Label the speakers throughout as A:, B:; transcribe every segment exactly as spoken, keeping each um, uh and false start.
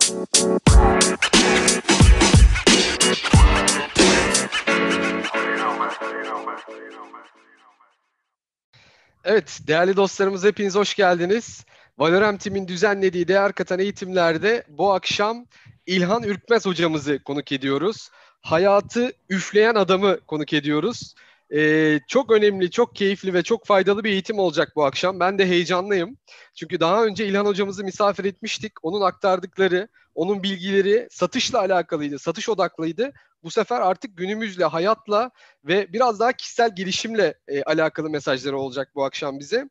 A: Evet, değerli dostlarımız hepiniz hoş geldiniz. Valorem Team'in düzenlediği değer katan eğitimlerde bu akşam İlhan Ürkmez hocamızı konuk ediyoruz. Hayatı üfleyen adamı konuk ediyoruz. Ee, çok önemli, çok keyifli ve çok faydalı bir eğitim olacak bu akşam. Ben de heyecanlıyım. Çünkü daha önce İlhan hocamızı misafir etmiştik. Onun aktardıkları, onun bilgileri satışla alakalıydı, satış odaklıydı. Bu sefer artık günümüzle, hayatla ve biraz daha kişisel gelişimle e, alakalı mesajları olacak bu akşam bize.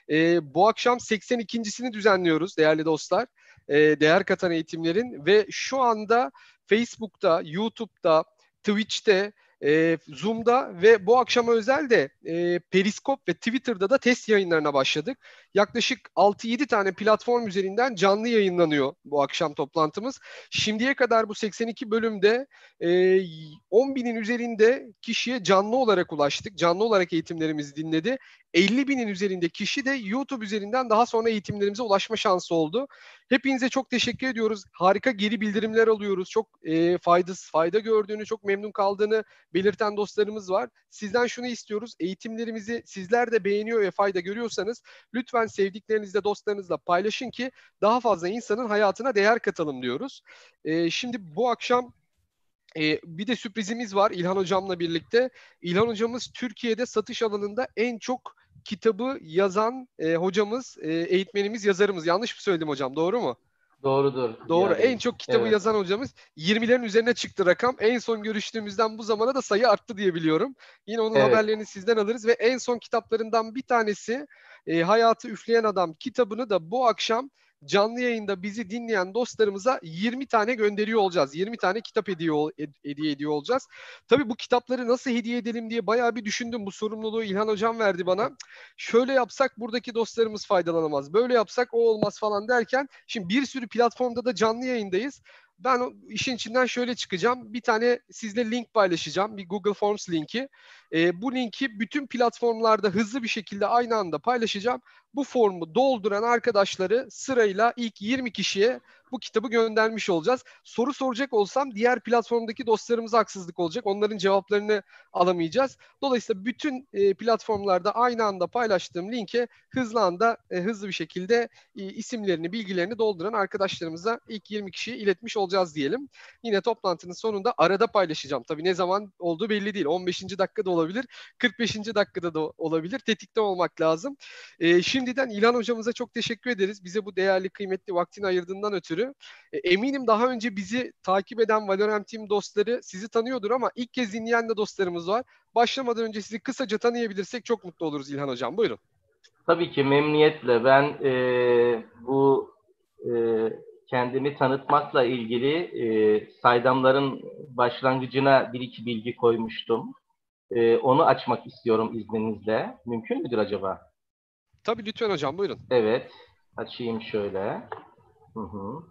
A: E, bu akşam seksen ikincisini düzenliyoruz değerli dostlar. E, değer katan eğitimlerin ve şu anda Facebook'ta, YouTube'da, Twitch'te, e, Zoom'da ve bu akşama özel de e, Periskop ve Twitter'da da test yayınlarına başladık. Yaklaşık altı yedi tane platform üzerinden canlı yayınlanıyor bu akşam toplantımız. Şimdiye kadar bu seksen iki bölümde e, on binin üzerinde kişiye canlı olarak ulaştık. Canlı olarak eğitimlerimizi dinledi. elli binin üzerinde kişi de YouTube üzerinden daha sonra eğitimlerimize ulaşma şansı oldu. Hepinize çok teşekkür ediyoruz. Harika geri bildirimler alıyoruz. Çok e, faydası, fayda gördüğünü, çok memnun kaldığını belirten dostlarımız var. Sizden şunu istiyoruz. Eğitimlerimizi sizler de beğeniyor ve fayda görüyorsanız lütfen sevdiklerinizle, dostlarınızla paylaşın ki daha fazla insanın hayatına değer katalım diyoruz. E, şimdi bu akşam ee, bir de sürprizimiz var İlhan Hocam'la birlikte. İlhan Hocamız Türkiye'de satış alanında en çok kitabı yazan e, hocamız, e, eğitmenimiz, yazarımız. Yanlış mı söyledim hocam? Doğru mu?
B: Doğrudur
A: Doğru.
B: Ziya
A: En
B: Bey.
A: çok kitabı
B: Evet.
A: yazan hocamız. yirmilerin üzerine çıktı rakam. En son görüştüğümüzden bu zamana da sayı arttı diye biliyorum. Yine onun
B: Evet.
A: haberlerini sizden alırız ve en son kitaplarından bir tanesi e, Hayatı Üfleyen Adam kitabını da bu akşam canlı yayında bizi dinleyen dostlarımıza yirmi tane gönderiyor olacağız. yirmi tane kitap hediye, hediye ediyor olacağız. Tabii bu kitapları nasıl hediye edelim diye bayağı bir düşündüm. Bu sorumluluğu İlhan Hocam verdi bana. Şöyle yapsak buradaki dostlarımız faydalanamaz. Böyle yapsak o olmaz falan derken şimdi bir sürü platformda da canlı yayındayız. Ben o işin içinden şöyle çıkacağım. Bir tane sizle link paylaşacağım. Bir Google Forms linki. E, bu linki bütün platformlarda hızlı bir şekilde aynı anda paylaşacağım. Bu formu dolduran arkadaşları sırayla ilk yirmi kişiye bu kitabı göndermiş olacağız. Soru soracak olsam diğer platformdaki dostlarımıza haksızlık olacak. Onların cevaplarını alamayacağız. Dolayısıyla bütün e, platformlarda aynı anda paylaştığım linke hızlı anda e, hızlı bir şekilde e, isimlerini, bilgilerini dolduran arkadaşlarımıza ilk yirmi kişiye iletmiş olacağız diyelim. Yine toplantının sonunda arada paylaşacağım. Tabii ne zaman olduğu belli değil. on beşinci dakikada olabilir, kırk beşinci dakikada da olabilir. Tetikte olmak lazım. E, şimdiden İlhan hocamıza çok teşekkür ederiz. Bize bu değerli, kıymetli vaktini ayırdığından ötürü. E, eminim daha önce bizi takip eden Valorant Team dostları sizi tanıyordur ama ilk kez dinleyen de dostlarımız var. Başlamadan önce sizi kısaca tanıyabilirsek çok mutlu oluruz İlhan hocam. Buyurun.
B: Tabii ki memnuniyetle. Ben e, bu e, kendimi tanıtmakla ilgili e, saydamların başlangıcına bir iki bilgi koymuştum. E, onu açmak istiyorum izninizle. Mümkün müdür acaba?
A: Tabii lütfen hocam buyurun.
B: Evet. Açayım şöyle. Hı hı.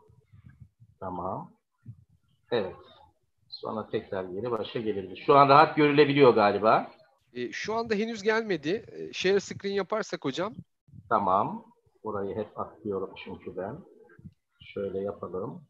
B: Tamam. Evet. Sonra tekrar geri başa geliriz. Şu an rahat görülebiliyor galiba.
A: E, şu anda henüz gelmedi. E, share screen yaparsak hocam.
B: Tamam. Orayı hep atlıyorum çünkü ben. Şöyle yapalım.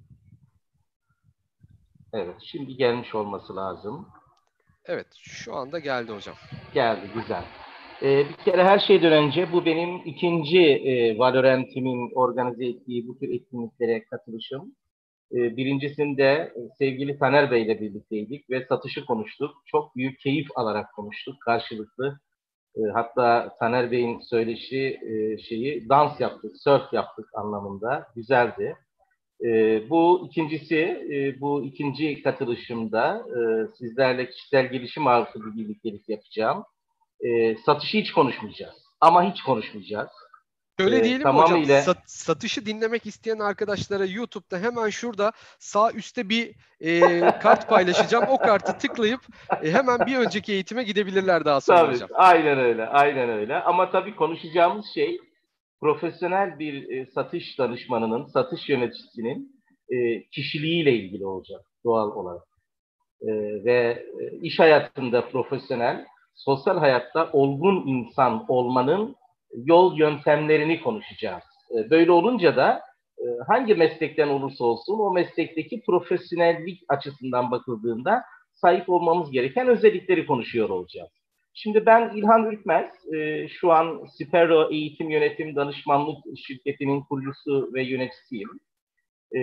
B: Evet. Şimdi gelmiş olması lazım.
A: Evet şu anda geldi hocam.
B: Geldi. Güzel. Ee, bir kere her şeyden önce bu benim ikinci e, Valorant'imin organize ettiği bu tür etkinliklere katılışım. Ee, birincisinde e, sevgili Taner Bey ile birlikteydik ve satışı konuştuk. Çok büyük keyif alarak konuştuk karşılıklı. E, hatta Taner Bey'in söyleşi e, şeyi dans yaptık, surf yaptık anlamında. Güzeldi. E, bu ikincisi, e, bu ikinci katılışımda e, sizlerle kişisel gelişim ağırlıklı bir birliktelik yapacağım. E, satışı hiç konuşmayacağız. Ama hiç konuşmayacağız.
A: Şöyle
B: E,
A: diyelim mi hocam?
B: tamamıyla
A: Sat, satışı dinlemek isteyen arkadaşlara YouTube'da hemen şurada sağ üstte bir e, kart paylaşacağım. O kartı tıklayıp e, hemen bir önceki eğitime gidebilirler daha sonra
B: tabii,
A: hocam.
B: aynen öyle, aynen öyle. Ama tabii konuşacağımız şey profesyonel bir e, satış danışmanının, satış yöneticisinin e, kişiliğiyle ilgili olacak doğal olarak. E, ve e, iş hayatında profesyonel, sosyal hayatta olgun insan olmanın yol yöntemlerini konuşacağız. E, böyle olunca da e, hangi meslekten olursa olsun o meslekteki profesyonellik açısından bakıldığında sahip olmamız gereken özellikleri konuşuyor olacağız. Şimdi ben İlhan Ürkmez, e, şu an Sipero Eğitim Yönetim Danışmanlık Şirketi'nin kurucusu ve yöneticisiyim. E,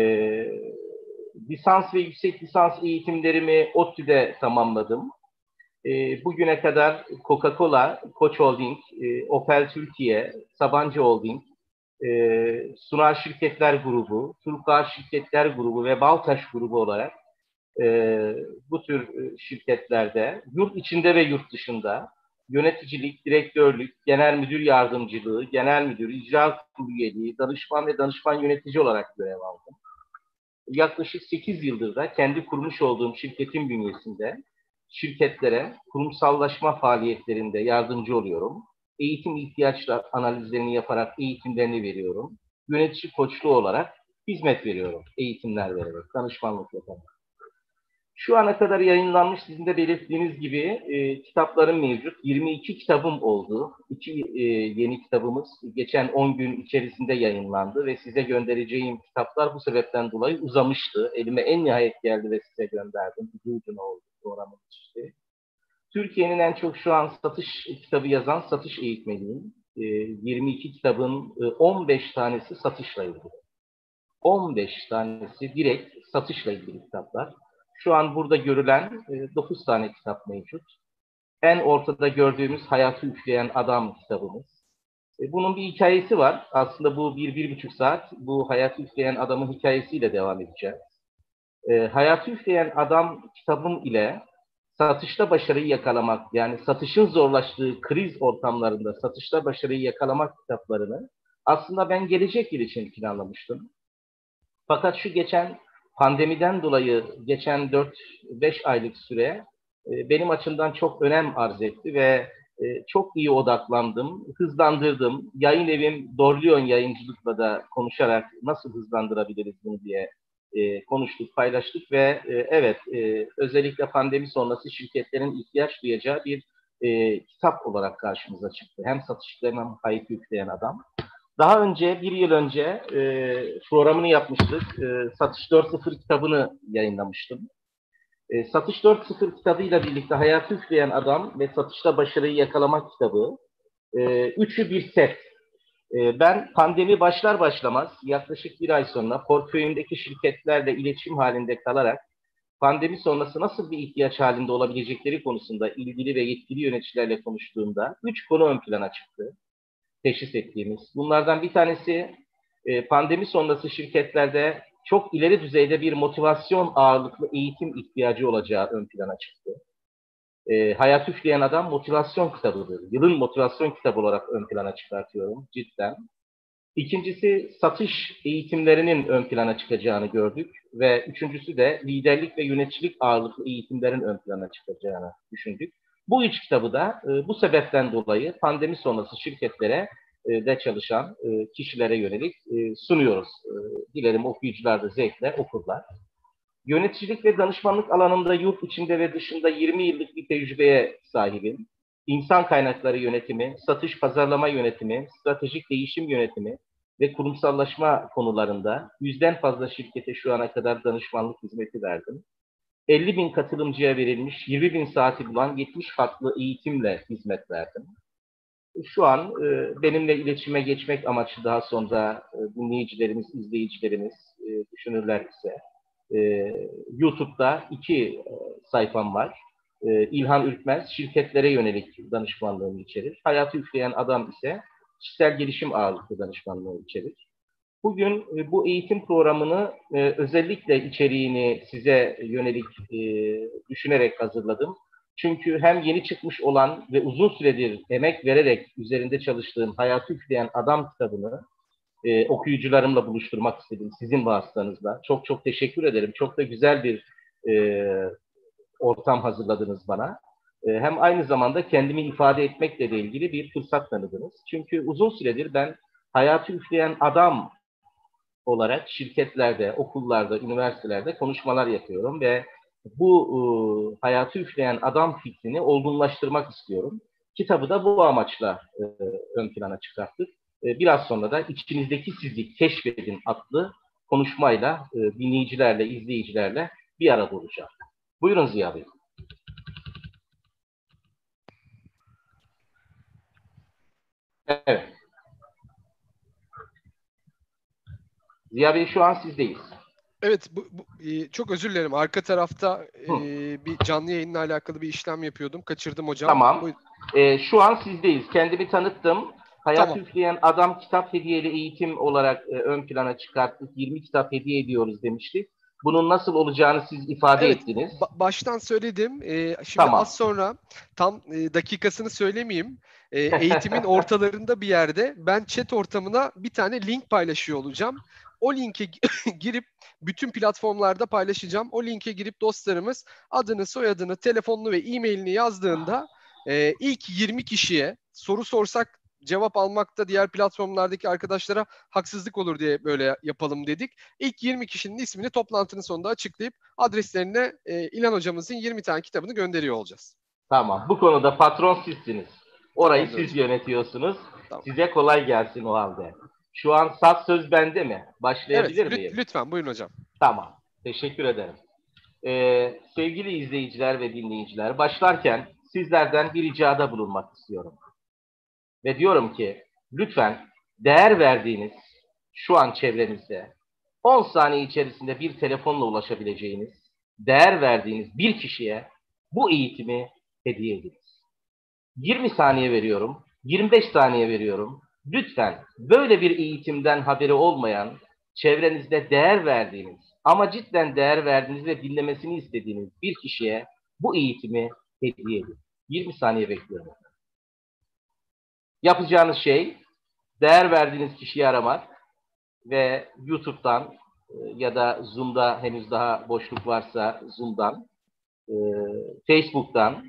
B: lisans ve yüksek lisans eğitimlerimi ODTÜ'de tamamladım. E, bugüne kadar Coca-Cola, Koç Holding, e, Opel Türkiye, Sabancı Holding, e, Sunar Şirketler Grubu, Turkuaz Şirketler Grubu ve Baltaş Grubu olarak e, bu tür şirketlerde yurt içinde ve yurt dışında yöneticilik, direktörlük, genel müdür yardımcılığı, genel müdür, icra kurulu üyeliği, danışman ve danışman yönetici olarak görev aldım. Yaklaşık sekiz yıldır da kendi kurmuş olduğum şirketin bünyesinde şirketlere kurumsallaşma faaliyetlerinde yardımcı oluyorum. Eğitim ihtiyaçlar analizlerini yaparak eğitimlerini veriyorum. Yönetici koçluğu olarak hizmet veriyorum. Eğitimler vererek, danışmanlık yaparak. Şu ana kadar yayınlanmış, sizin de belirttiğiniz gibi e, kitaplarım mevcut. yirmi iki kitabım oldu. İki e, yeni kitabımız geçen on gün içerisinde yayınlandı ve size göndereceğim kitaplar bu sebepten dolayı uzamıştı. Elime en nihayet geldi ve size gönderdim. Ucu ucuna oldu programın işte. Türkiye'nin en çok şu an satış kitabı yazan satış eğitmeniyim. E, yirmi iki kitabın e, on beş tanesi satışla ilgili. on beş tanesi direkt satışla ilgili kitaplar. Şu an burada görülen e, dokuz tane kitap mevcut. En ortada gördüğümüz Hayatı Üfleyen Adam kitabımız. E, bunun bir hikayesi var. Aslında bu bir, bir buçuk saat bu Hayatı Üfleyen Adam'ın hikayesiyle devam edeceğiz. E, Hayatı Üfleyen Adam kitabım ile satışta başarıyı yakalamak, yani satışın zorlaştığı kriz ortamlarında satışta başarıyı yakalamak kitaplarını aslında ben gelecek yıl için planlamıştım. Fakat şu geçen pandemiden dolayı geçen dört beş aylık süre e, benim açımdan çok önem arz etti ve e, çok iyi odaklandım, hızlandırdım. Yayın evim Dorlion Yayıncılık'la da konuşarak nasıl hızlandırabiliriz bunu diye e, konuştuk, paylaştık ve e, evet e, özellikle pandemi sonrası şirketlerin ihtiyaç duyacağı bir e, kitap olarak karşımıza çıktı. Hem satışlarına hem Hayatı Üfleyen Adam. Daha önce, bir yıl önce e, programını yapmıştık. E, Satış dört nokta sıfır kitabını yayınlamıştım. E, Satış dört nokta sıfır kitabıyla birlikte Hayatı Üfleyen Adam ve Satışta Başarıyı Yakalamak kitabı. E, üçü bir set. E, ben pandemi başlar başlamaz, yaklaşık bir ay sonra portföyümdeki şirketlerle iletişim halinde kalarak pandemi sonrası nasıl bir ihtiyaç halinde olabilecekleri konusunda ilgili ve yetkili yöneticilerle konuştuğumda üç konu ön plana çıktı. Teşhis ettiğimiz. Bunlardan bir tanesi e, pandemi sonrası şirketlerde çok ileri düzeyde bir motivasyon ağırlıklı eğitim ihtiyacı olacağı ön plana çıktı. E, Hayat Üfleyen Adam motivasyon kitabıdır. Yılın motivasyon kitabı olarak ön plana çıkartıyorum cidden. İkincisi satış eğitimlerinin ön plana çıkacağını gördük ve üçüncüsü de liderlik ve yöneticilik ağırlıklı eğitimlerin ön plana çıkacağını düşündük. Bu üç kitabı da e, bu sebepten dolayı pandemi sonrası şirketlere e, de çalışan e, kişilere yönelik e, sunuyoruz. E, dilerim okuyucular da zevkle okurlar. Yöneticilik ve danışmanlık alanında yurt içinde ve dışında yirmi yıllık bir tecrübeye sahibim. İnsan kaynakları yönetimi, satış pazarlama yönetimi, stratejik değişim yönetimi ve kurumsallaşma konularında yüzden fazla şirkete şu ana kadar danışmanlık hizmeti verdim. elli bin katılımcıya verilmiş yirmi bin saati bulan yetmiş farklı eğitimle hizmet verdim. Şu an e, benimle iletişime geçmek amaçlı daha sonra e, dinleyicilerimiz, izleyicilerimiz e, düşünürler ise e, YouTube'da iki e, sayfam var. E, İlhan Ürkmez şirketlere yönelik danışmanlığını içerir. Hayatı Üfleyen Adam ise kişisel gelişim ağırlıklı danışmanlığı içerir. Bugün e, bu eğitim programını e, özellikle içeriğini size yönelik e, düşünerek hazırladım. Çünkü hem yeni çıkmış olan ve uzun süredir emek vererek üzerinde çalıştığım Hayatı Üfleyen Adam kitabını e, okuyucularımla buluşturmak istedim sizin vasıtanızla. Çok çok teşekkür ederim. Çok da güzel bir e, ortam hazırladınız bana. E, hem aynı zamanda kendimi ifade etmekle de ilgili bir fırsat tanıdınız. Çünkü uzun süredir ben Hayatı Üfleyen Adam olarak şirketlerde, okullarda, üniversitelerde konuşmalar yapıyorum ve bu e, hayatı üfleyen adam fikrini olgunlaştırmak istiyorum. Kitabı da bu amaçla e, ön plana çıkarttık. E, biraz sonra da içinizdeki sizi keşfedin adlı konuşmayla e, dinleyicilerle, izleyicilerle bir arada olacağım. Buyurun Ziya Bey. Evet. Ziya Bey şu an sizdeyiz.
A: Evet, bu, bu, e, çok özür dilerim. Arka tarafta e,
B: Hı.
A: bir canlı yayınla alakalı bir işlem yapıyordum. Kaçırdım hocam.
B: Tamam.
A: Buyur.
B: E, şu an sizdeyiz. Kendimi tanıttım. Hayat
A: Tamam.
B: Üfleyen Adam kitap hediyeli eğitim olarak e, ön plana çıkarttık. yirmi kitap hediye ediyoruz demiştik. Bunun nasıl olacağını siz ifade
A: Evet,
B: ettiniz.
A: ba- baştan söyledim. Ee, şimdi
B: Tamam.
A: az sonra tam e, dakikasını söylemeyeyim. E, eğitimin ortalarında bir yerde ben chat ortamına bir tane link paylaşıyor olacağım. O linke girip bütün platformlarda paylaşacağım. O linke girip dostlarımız adını, soyadını, telefonunu ve e-mailini yazdığında e, ilk yirmi kişiye soru sorsak cevap almakta diğer platformlardaki arkadaşlara haksızlık olur diye böyle yapalım dedik. İlk yirmi kişinin ismini toplantının sonunda açıklayıp adreslerine e, İlhan hocamızın yirmi tane kitabını gönderiyor olacağız.
B: Tamam. Bu konuda patron sizsiniz. Orayı
A: Tamamdır
B: siz
A: hocam.
B: yönetiyorsunuz.
A: Tamam.
B: Size kolay gelsin o halde. Şu an saz söz bende mi?
A: Evet,
B: Başlayabilir
A: lüt-
B: miyim?
A: lütfen buyurun hocam.
B: Tamam. Teşekkür ederim. Ee, sevgili izleyiciler ve dinleyiciler, başlarken sizlerden bir ricada bulunmak istiyorum. Ve diyorum ki, lütfen değer verdiğiniz şu an çevrenizde on saniye içerisinde bir telefonla ulaşabileceğiniz, değer verdiğiniz bir kişiye bu eğitimi hediye ediniz. yirmi saniye veriyorum, yirmi beş saniye veriyorum. Lütfen böyle bir eğitimden haberi olmayan, çevrenizde değer verdiğiniz ama cidden değer verdiğiniz ve dinlemesini istediğiniz bir kişiye bu eğitimi hediye edin. yirmi saniye bekliyorum. Yapacağınız şey değer verdiğiniz kişiyi aramak ve YouTube'dan ya da Zoom'da henüz daha boşluk varsa Zoom'dan, Facebook'tan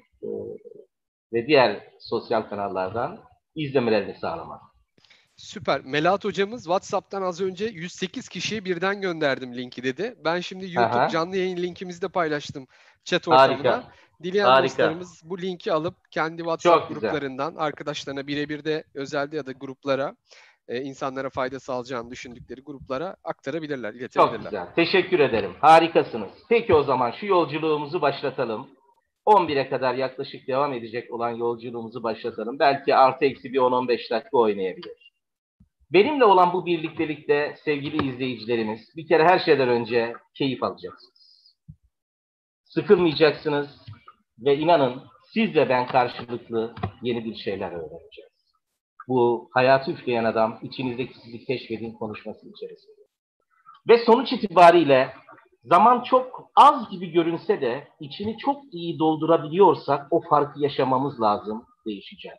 B: ve diğer sosyal kanallardan izlemelerini sağlamak.
A: Süper. Melahat hocamız WhatsApp'tan az önce yüz sekiz kişiye birden gönderdim linki dedi. Ben şimdi YouTube
B: Aha,
A: canlı yayın linkimizi de paylaştım chat ortamına.
B: harika,
A: Dileyen
B: harika.
A: dostlarımız bu linki alıp kendi WhatsApp
B: Çok güzel,
A: gruplarından arkadaşlarına birebir de özelde ya da gruplara e, insanlara fayda sağlayacağını düşündükleri gruplara aktarabilirler,
B: çok
A: iletebilirler.
B: güzel. Teşekkür ederim. Harikasınız. Peki o zaman şu yolculuğumuzu başlatalım. on bire kadar yaklaşık devam edecek olan yolculuğumuzu başlatalım. Belki artı eksi bir on on beş dakika oynayabilir. Benimle olan bu birliktelikte sevgili izleyicilerimiz, bir kere her şeyden önce keyif alacaksınız. Sıkılmayacaksınız ve inanın siz ve ben karşılıklı yeni bir şeyler öğreneceğiz. Bu hayatı üfleyen adam içinizdeki sizi keşfedin konuşması içerisinde. Ve sonuç itibariyle zaman çok az gibi görünse de içini çok iyi doldurabiliyorsak o farkı yaşamamız lazım, değişeceğiz.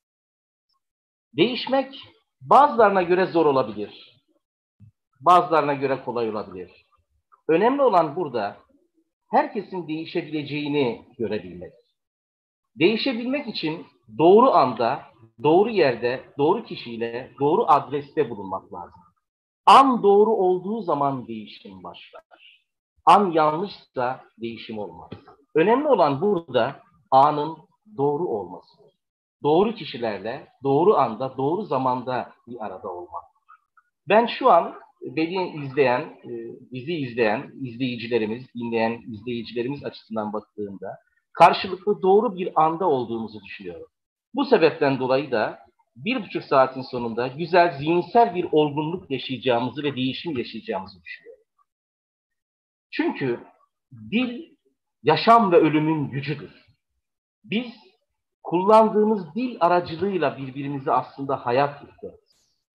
B: Değişmek bazılarına göre zor olabilir, bazılarına göre kolay olabilir. Önemli olan burada herkesin değişebileceğini görebilmek. Değişebilmek için doğru anda, doğru yerde, doğru kişiyle, doğru adreste bulunmak lazım. An doğru olduğu zaman değişim başlar. An yanlışsa değişim olmaz. Önemli olan burada anın doğru olması. Doğru kişilerle, doğru anda, doğru zamanda bir arada olmak. Ben şu an beni izleyen, bizi izleyen izleyicilerimiz, dinleyen izleyicilerimiz açısından baktığımda karşılıklı doğru bir anda olduğumuzu düşünüyorum. Bu sebepten dolayı da bir buçuk saatin sonunda güzel zihinsel bir olgunluk yaşayacağımızı ve değişim yaşayacağımızı düşünüyorum. Çünkü dil yaşam ve ölümün gücüdür. Biz kullandığımız dil aracılığıyla birbirimize aslında hayat üfleriz.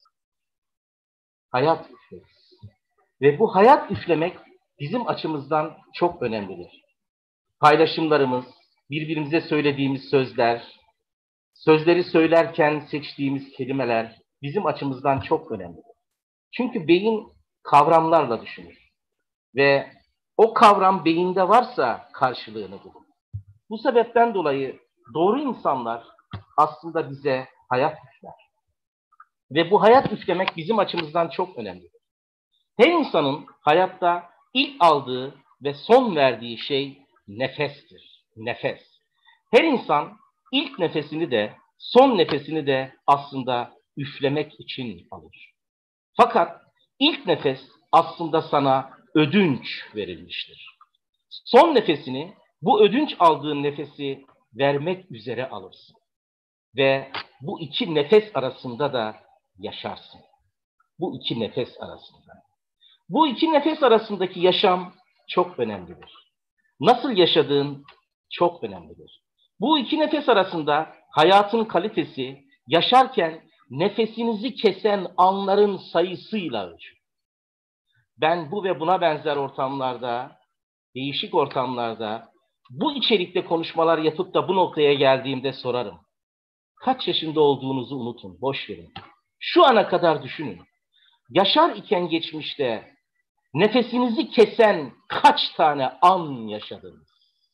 B: Hayat üfleriz. Ve bu hayat üflemek bizim açımızdan çok önemlidir. Paylaşımlarımız, birbirimize söylediğimiz sözler, sözleri söylerken seçtiğimiz kelimeler bizim açımızdan çok önemlidir. Çünkü beyin kavramlarla düşünür. Ve o kavram beyinde varsa karşılığını bulur. Bu sebepten dolayı doğru insanlar aslında bize hayat üfler. Ve bu hayat üflemek bizim açımızdan çok önemlidir. Her insanın hayatta ilk aldığı ve son verdiği şey nefestir. Nefes. Her insan ilk nefesini de son nefesini de aslında üflemek için alır. Fakat ilk nefes aslında sana ödünç verilmiştir. Son nefesini, bu ödünç aldığın nefesi vermek üzere alırsın. Ve bu iki nefes arasında da yaşarsın. Bu iki nefes arasında. Bu iki nefes arasındaki yaşam çok önemlidir. Nasıl yaşadığın çok önemlidir. Bu iki nefes arasında hayatın kalitesi, yaşarken nefesinizi kesen anların sayısıyla ölçülür. Ben bu ve buna benzer ortamlarda, değişik ortamlarda, bu içerikte konuşmalar yapıp da bu noktaya geldiğimde sorarım. Kaç yaşında olduğunuzu unutun, boş verin. Şu ana kadar düşünün. Yaşar iken geçmişte nefesinizi kesen kaç tane an yaşadınız?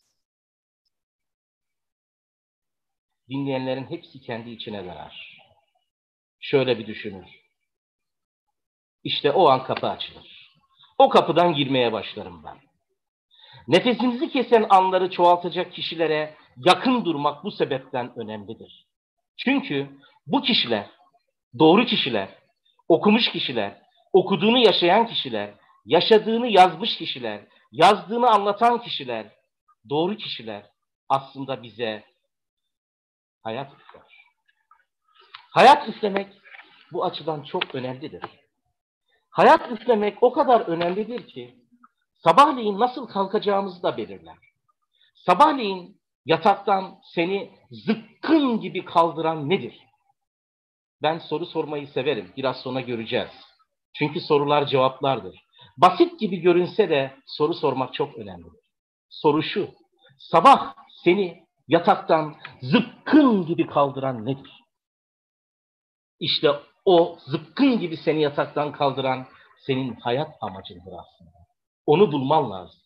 B: Dinleyenlerin hepsi kendi içine döner. Şöyle bir düşünür. İşte o an kapı açılır. O kapıdan girmeye başlarım ben. Nefesinizi kesen anları çoğaltacak kişilere yakın durmak bu sebepten önemlidir. Çünkü bu kişiler, doğru kişiler, okumuş kişiler, okuduğunu yaşayan kişiler, yaşadığını yazmış kişiler, yazdığını anlatan kişiler, doğru kişiler aslında bize hayat üfler. Hayat üflemek bu açıdan çok önemlidir. Hayat üflemek o kadar önemlidir ki sabahleyin nasıl kalkacağımızı da belirler. Sabahleyin yataktan seni zıpkın gibi kaldıran nedir? Ben soru sormayı severim. Biraz sonra göreceğiz. Çünkü sorular cevaplardır. Basit gibi görünse de soru sormak çok önemlidir. Soru şu: sabah seni yataktan zıpkın gibi kaldıran nedir? İşte o zıpkın gibi seni yataktan kaldıran senin hayat amacındır aslında. Onu bulman lazım.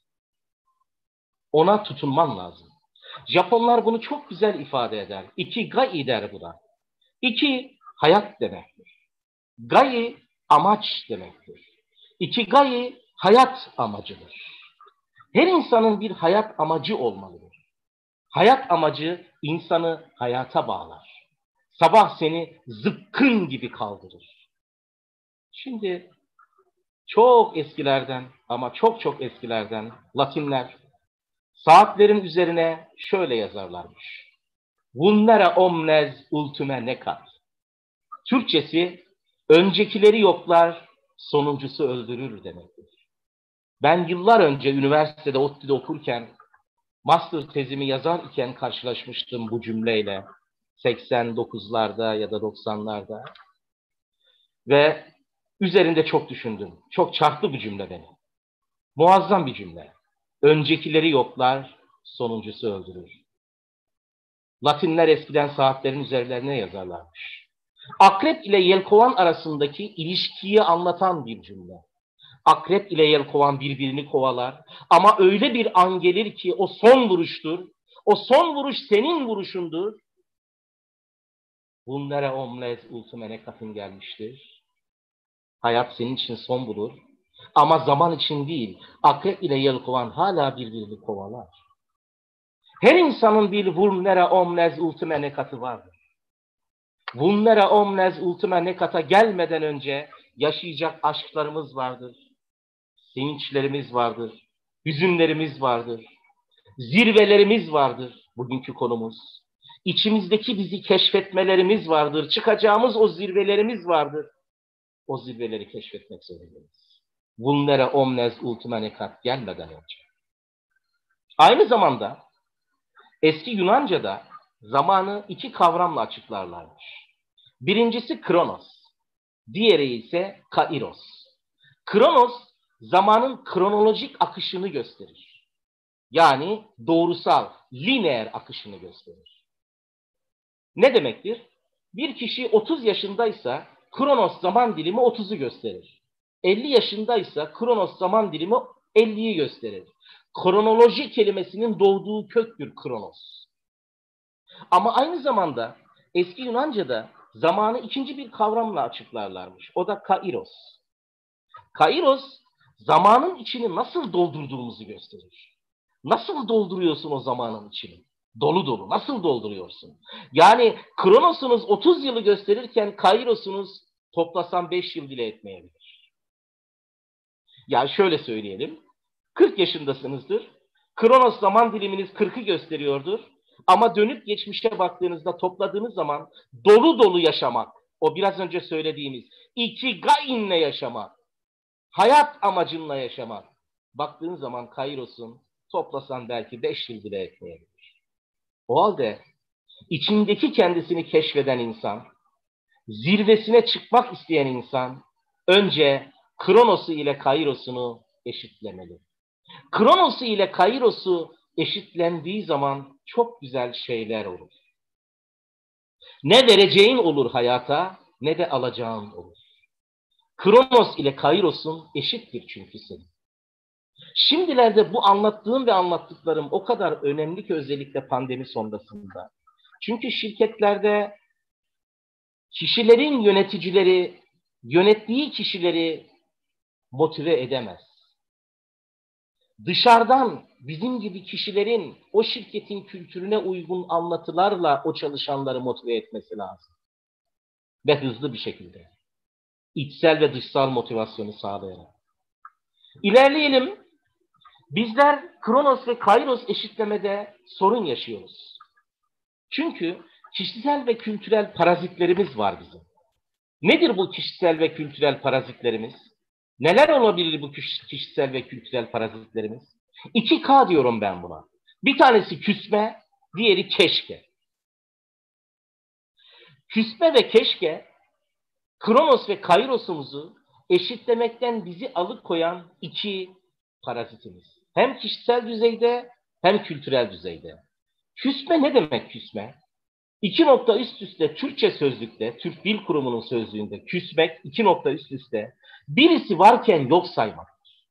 B: Ona tutunman lazım. Japonlar bunu çok güzel ifade eder. Ikigai der buna. İki, hayat demektir. Gai, amaç demektir. Ikigai, hayat amacıdır. Her insanın bir hayat amacı olmalıdır. Hayat amacı insanı hayata bağlar. Sabah seni zıpkın gibi kaldırır. Şimdi çok eskilerden ama çok çok eskilerden Latinler saatlerin üzerine şöyle yazarlarmış. Vulnera omnes ultime necat. Türkçesi öncekileri yoklar, sonuncusu öldürür demektir. Ben yıllar önce üniversitede ODTÜ'de okurken, master tezimi yazar iken karşılaşmıştım bu cümleyle. seksen dokuzlarda ya da doksanlarda. Ve üzerinde çok düşündüm. Çok çarptı bu cümle beni. Muazzam bir cümle. Öncekileri yoklar, sonuncusu öldürür. Latinler eskiden saatlerin üzerlerine yazarlarmış. Akrep ile yelkovan arasındaki ilişkiyi anlatan bir cümle. Akrep ile yelkovan birbirini kovalar ama öyle bir an gelir ki o son vuruştur. O son vuruş senin vuruşundur. Bunlara omles ultime nekatın gelmiştir. Hayat senin için son bulur. Ama zaman için değil. Akrep ile yelkovan hala birbirini kovalar. Her insanın bir vulnera omnes ultime nekatı vardır. Vulnera omnes ultime nekata gelmeden önce yaşayacak aşklarımız vardır. Sevinçlerimiz vardır. Hüzünlerimiz vardır. Zirvelerimiz vardır bugünkü konumuz. İçimizdeki bizi keşfetmelerimiz vardır. Çıkacağımız o zirvelerimiz vardır. O zirveleri keşfetmek zorundayız. Vulnera omnes ultima necat gelmeden önce. Aynı zamanda eski Yunanca'da zamanı iki kavramla açıklarlarmış. Birincisi kronos, diğeri ise kairos. Kronos zamanın kronolojik akışını gösterir. Yani doğrusal, lineer akışını gösterir. Ne demektir? Bir kişi otuz yaşındaysa kronos zaman dilimi otuzu gösterir. elli yaşındaysa kronos zaman dilimi elliyi gösterir. Kronoloji kelimesinin doğduğu köktür kronos. Ama aynı zamanda eski Yunanca'da zamanı ikinci bir kavramla açıklarlarmış. O da kairos. Kairos zamanın içini nasıl doldurduğumuzu gösterir. Nasıl dolduruyorsun o zamanın içini? Dolu dolu. Nasıl dolduruyorsun? Yani Kronos'unuz otuz yılı gösterirken Kairos'unuz toplasan beş yıl bile etmeyebilir. Yani şöyle söyleyelim. kırk yaşındasınızdır. Kronos zaman diliminiz kırkı gösteriyordur. Ama dönüp geçmişe baktığınızda topladığınız zaman dolu dolu yaşamak, o biraz önce söylediğimiz ikigainle yaşamak, hayat amacınla yaşamak. Baktığın zaman Kairos'un toplasan belki beş yıl bile etmeyebilir. O halde içindeki kendisini keşfeden insan, zirvesine çıkmak isteyen insan önce Kronos'u ile Kairos'unu eşitlemeli. Kronos'u ile Kairos'u eşitlendiği zaman çok güzel şeyler olur. Ne vereceğin olur hayata, ne de alacağın olur. Kronos ile Kairos'un eşittir çünkü senin. Şimdilerde bu anlattığım ve anlattıklarım o kadar önemli ki özellikle pandemi sonrasında. Çünkü şirketlerde kişilerin yöneticileri, yönettiği kişileri motive edemez. Dışarıdan bizim gibi kişilerin o şirketin kültürüne uygun anlatılarla o çalışanları motive etmesi lazım. Ve hızlı bir şekilde. İçsel ve dışsal motivasyonu sağlayarak. İlerleyelim. Bizler Kronos ve Kairos eşitlemede sorun yaşıyoruz. Çünkü kişisel ve kültürel parazitlerimiz var bizim. Nedir bu kişisel ve kültürel parazitlerimiz? Neler olabilir bu kişisel ve kültürel parazitlerimiz? iki K diyorum ben buna. Bir tanesi küsme, diğeri keşke. Küsme ve keşke, Kronos ve Kairos'umuzu eşitlemekten bizi alıkoyan iki parazitimiz. Hem kişisel düzeyde hem kültürel düzeyde. Küsme ne demek küsme? İki nokta üst üste Türkçe sözlükte, Türk Dil Kurumu'nun sözlüğünde küsmek, iki nokta üst üste birisi varken yok saymaktır.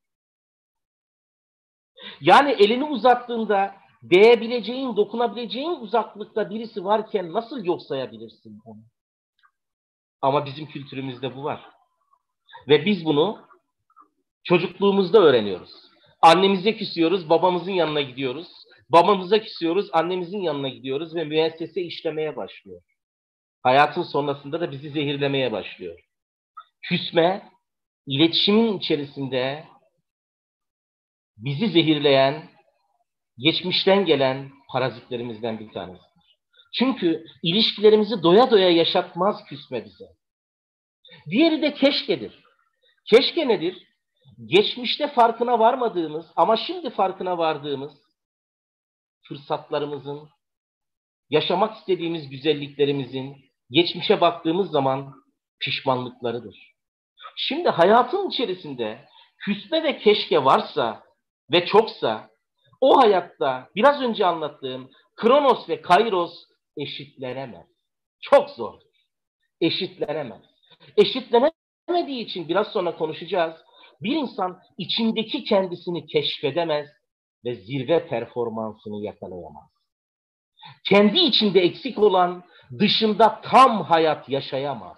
B: Yani elini uzattığında değebileceğin, dokunabileceğin uzaklıkta birisi varken nasıl yok sayabilirsin onu? Ama bizim kültürümüzde bu var. Ve biz bunu çocukluğumuzda öğreniyoruz. Annemize küsüyoruz, babamızın yanına gidiyoruz. Babamıza küsüyoruz, annemizin yanına gidiyoruz ve müessese işlemeye başlıyor. Hayatın sonrasında da bizi zehirlemeye başlıyor. Küsme, iletişimin içerisinde bizi zehirleyen, geçmişten gelen parazitlerimizden bir tanesidir. Çünkü ilişkilerimizi doya doya yaşatmaz küsme bize. Diğeri de keşkedir. Keşke nedir? Geçmişte farkına varmadığımız ama şimdi farkına vardığımız fırsatlarımızın, yaşamak istediğimiz güzelliklerimizin, geçmişe baktığımız zaman pişmanlıklarıdır. Şimdi hayatın içerisinde küsme ve keşke varsa ve çoksa, o hayatta biraz önce anlattığım Kronos ve Kairos eşitlenemez. Çok zor. Eşitlenemez. Eşitlenemediği için biraz sonra konuşacağız. Bir insan içindeki kendisini keşfedemez ve zirve performansını yakalayamaz. Kendi içinde eksik olan dışında tam hayat yaşayamaz.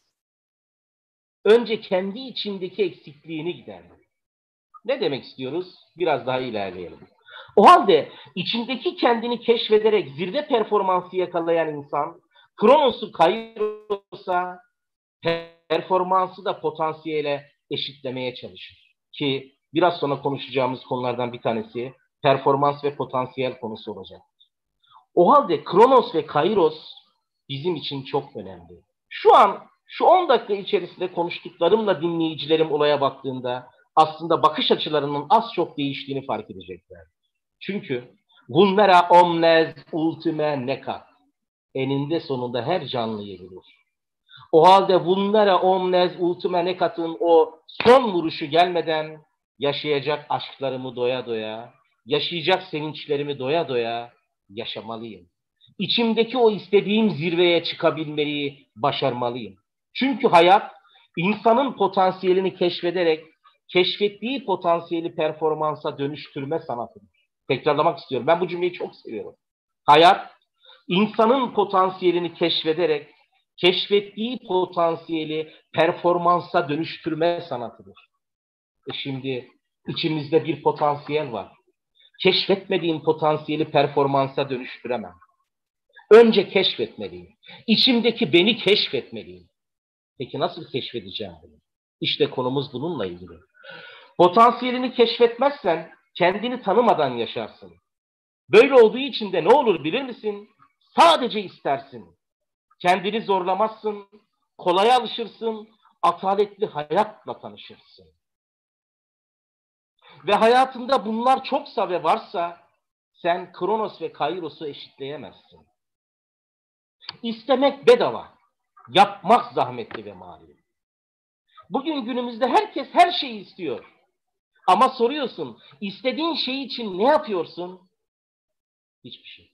B: Önce kendi içindeki eksikliğini gidermek. Ne demek istiyoruz? Biraz daha ilerleyelim. O halde içindeki kendini keşfederek zirve performansı yakalayan insan, Kronos'u Kairos'a performansı da potansiyele eşitlemeye çalışır. Ki biraz sonra konuşacağımız konulardan bir tanesi performans ve potansiyel konusu olacak. O halde Kronos ve Kairos bizim için çok önemli. Şu an şu on dakika içerisinde konuştuklarımla dinleyicilerim olaya baktığında aslında bakış açılarının az çok değiştiğini fark edecekler. Çünkü vulnera omnes ultime necat. Eninde sonunda her canlıyı bulur. O halde vulnera omnes ultime necat'ın o son vuruşu gelmeden yaşayacak aşklarımı doya doya, yaşayacak sevinçlerimi doya doya yaşamalıyım. İçimdeki o istediğim zirveye çıkabilmeyi başarmalıyım. Çünkü hayat insanın potansiyelini keşfederek keşfettiği potansiyeli performansa dönüştürme sanatıdır. Tekrarlamak istiyorum. Ben bu cümleyi çok seviyorum. Hayat insanın potansiyelini keşfederek keşfettiği potansiyeli performansa dönüştürme sanatıdır. E şimdi içimizde bir potansiyel var. Keşfetmediğim potansiyeli performansa dönüştüremem. Önce keşfetmeliyim. İçimdeki beni keşfetmeliyim. Peki nasıl keşfedeceğim bunu? İşte konumuz bununla ilgili. Potansiyelini keşfetmezsen kendini tanımadan yaşarsın. Böyle olduğu için de ne olur bilir misin? Sadece istersin. Kendini zorlamazsın, kolaya alışırsın, ataletli hayatla tanışırsın. Ve hayatında bunlar çoksa ve varsa sen Kronos ve Kairos'u eşitleyemezsin. İstemek bedava, yapmak zahmetli ve maliyetli. Bugün günümüzde herkes her şeyi istiyor. Ama soruyorsun, istediğin şey için ne yapıyorsun? Hiçbir şey.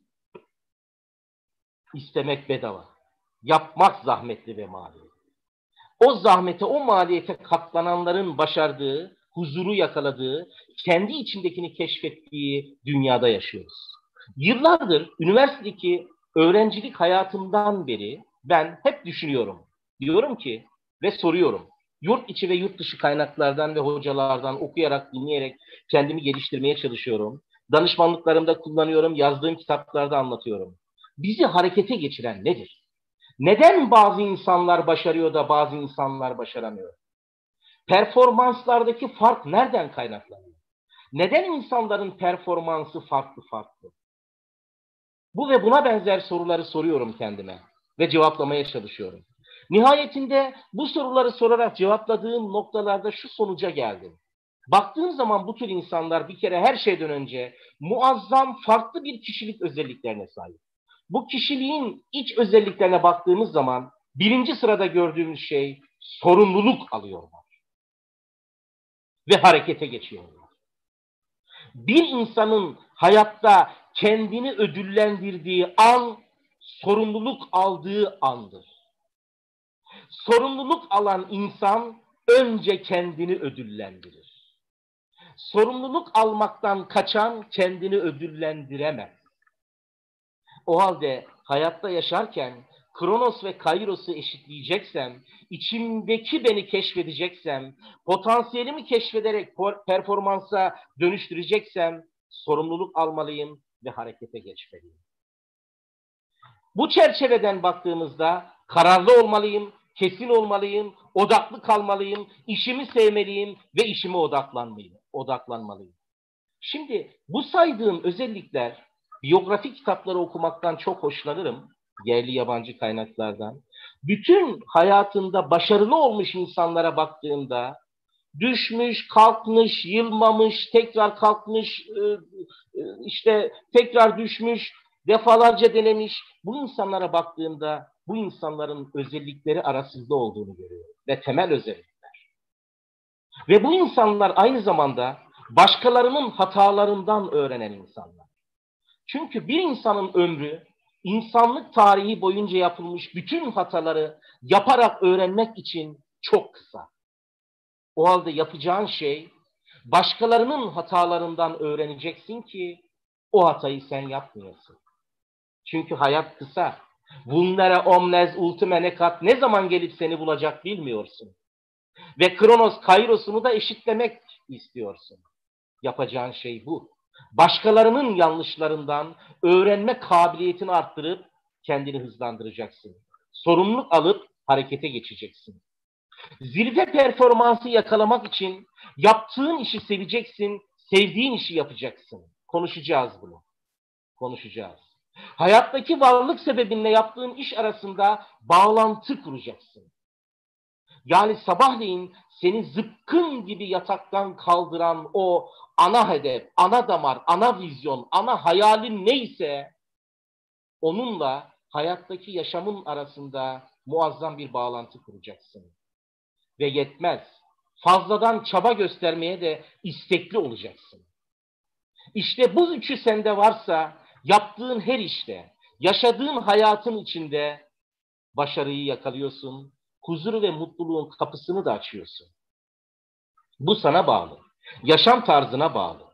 B: İstemek bedava, yapmak zahmetli ve maliyetli. O zahmete, o maliyete katlananların başardığı, huzuru yakaladığı, kendi içindekini keşfettiği dünyada yaşıyoruz. Yıllardır üniversitedeki öğrencilik hayatımdan beri ben hep düşünüyorum. Diyorum ki ve soruyorum. Yurt içi ve yurt dışı kaynaklardan ve hocalardan okuyarak, dinleyerek kendimi geliştirmeye çalışıyorum. Danışmanlıklarımda kullanıyorum, yazdığım kitaplarda anlatıyorum. Bizi harekete geçiren nedir? Neden bazı insanlar başarıyor da bazı insanlar başaramıyor? Performanslardaki fark nereden kaynaklanıyor? Neden insanların performansı farklı farklı? Bu ve buna benzer soruları soruyorum kendime ve cevaplamaya çalışıyorum. Nihayetinde bu soruları sorarak cevapladığım noktalarda şu sonuca geldim. Baktığım zaman bu tür insanlar bir kere her şeyden önce muazzam farklı bir kişilik özelliklerine sahip. Bu kişiliğin iç özelliklerine baktığımız zaman birinci sırada gördüğümüz şey sorumluluk alıyorlar. Ve harekete geçiyorlar. Bir insanın hayatta kendini ödüllendirdiği an, sorumluluk aldığı andır. Sorumluluk alan insan önce kendini ödüllendirir. Sorumluluk almaktan kaçan kendini ödüllendiremez. O halde hayatta yaşarken Kronos ve Kairos'u eşitleyeceksem, içimdeki beni keşfedeceksem, potansiyelimi keşfederek performansa dönüştüreceksem, sorumluluk almalıyım ve harekete geçmeliyim. Bu çerçeveden baktığımızda kararlı olmalıyım, kesin olmalıyım, odaklı kalmalıyım, işimi sevmeliyim ve işime odaklanmalıyım. odaklanmalıyım. Şimdi bu saydığım özellikler, biyografi kitapları okumaktan çok hoşlanırım, yerli yabancı kaynaklardan. Bütün hayatında başarılı olmuş insanlara baktığımda, düşmüş, kalkmış, yılmamış, tekrar kalkmış, işte tekrar düşmüş, defalarca denemiş. Bu insanlara baktığımda bu insanların özellikleri arasında olduğunu görüyorum ve temel özellikler. Ve bu insanlar aynı zamanda başkalarının hatalarından öğrenen insanlar. Çünkü bir insanın ömrü insanlık tarihi boyunca yapılmış bütün hataları yaparak öğrenmek için çok kısa. O halde yapacağın şey başkalarının hatalarından öğreneceksin ki o hatayı sen yapmıyorsun. Çünkü hayat kısa. Vulnera omnes ultime necat, ne zaman gelip seni bulacak bilmiyorsun. Ve Kronos Kairos'unu da eşitlemek istiyorsun. Yapacağın şey bu. Başkalarının yanlışlarından öğrenme kabiliyetini arttırıp kendini hızlandıracaksın. Sorumluluk alıp harekete geçeceksin. Zirve performansı yakalamak için yaptığın işi seveceksin, sevdiğin işi yapacaksın. Konuşacağız bunu. Konuşacağız. Hayattaki varlık sebebinle yaptığın iş arasında bağlantı kuracaksın. Yani sabahleyin seni zıpkın gibi yataktan kaldıran o ana hedef, ana damar, ana vizyon, ana hayalin neyse onunla hayattaki yaşamın arasında muazzam bir bağlantı kuracaksın. Ve yetmez. Fazladan çaba göstermeye de istekli olacaksın. İşte bu üçü sende varsa yaptığın her işte, yaşadığın hayatın içinde başarıyı yakalıyorsun, huzuru ve mutluluğun kapısını da açıyorsun. Bu sana bağlı. Yaşam tarzına bağlı.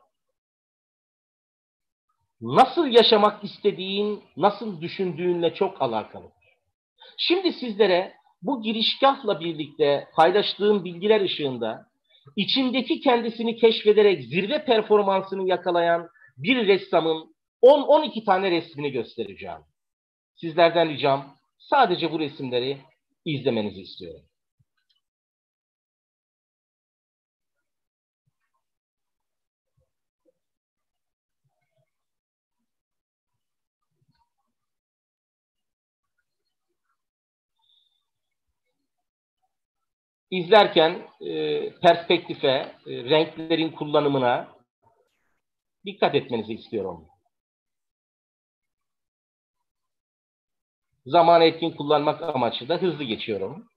B: Nasıl yaşamak istediğin, nasıl düşündüğünle çok alakalı. Şimdi sizlere bu girişgahla birlikte paylaştığım bilgiler ışığında içindeki kendisini keşfederek zirve performansını yakalayan bir ressamın on on iki tane resmini göstereceğim. Sizlerden ricam sadece bu resimleri izlemenizi istiyorum. İzlerken e, perspektife, e, renklerin kullanımına dikkat etmenizi istiyorum. Zamanı etkin kullanmak amaçlı da hızlı geçiyorum.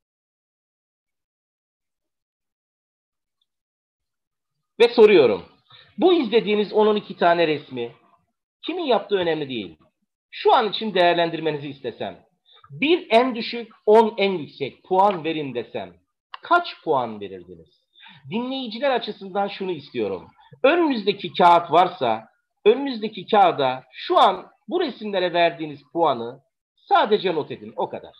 B: Ve soruyorum. Bu izlediğiniz on on iki tane resmi kimin yaptığı önemli değil. Şu an için değerlendirmenizi istesem, bir en düşük, on en yüksek puan verin desem, kaç puan verirdiniz? Dinleyiciler açısından şunu istiyorum. Önünüzdeki kağıt varsa, önünüzdeki kağıda şu an bu resimlere verdiğiniz puanı sadece not edin, o kadar.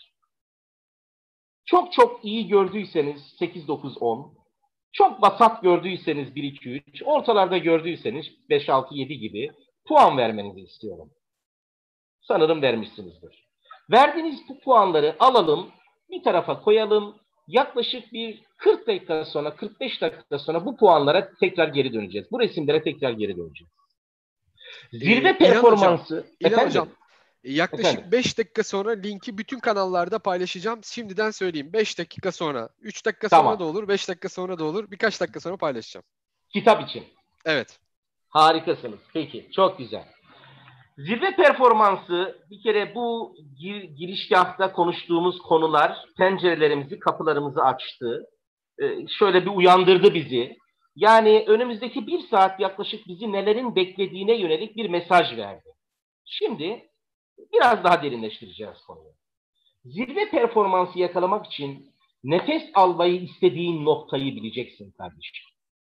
B: Çok çok iyi gördüyseniz sekiz, dokuz, on, çok vasat gördüyseniz bir, iki, üç, ortalarda gördüyseniz beş, altı, yedi gibi puan vermenizi istiyorum. Sanırım vermişsinizdir. Verdiğiniz bu puanları alalım, bir tarafa koyalım. Yaklaşık bir kırk dakika sonra, kırk beş dakika sonra bu puanlara tekrar geri döneceğiz. Bu resimlere tekrar geri döneceğiz. Zirve
A: Ee,
B: performansı...
A: İlhan Hocam, İlhan
B: efendim,
A: Hocam yaklaşık
B: efendim.
A: beş dakika sonra linki bütün kanallarda paylaşacağım. Şimdiden söyleyeyim. beş dakika sonra, üç dakika sonra da
B: Tamam.
A: olur, beş dakika sonra da olur. Birkaç dakika sonra paylaşacağım.
B: Kitap için.
A: Evet.
B: Harikasınız. Peki, çok güzel. Zirve performansı, bir kere bu gir, girişgahta konuştuğumuz konular pencerelerimizi, kapılarımızı açtı. Ee, şöyle bir uyandırdı bizi. Yani önümüzdeki bir saat yaklaşık bizi nelerin beklediğine yönelik bir mesaj verdi. Şimdi biraz daha derinleştireceğiz konuyu. Zirve performansı yakalamak için nefes almayı istediğin noktayı bileceksin kardeşim.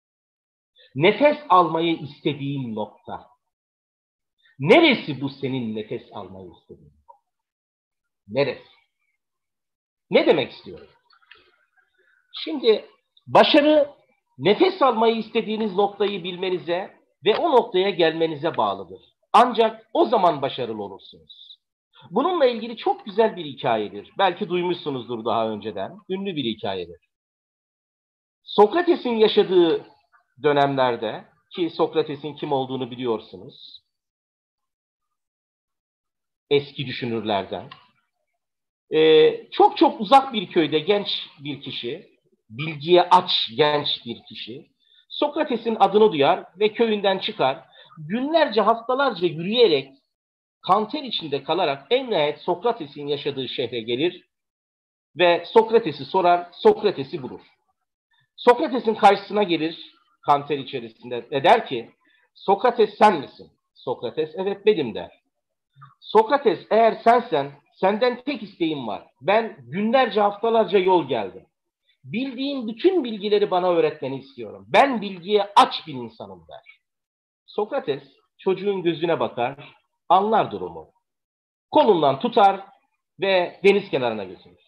B: Nefes almayı istediğin nokta. Neresi bu senin nefes almayı istediğin? Neresi? Ne demek istiyorum? Şimdi başarı nefes almayı istediğiniz noktayı bilmenize ve o noktaya gelmenize bağlıdır. Ancak o zaman başarılı olursunuz. Bununla ilgili çok güzel bir hikayedir. Belki duymuşsunuzdur daha önceden. Ünlü bir hikayedir. Sokrates'in yaşadığı dönemlerde, ki Sokrates'in kim olduğunu biliyorsunuz, eski düşünürlerden, Ee, çok çok uzak bir köyde genç bir kişi, bilgiye aç genç bir kişi, Sokrates'in adını duyar ve köyünden çıkar, günlerce, haftalarca yürüyerek, kanter içinde kalarak en nihayet Sokrates'in yaşadığı şehre gelir ve Sokrates'i sorar, Sokrates'i bulur. Sokrates'in karşısına gelir kanter içerisinde ve der ki, Sokrates sen misin? Sokrates evet benim der. Sokrates eğer sensen, senden tek isteğim var. Ben günlerce, haftalarca yol geldim. Bildiğin bütün bilgileri bana öğretmeni istiyorum. Ben bilgiye aç bir insanım der. Sokrates çocuğun gözüne bakar, anlar durumu. Kolundan tutar ve deniz kenarına götürür.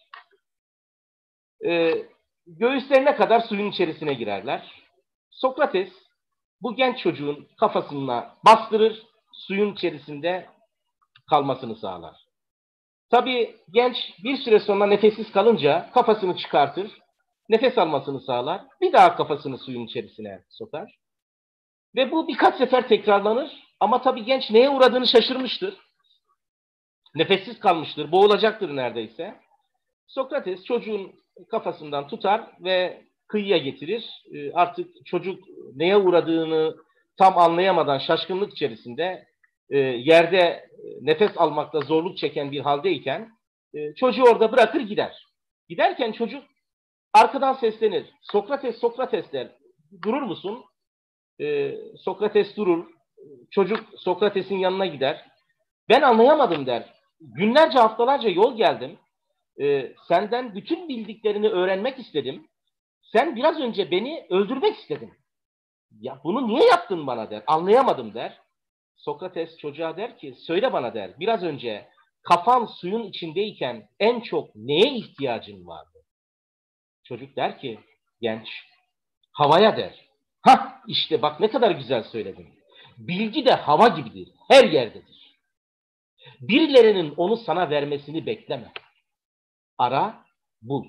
B: Ee, göğüslerine kadar suyun içerisine girerler. Sokrates bu genç çocuğun kafasına bastırır, suyun içerisinde kalmasını sağlar. Tabii genç bir süre sonra nefessiz kalınca kafasını çıkartır, nefes almasını sağlar, bir daha kafasını suyun içerisine sokar. Ve bu birkaç sefer tekrarlanır ama tabii genç neye uğradığını şaşırmıştır. Nefessiz kalmıştır, boğulacaktır neredeyse. Sokrates çocuğun kafasından tutar ve kıyıya getirir. Artık çocuk neye uğradığını tam anlayamadan şaşkınlık içerisinde e, yerde e, nefes almakta zorluk çeken bir haldeyken e, çocuğu orada bırakır gider. Giderken çocuk arkadan seslenir. Sokrates, Sokrates der. Durur musun? E, Sokrates durur. Çocuk Sokrates'in yanına gider. Ben anlayamadım der. Günlerce, haftalarca yol geldim. E, senden bütün bildiklerini öğrenmek istedim. Sen biraz önce beni öldürmek istedin. Ya bunu niye yaptın bana der. Anlayamadım der. Sokrates çocuğa der ki söyle bana der. Biraz önce kafan suyun içindeyken en çok neye ihtiyacın vardı? Çocuk der ki genç havaya der. Hah işte bak ne kadar güzel söyledin. Bilgi de hava gibidir, her yerdedir. Birilerinin onu sana vermesini bekleme. Ara, bul.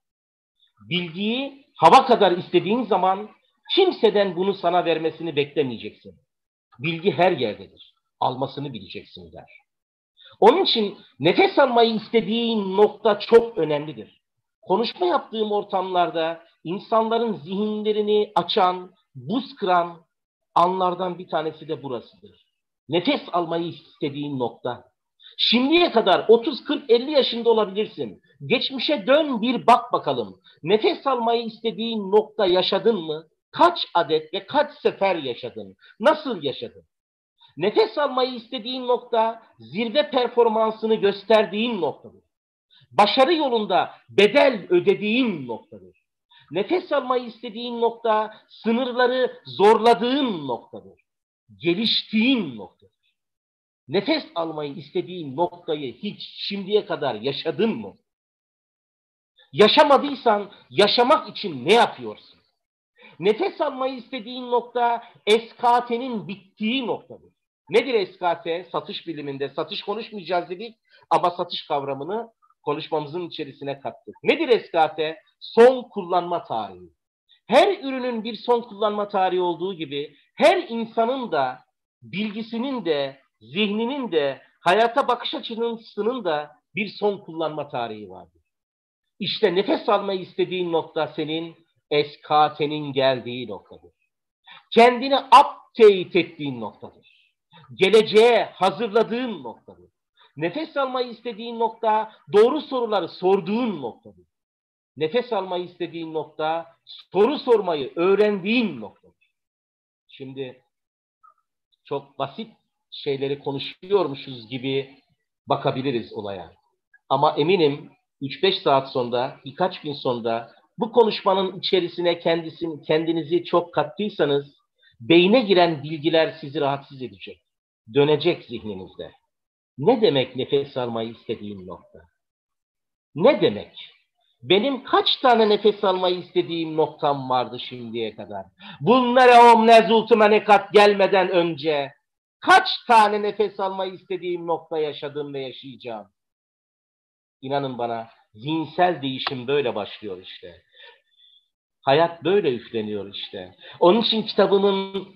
B: Bilgiyi hava kadar istediğin zaman kimseden bunu sana vermesini beklemeyeceksin. Bilgi her yerdedir. Almasını bileceksin der. Onun için nefes almayı istediğin nokta çok önemlidir. Konuşma yaptığım ortamlarda insanların zihinlerini açan, buz kıran anlardan bir tanesi de burasıdır. Nefes almayı istediğin nokta. Şimdiye kadar otuz, kırk, elli yaşında olabilirsin. Geçmişe dön bir bak bakalım. Nefes almayı istediğin nokta yaşadın mı? Kaç adet ve kaç sefer yaşadın? Nasıl yaşadın? Nefes almayı istediğin nokta zirve performansını gösterdiğin noktadır. Başarı yolunda bedel ödediğin noktadır. Nefes almayı istediğin nokta sınırları zorladığın noktadır. Geliştiğin noktadır. Nefes almayı istediğin noktayı hiç şimdiye kadar yaşadın mı? Yaşamadıysan yaşamak için ne yapıyorsun? Nefes almayı istediğin nokta S K T'nin bittiği noktadır. Nedir S K T? Satış biliminde. Satış konuşmayacağız dedik ama satış kavramını konuşmamızın içerisine kattık. Nedir S K T? Son kullanma tarihi. Her ürünün bir son kullanma tarihi olduğu gibi her insanın da bilgisinin de zihninin de hayata bakış açısının da bir son kullanma tarihi vardır. İşte nefes almayı istediğin nokta senin S K T'nin geldiği noktadır. Kendini update ettiğin noktadır. Geleceğe hazırladığın noktadır. Nefes almayı istediğin nokta doğru soruları sorduğun noktadır. Nefes almayı istediğin nokta soru sormayı öğrendiğin noktadır. Şimdi çok basit şeyleri konuşuyormuşuz gibi bakabiliriz olaya. Ama eminim üç beş saat sonra, birkaç gün sonra bu konuşmanın içerisine kendisini, kendinizi çok kattıysanız beyne giren bilgiler sizi rahatsız edecek. Dönecek zihninizde. Ne demek nefes almayı istediğim nokta? Ne demek? Benim kaç tane nefes almayı istediğim noktam vardı şimdiye kadar? Bunlara omne zultüme nekat gelmeden önce kaç tane nefes almayı istediğim nokta yaşadım ve yaşayacağım? İnanın bana zihinsel değişim böyle başlıyor işte. Hayat böyle üfleniyor işte. Onun için kitabımın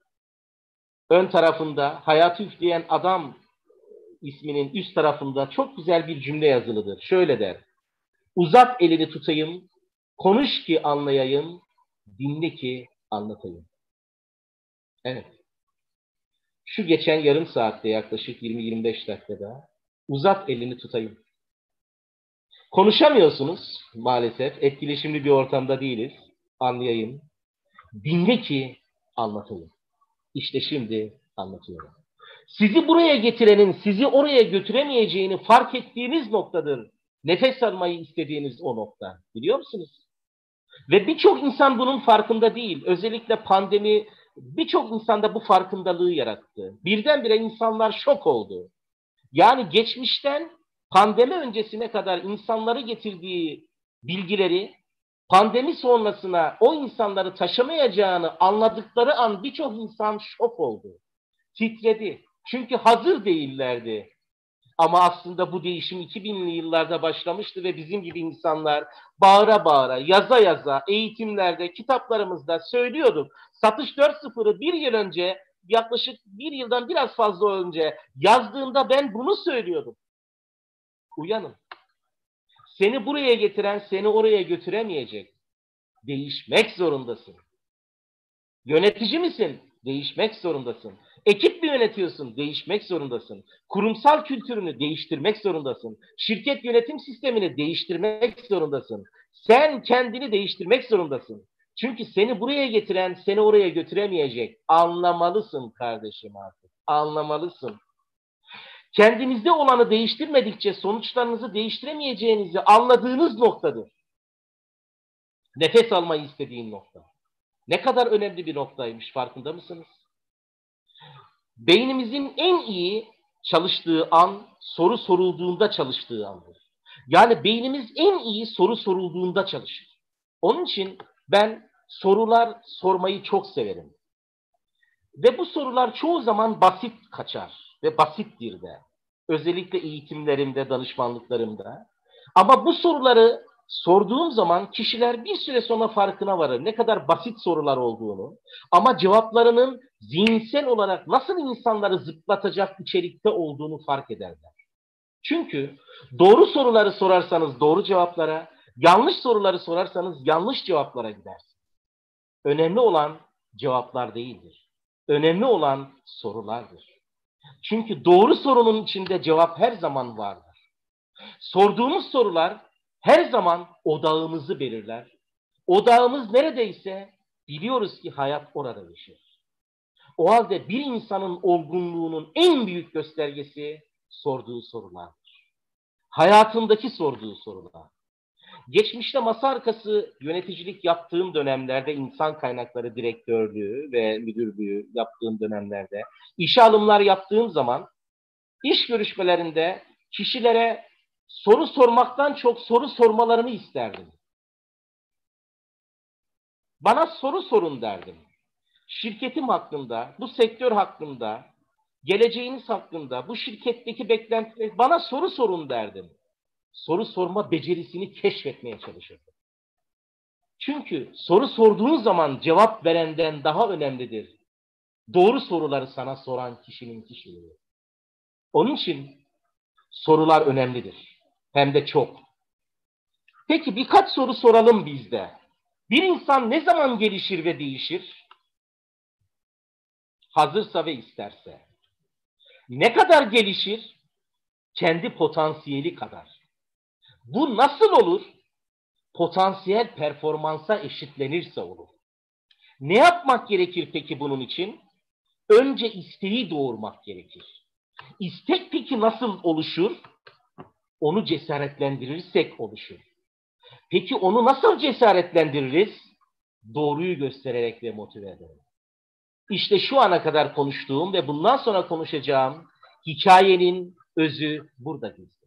B: ön tarafında Hayatı Üfleyen Adam isminin üst tarafında çok güzel bir cümle yazılıdır. Şöyle der. Uzat elini tutayım, konuş ki anlayayım, dinle ki anlatayım. Evet. Şu geçen yarım saatte yaklaşık yirmi yirmi beş dakikada uzat elini tutayım. Konuşamıyorsunuz maalesef. Etkileşimli bir ortamda değiliz. Anlayayım. Dinle ki anlatayım. İşte şimdi anlatıyorum. Sizi buraya getirenin sizi oraya götüremeyeceğini fark ettiğiniz noktadır. Nefes almayı istediğiniz o nokta. Biliyor musunuz? Ve birçok insan bunun farkında değil. Özellikle pandemi birçok insanda bu farkındalığı yarattı. Birdenbire insanlar şok oldu. Yani geçmişten pandemi öncesine kadar insanları getirdiği bilgileri pandemi sonrasına o insanları taşımayacağını anladıkları an birçok insan şok oldu. Titredi. Çünkü hazır değillerdi. Ama aslında bu değişim iki binli yıllarda başlamıştı ve bizim gibi insanlar bağıra bağıra, yaza yaza, eğitimlerde, kitaplarımızda söylüyorduk. Satış dört nokta sıfırı bir yıl önce, yaklaşık bir yıldan biraz fazla önce yazdığımda ben bunu söylüyordum. Uyanın. Seni buraya getiren seni oraya götüremeyecek. Değişmek zorundasın. Yönetici misin? Değişmek zorundasın. Ekip mi yönetiyorsun? Değişmek zorundasın. Kurumsal kültürünü değiştirmek zorundasın. Şirket yönetim sistemini değiştirmek zorundasın. Sen kendini değiştirmek zorundasın. Çünkü seni buraya getiren seni oraya götüremeyecek. Anlamalısın kardeşim artık. Anlamalısın. Kendinizde olanı değiştirmedikçe sonuçlarınızı değiştiremeyeceğinizi anladığınız noktadır. Nefes almayı istediğin nokta. Ne kadar önemli bir noktaymış, farkında mısınız? Beynimizin en iyi çalıştığı an soru sorulduğunda çalıştığı andır. Yani beynimiz en iyi soru sorulduğunda çalışır. Onun için ben sorular sormayı çok severim. Ve bu sorular çoğu zaman basit kaçar ve basittir de. Özellikle eğitimlerimde, danışmanlıklarımda. Ama bu soruları sorduğum zaman kişiler bir süre sonra farkına varır. Ne kadar basit sorular olduğunu. Ama cevaplarının zihinsel olarak nasıl insanları zıplatacak içerikte olduğunu fark ederler. Çünkü doğru soruları sorarsanız doğru cevaplara, yanlış soruları sorarsanız yanlış cevaplara gidersiniz. Önemli olan cevaplar değildir. Önemli olan sorulardır. Çünkü doğru sorunun içinde cevap her zaman vardır. Sorduğumuz sorular her zaman odağımızı belirler. Odağımız neredeyse biliyoruz ki hayat orada yaşar. O halde bir insanın olgunluğunun en büyük göstergesi sorduğu sorulardır. Hayatındaki sorduğu sorular. Geçmişte masa arkası yöneticilik yaptığım dönemlerde, insan kaynakları direktörlüğü ve müdürlüğü yaptığım dönemlerde, işe alımlar yaptığım zaman iş görüşmelerinde kişilere soru sormaktan çok soru sormalarını isterdim. Bana soru sorun derdim. Şirketim hakkında, bu sektör hakkında, geleceğiniz hakkında, bu şirketteki beklentiler, bana soru sorun derdim. Soru sorma becerisini keşfetmeye çalışırdım. Çünkü soru sorduğun zaman cevap verenden daha önemlidir. Doğru soruları sana soran kişinin kişiliği. Onun için sorular önemlidir. Hem de çok. Peki birkaç soru soralım bizde. Bir insan ne zaman gelişir ve değişir? Hazırsa ve isterse. Ne kadar gelişir? Kendi potansiyeli kadar. Bu nasıl olur? Potansiyel performansa eşitlenirse olur. Ne yapmak gerekir peki bunun için? Önce isteği doğurmak gerekir. İstek peki nasıl oluşur? Onu cesaretlendirirsek oluşur. Peki onu nasıl cesaretlendiririz? Doğruyu göstererek ve motive ederek. İşte şu ana kadar konuştuğum ve bundan sonra konuşacağım hikayenin özü burada gizli.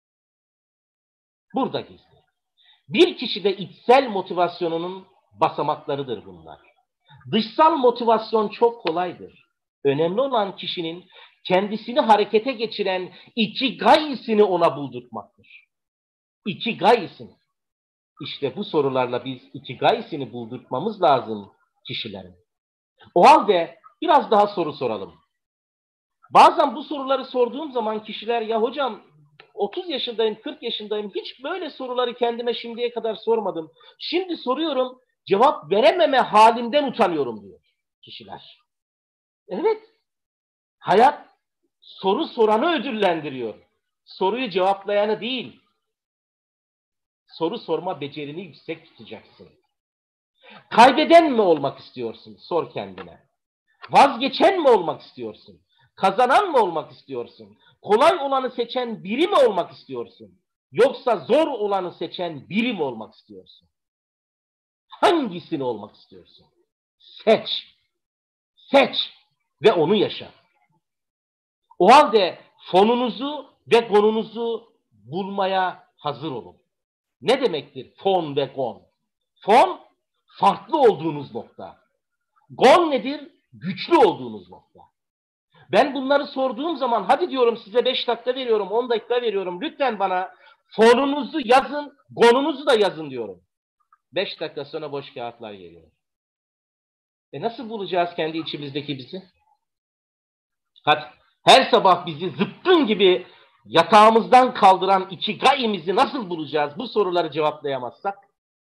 B: Burada gizli. Bir kişide içsel motivasyonunun basamaklarıdır bunlar. Dışsal motivasyon çok kolaydır. Önemli olan kişinin kendisini harekete geçiren ikigai'sini ona buldurtmaktır. Ikigai'sini. İşte bu sorularla biz ikigai'sini buldurtmamız lazım kişilerin. O halde biraz daha soru soralım. Bazen bu soruları sorduğum zaman kişiler ya hocam otuz yaşındayım, kırk yaşındayım, hiç böyle soruları kendime şimdiye kadar sormadım. Şimdi soruyorum, cevap verememe halimden utanıyorum diyor kişiler. Evet, hayat soru soranı ödüllendiriyor. Soruyu cevaplayanı değil. Soru sorma becerini yüksek tutacaksın. Kaybeden mi olmak istiyorsun? Sor kendine. Vazgeçen mi olmak istiyorsun? Kazanan mı olmak istiyorsun? Kolay olanı seçen biri mi olmak istiyorsun? Yoksa zor olanı seçen biri mi olmak istiyorsun? Hangisini olmak istiyorsun? Seç. Seç ve onu yaşa. O halde fonunuzu ve konunuzu bulmaya hazır olun. Ne demektir fon ve gon? Fon, farklı olduğunuz nokta. Gon nedir? Güçlü olduğunuz nokta. Ben bunları sorduğum zaman hadi diyorum size beş dakika veriyorum, on dakika veriyorum. Lütfen bana fonunuzu yazın, gonunuzu da yazın diyorum. beş dakika sonra boş kağıtlar geliyor. E nasıl bulacağız kendi içimizdeki bizi? Hadi her sabah bizi zıpkın gibi yatağımızdan kaldıran ikigai'mizi nasıl bulacağız? Bu soruları cevaplayamazsak.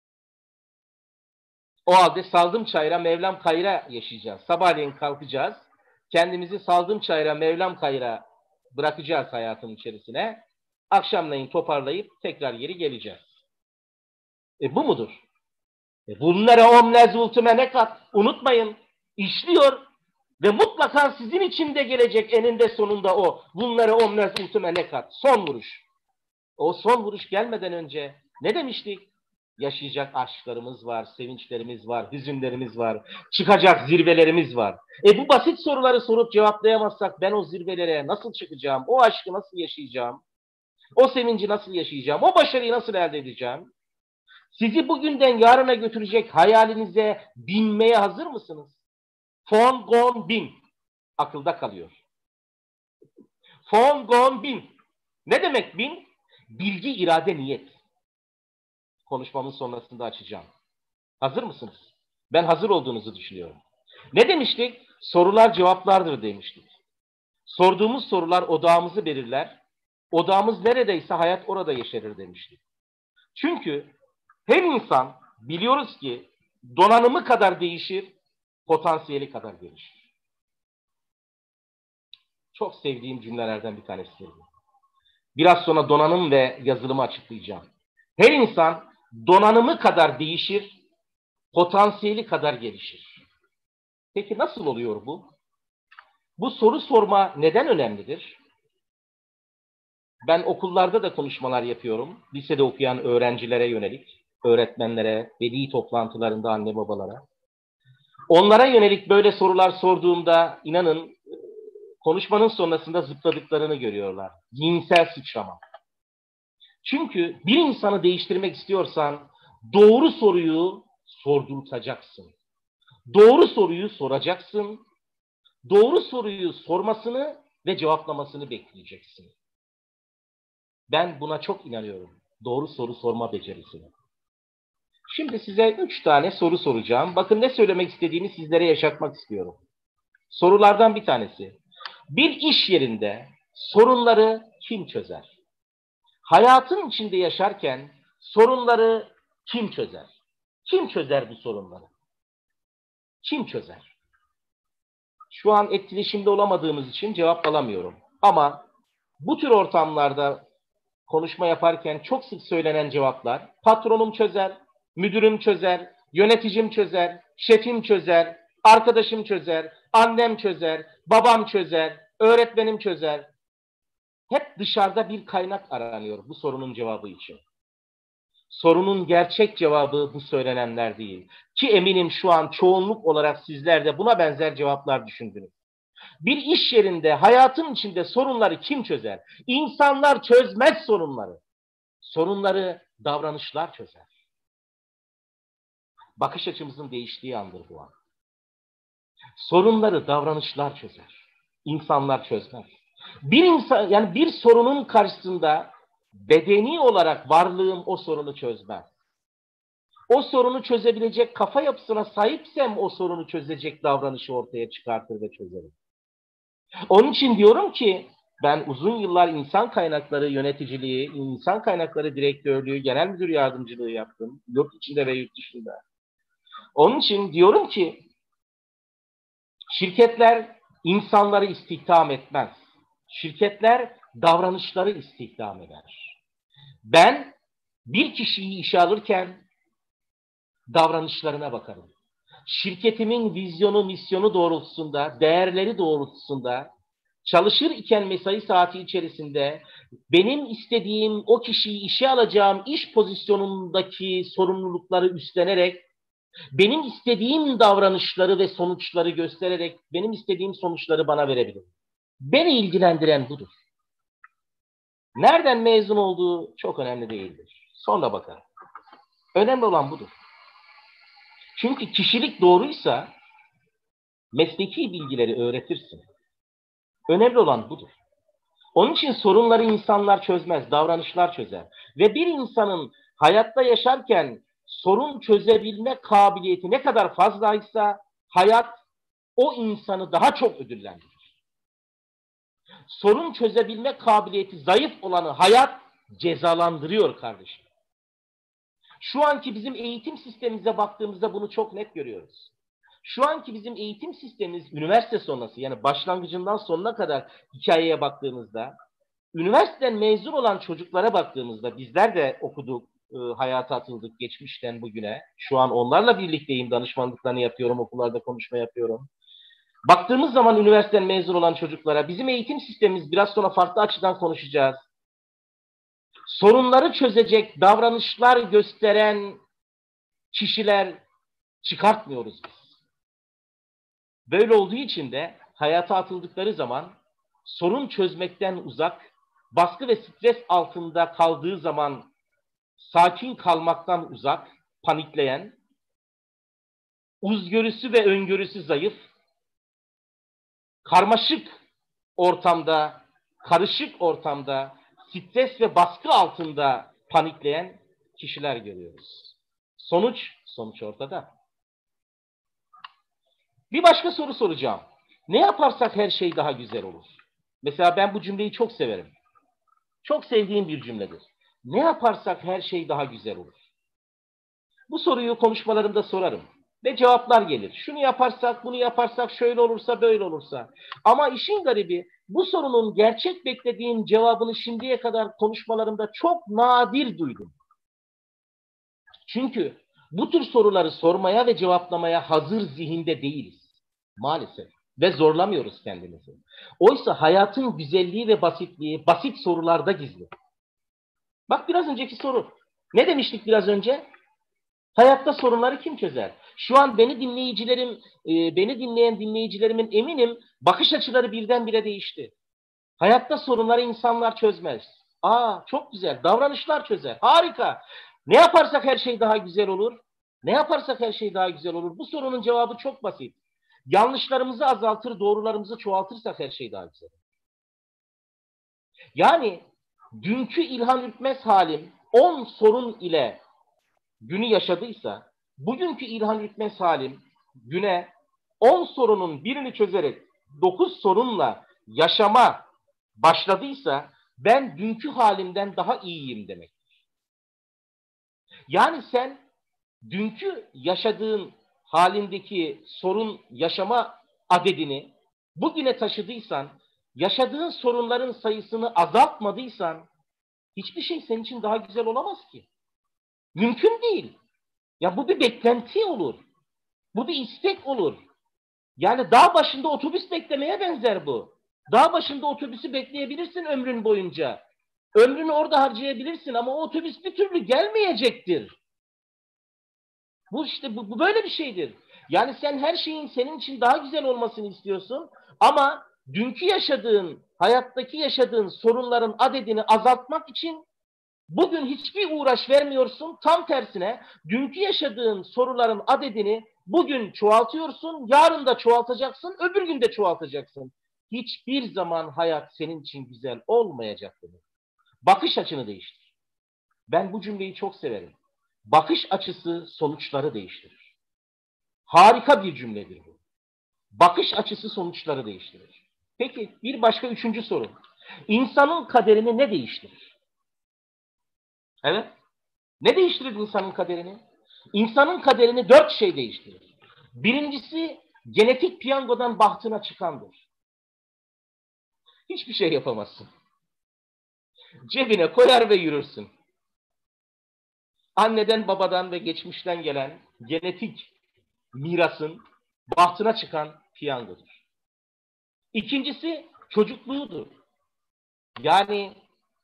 B: O halde saldım çayıra, Mevlam kayıra yaşayacağız. Sabahleyin kalkacağız. Kendimizi saldım çayıra, Mevlam kayıra bırakacağız hayatın içerisine. Akşamleyin toparlayıp tekrar geri geleceğiz. E bu mudur? E bunlara omlez ultime ne kat? Unutmayın. İşliyor ve mutlaka sizin için de gelecek eninde sonunda o. Bunlara omlez ultime ne kat? Son vuruş. O son vuruş gelmeden önce ne demiştik? Yaşayacak aşklarımız var, sevinçlerimiz var, hüzünlerimiz var, çıkacak zirvelerimiz var. E bu basit soruları sorup cevaplayamazsak ben o zirvelere nasıl çıkacağım, o aşkı nasıl yaşayacağım, o sevinci nasıl yaşayacağım, o başarıyı nasıl elde edeceğim? Sizi bugünden yarına götürecek hayalinize binmeye hazır mısınız? Von Gon Bin. Akılda kalıyor. Von Gon Bin. Ne demek bin? Bilgi, irade, niyet. Konuşmamın sonrasında açacağım. Hazır mısınız? Ben hazır olduğunuzu düşünüyorum. Ne demiştik? Sorular cevaplardır demiştik. Sorduğumuz sorular odağımızı belirler. Odağımız neredeyse hayat orada yeşerir demiştik. Çünkü her insan biliyoruz ki donanımı kadar değişir, potansiyeli kadar gelişir. Çok sevdiğim cümlelerden bir tanesi. Biraz sonra donanım ve yazılımı açıklayacağım. Her insan donanımı kadar değişir, potansiyeli kadar gelişir. Peki nasıl oluyor bu? Bu soru sorma neden önemlidir? Ben okullarda da konuşmalar yapıyorum. Lisede okuyan öğrencilere yönelik, öğretmenlere, veli toplantılarında anne babalara. Onlara yönelik böyle sorular sorduğumda inanın konuşmanın sonrasında zıpladıklarını görüyorlar. Zihinsel sıçrama. Çünkü bir insanı değiştirmek istiyorsan doğru soruyu sordurtacaksın. Doğru soruyu soracaksın. Doğru soruyu sormasını ve cevaplamasını bekleyeceksin. Ben buna çok inanıyorum. Doğru soru sorma becerisine. Şimdi size üç tane soru soracağım. Bakın ne söylemek istediğimi sizlere yaşatmak istiyorum. Sorulardan bir tanesi. Bir iş yerinde sorunları kim çözer? Hayatın içinde yaşarken sorunları kim çözer? Kim çözer bu sorunları? Kim çözer? Şu an etkileşimde olamadığımız için cevap alamıyorum. Ama bu tür ortamlarda konuşma yaparken çok sık söylenen cevaplar, patronum çözer, müdürüm çözer, yöneticim çözer, şefim çözer, arkadaşım çözer, annem çözer, babam çözer, öğretmenim çözer. Hep dışarıda bir kaynak aranıyor bu sorunun cevabı için. Sorunun gerçek cevabı bu söylenenler değil. Ki eminim şu an çoğunluk olarak sizler de buna benzer cevaplar düşündünüz. Bir iş yerinde, hayatın içinde sorunları kim çözer? İnsanlar çözmez sorunları. Sorunları davranışlar çözer. Bakış açımızın değiştiği andır bu an. Sorunları davranışlar çözer. İnsanlar çözmez. Bir insan, yani bir sorunun karşısında bedeni olarak varlığım o sorunu çözmez. O sorunu çözebilecek kafa yapısına sahipsem o sorunu çözecek davranışı ortaya çıkartır ve çözerim. Onun için diyorum ki ben uzun yıllar insan kaynakları yöneticiliği, insan kaynakları direktörlüğü, genel müdür yardımcılığı yaptım. Yurt içinde ve yurt dışında. Onun için diyorum ki şirketler insanları istihdam etmez. Şirketler davranışları istihdam eder. Ben bir kişiyi işe alırken davranışlarına bakarım. Şirketimin vizyonu, misyonu doğrultusunda, değerleri doğrultusunda çalışır iken mesai saati içerisinde benim istediğim o kişiyi işe alacağım iş pozisyonundaki sorumlulukları üstlenerek, benim istediğim davranışları ve sonuçları göstererek benim istediğim sonuçları bana verebilir. Beni ilgilendiren budur. Nereden mezun olduğu çok önemli değildir. Sonra bakarım. Önemli olan budur. Çünkü kişilik doğruysa mesleki bilgileri öğretirsin. Önemli olan budur. Onun için sorunları insanlar çözmez, davranışlar çözer. Ve bir insanın hayatta yaşarken sorun çözebilme kabiliyeti ne kadar fazlaysa hayat o insanı daha çok ödüllendirir. Sorun çözebilme kabiliyeti zayıf olanı hayat cezalandırıyor kardeşim. Şu anki bizim eğitim sistemimize baktığımızda bunu çok net görüyoruz. Şu anki bizim eğitim sistemimiz üniversite sonrası, yani başlangıcından sonuna kadar hikayeye baktığımızda, üniversiteden mezun olan çocuklara baktığımızda, bizler de okuduk, e, hayata atıldık geçmişten bugüne. Şu an onlarla birlikteyim, danışmanlıklarını yapıyorum, okullarda konuşma yapıyorum. Baktığımız zaman üniversiteden mezun olan çocuklara, bizim eğitim sistemimiz, biraz sonra farklı açıdan konuşacağız. Sorunları çözecek davranışlar gösteren kişiler çıkartmıyoruz biz. Böyle olduğu için de hayata atıldıkları zaman sorun çözmekten uzak, baskı ve stres altında kaldığı zaman sakin kalmaktan uzak, panikleyen, uzgörüsü ve öngörüsü zayıf, karmaşık ortamda, karışık ortamda, stres ve baskı altında panikleyen kişiler görüyoruz. Sonuç, sonuç ortada. Bir başka soru soracağım. Ne yaparsak her şey daha güzel olur. Mesela ben bu cümleyi çok severim. Çok sevdiğim bir cümledir. Ne yaparsak her şey daha güzel olur. Bu soruyu konuşmalarımda sorarım. Ve cevaplar gelir. Şunu yaparsak, bunu yaparsak, şöyle olursa, böyle olursa. Ama işin garibi, bu sorunun gerçek beklediğim cevabını şimdiye kadar konuşmalarımda çok nadir duydum. Çünkü bu tür soruları sormaya ve cevaplamaya hazır zihinde değiliz. Maalesef. Ve zorlamıyoruz kendimizi. Oysa hayatın güzelliği ve basitliği basit sorularda gizli. Bak biraz önceki soru. Ne demiştik biraz önce? Hayatta sorunları kim çözer? Şu an beni dinleyicilerim, e, beni dinleyen dinleyicilerimin eminim bakış açıları birdenbire değişti. Hayatta sorunları insanlar çözmez. Aa çok güzel. Davranışlar çözer. Harika. Ne yaparsak her şey daha güzel olur. Ne yaparsak her şey daha güzel olur. Bu sorunun cevabı çok basit. Yanlışlarımızı azaltır, doğrularımızı çoğaltırsak her şey daha güzel olur. Yani dünkü İlhan Ürkmez halim on sorun ile günü yaşadıysa, bugünkü İlhan Ürkmez halim güne on sorunun birini çözerek dokuz sorunla yaşama başladıysa ben dünkü halimden daha iyiyim demektir. Yani sen dünkü yaşadığın halindeki sorun yaşama adedini bugüne taşıdıysan, yaşadığın sorunların sayısını azaltmadıysan hiçbir şey senin için daha güzel olamaz ki. Mümkün değil. Ya bu bir beklenti olur. Bu bir istek olur. Yani dağ başında otobüs beklemeye benzer bu. Dağ başında otobüsü bekleyebilirsin ömrün boyunca. Ömrünü orada harcayabilirsin ama o otobüs bir türlü gelmeyecektir. Bu işte bu, bu böyle bir şeydir. Yani sen her şeyin senin için daha güzel olmasını istiyorsun ama dünkü yaşadığın, hayattaki yaşadığın sorunların adedini azaltmak için bugün hiçbir uğraş vermiyorsun. Tam tersine dünkü yaşadığın soruların adedini bugün çoğaltıyorsun, yarın da çoğaltacaksın, öbür gün de çoğaltacaksın. Hiçbir zaman hayat senin için güzel olmayacaktır. Bakış açını değiştir. Ben bu cümleyi çok severim. Bakış açısı sonuçları değiştirir. Harika bir cümledir bu. Bakış açısı sonuçları değiştirir. Peki bir başka üçüncü soru. İnsanın kaderini ne değiştirir? Evet. Ne değiştirir insanın kaderini? İnsanın kaderini dört şey değiştirir. Birincisi genetik piyangodan bahtına çıkandır. Hiçbir şey yapamazsın. Cebine koyar ve yürürsün. Anneden, babadan ve geçmişten gelen genetik mirasın bahtına çıkan piyangodur. İkincisi çocukluğudur. Yani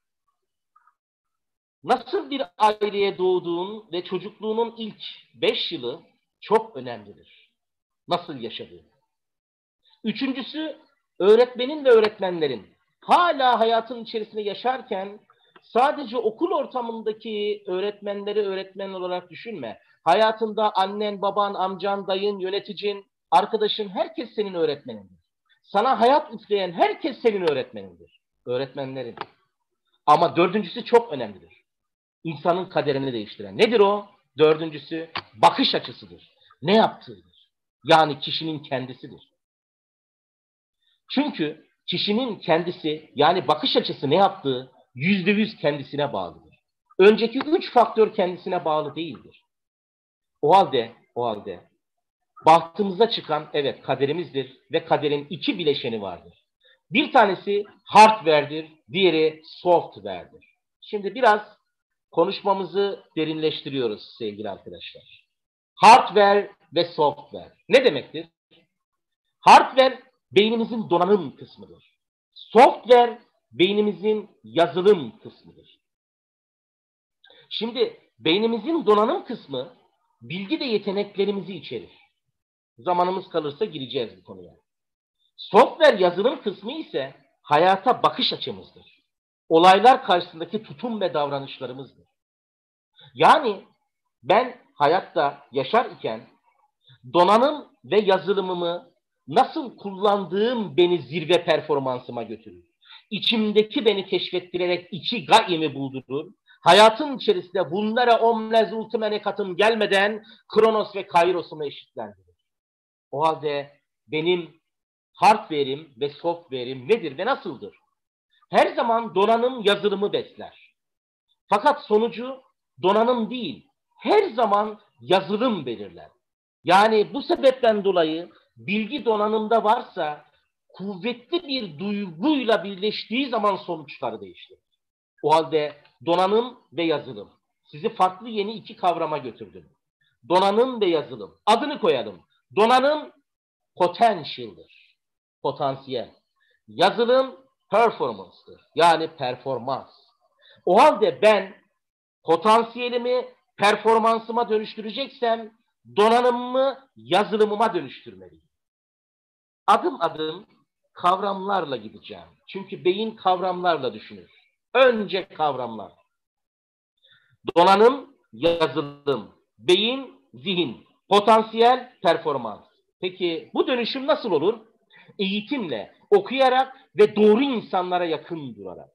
B: nasıl bir aileye doğduğun ve çocukluğunun ilk beş yılı çok önemlidir. Nasıl yaşadığın. Üçüncüsü öğretmenin ve öğretmenlerin hala hayatın içerisinde yaşarken sadece okul ortamındaki öğretmenleri öğretmen olarak düşünme. Hayatında annen, baban, amcan, dayın, yöneticin, arkadaşın herkes senin öğretmenindir. Sana hayat üfleyen herkes senin öğretmenindir. Öğretmenlerin. Ama dördüncüsü çok önemlidir. İnsanın kaderini değiştiren. Nedir o? Dördüncüsü bakış açısıdır. Ne yaptığıdır. Yani kişinin kendisidir. Çünkü kişinin kendisi yani bakış açısı ne yaptığı yüzde yüz kendisine bağlıdır. Önceki üç faktör kendisine bağlı değildir. O halde, o halde bahtımıza çıkan evet kaderimizdir ve kaderin iki bileşeni vardır. Bir tanesi hardware'dir, diğeri software'dir. Şimdi biraz konuşmamızı derinleştiriyoruz sevgili arkadaşlar. Hardware ve software. Ne demektir? Hardware beynimizin donanım kısmıdır. Software beynimizin yazılım kısmıdır. Şimdi beynimizin donanım kısmı bilgi ve yeteneklerimizi içerir. Zamanımız kalırsa gireceğiz bu konuya. Software yazılım kısmı ise hayata bakış açımızdır. Olaylar karşısındaki tutum ve davranışlarımızdır. Yani ben hayatta yaşar iken donanım ve yazılımımı Nasıl kullandığım beni zirve performansıma götürür. İçimdeki beni keşfettirerek iki gayemi buldurur. Hayatın içerisinde bunlara omlez ultimene katım gelmeden Kronos ve Kairos'umu eşitlendirir. O halde benim hardware'im ve software'im nedir ve nasıldır? Her zaman donanım yazılımı besler. Fakat sonucu donanım değil, her zaman yazılım belirler. Yani bu sebepten dolayı bilgi donanımda varsa kuvvetli bir duyguyla birleştiği zaman sonuçları değişir. O halde donanım ve yazılım. Sizi farklı yeni iki kavrama götürdüm. Donanım ve yazılım. Adını koyalım. Donanım potential'dır. Potansiyel. Yazılım performance'dır. Yani performans. O halde ben potansiyelimi performansıma dönüştüreceksem donanımımı yazılımıma dönüştürmeliyim. Adım adım kavramlarla gideceğim. Çünkü beyin kavramlarla düşünür. Önce kavramlar. Donanım, yazılım, beyin, zihin, potansiyel, performans. Peki bu dönüşüm nasıl olur? Eğitimle, okuyarak ve doğru insanlara yakın durarak.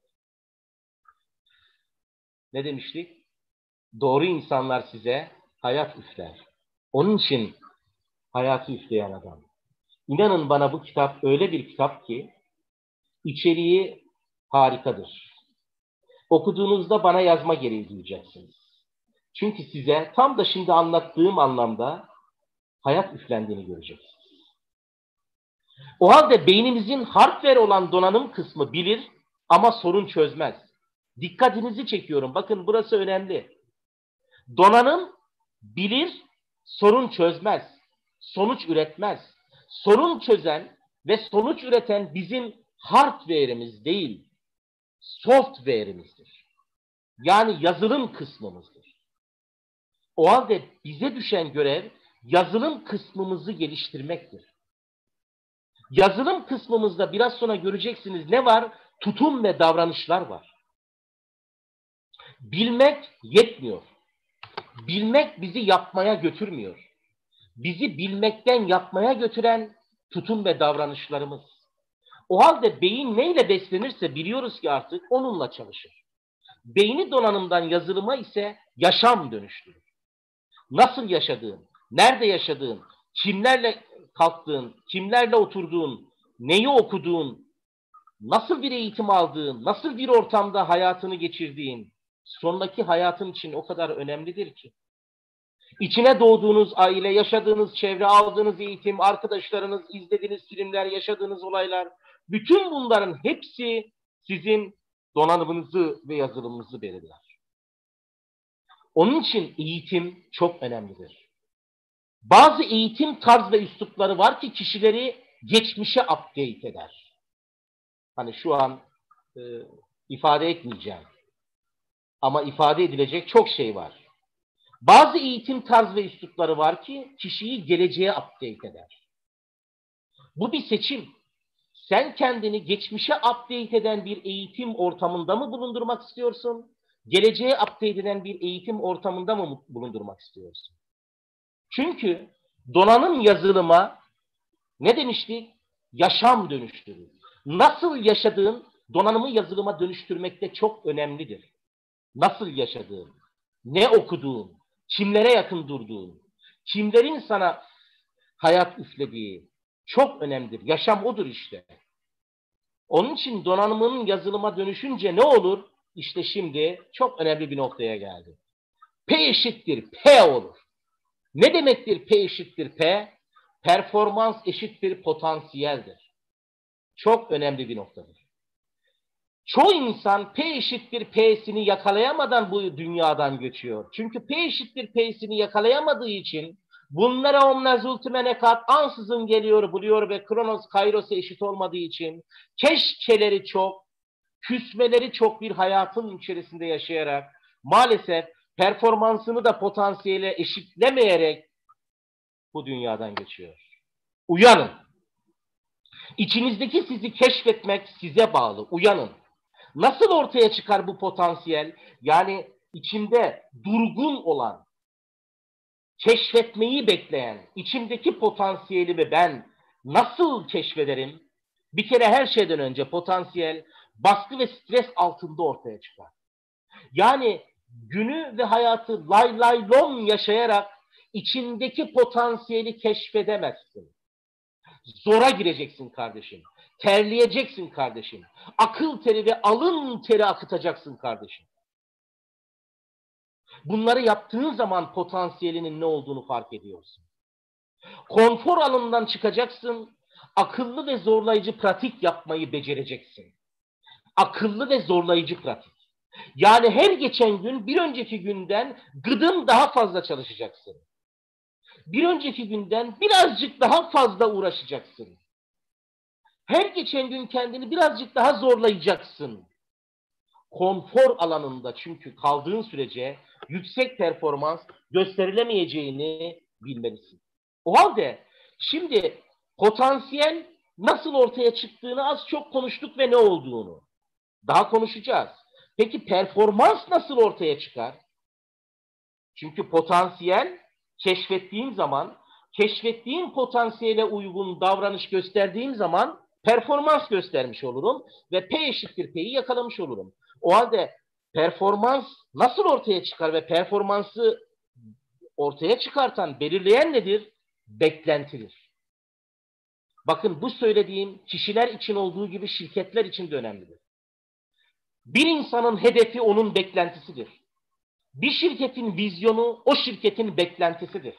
B: Ne demiştik? Doğru insanlar size hayat üfler. Onun için hayatı üfleyen adam. İnanın bana bu kitap öyle bir kitap ki içeriği harikadır. Okuduğunuzda bana yazma gereği duyacaksınız. Çünkü size tam da şimdi anlattığım anlamda hayat üflendiğini göreceksiniz. O halde beynimizin hardware olan donanım kısmı bilir ama sorun çözmez. Dikkatinizi çekiyorum. Bakın burası önemli. Donanım bilir, sorun çözmez. Sonuç üretmez. Sorun çözen ve sonuç üreten bizim hardware'imiz değil, software'imizdir. Yani yazılım kısmımızdır. O halde bize düşen görev yazılım kısmımızı geliştirmektir. Yazılım kısmımızda biraz sonra göreceksiniz ne var? Tutum ve davranışlar var. Bilmek yetmiyor. Bilmek bizi yapmaya götürmüyor. Bizi bilmekten yapmaya götüren tutum ve davranışlarımız. O halde beyin neyle beslenirse biliyoruz ki artık onunla çalışır. Beyni donanımdan yazılıma ise yaşam dönüştürür. Nasıl yaşadığın, nerede yaşadığın, kimlerle kalktığın, kimlerle oturduğun, neyi okuduğun, nasıl bir eğitim aldığın, nasıl bir ortamda hayatını geçirdiğin, sonraki hayatın için o kadar önemlidir ki. İçine doğduğunuz aile, yaşadığınız çevre, aldığınız eğitim, arkadaşlarınız, izlediğiniz filmler, yaşadığınız olaylar, bütün bunların hepsi sizin donanımınızı ve yazılımınızı belirler. Onun için eğitim çok önemlidir. Bazı eğitim tarz ve üslupları var ki kişileri geçmişe update eder. Hani şu an e, ifade etmeyeceğim. Ama ifade edilecek çok şey var. Bazı eğitim tarz ve üslupları var ki kişiyi geleceğe update eder. Bu bir seçim. Sen kendini geçmişe update eden bir eğitim ortamında mı bulundurmak istiyorsun? Geleceğe update eden bir eğitim ortamında mı bulundurmak istiyorsun? Çünkü donanım yazılıma ne demiştik? Yaşam dönüştürür. Nasıl yaşadığın donanımı yazılıma dönüştürmekte çok önemlidir. Nasıl yaşadığın, ne okuduğun, kimlere yakın durduğun, kimlerin sana hayat üflediği çok önemlidir. Yaşam odur işte. Onun için donanımının yazılıma dönüşünce ne olur? İşte şimdi çok önemli bir noktaya geldi. P eşittir P olur. Ne demektir P eşittir P? Performans eşittir potansiyeldir. Çok önemli bir noktadır. Çoğu insan P eşittir P'sini yakalayamadan bu dünyadan geçiyor. Çünkü P eşittir P'sini yakalayamadığı için bunlara omlaz ultime nekat ansızın geliyor, buluyor ve Kronos Kairos'a eşit olmadığı için keşkeleri çok, küsmeleri çok bir hayatın içerisinde yaşayarak maalesef performansını da potansiyele eşitlemeyerek bu dünyadan geçiyor. Uyanın. İçinizdeki sizi keşfetmek size bağlı. Uyanın. Nasıl ortaya çıkar bu potansiyel? Yani içinde durgun olan, keşfetmeyi bekleyen, içimdeki potansiyelimi ben Nasıl keşfederim? Bir kere her şeyden önce potansiyel baskı ve stres altında ortaya çıkar. Yani günü ve hayatı lay lay lom yaşayarak içindeki potansiyeli keşfedemezsin. Zora gireceksin kardeşim. Terleyeceksin kardeşim. Akıl teri ve alın teri akıtacaksın kardeşim. Bunları yaptığın zaman potansiyelinin ne olduğunu fark ediyorsun. Konfor alanından çıkacaksın. Akıllı ve zorlayıcı pratik yapmayı becereceksin. Akıllı ve zorlayıcı pratik. Yani her geçen gün bir önceki günden gıdım daha fazla çalışacaksın. Bir önceki günden birazcık daha fazla uğraşacaksın. Her geçen gün kendini birazcık daha zorlayacaksın. Konfor alanında çünkü kaldığın sürece yüksek performans gösterilemeyeceğini bilmelisin. O halde şimdi potansiyel nasıl ortaya çıktığını az çok konuştuk ve ne olduğunu. Daha konuşacağız. Peki performans nasıl ortaya çıkar? Çünkü potansiyel keşfettiğim zaman, keşfettiğim potansiyele uygun davranış gösterdiğim zaman performans göstermiş olurum ve P eşittir P'yi yakalamış olurum. O halde performans nasıl ortaya çıkar ve performansı ortaya çıkartan, belirleyen nedir? Beklentidir. Bakın bu söylediğim kişiler için olduğu gibi şirketler için de önemlidir. Bir insanın hedefi onun beklentisidir. Bir şirketin vizyonu o şirketin beklentisidir.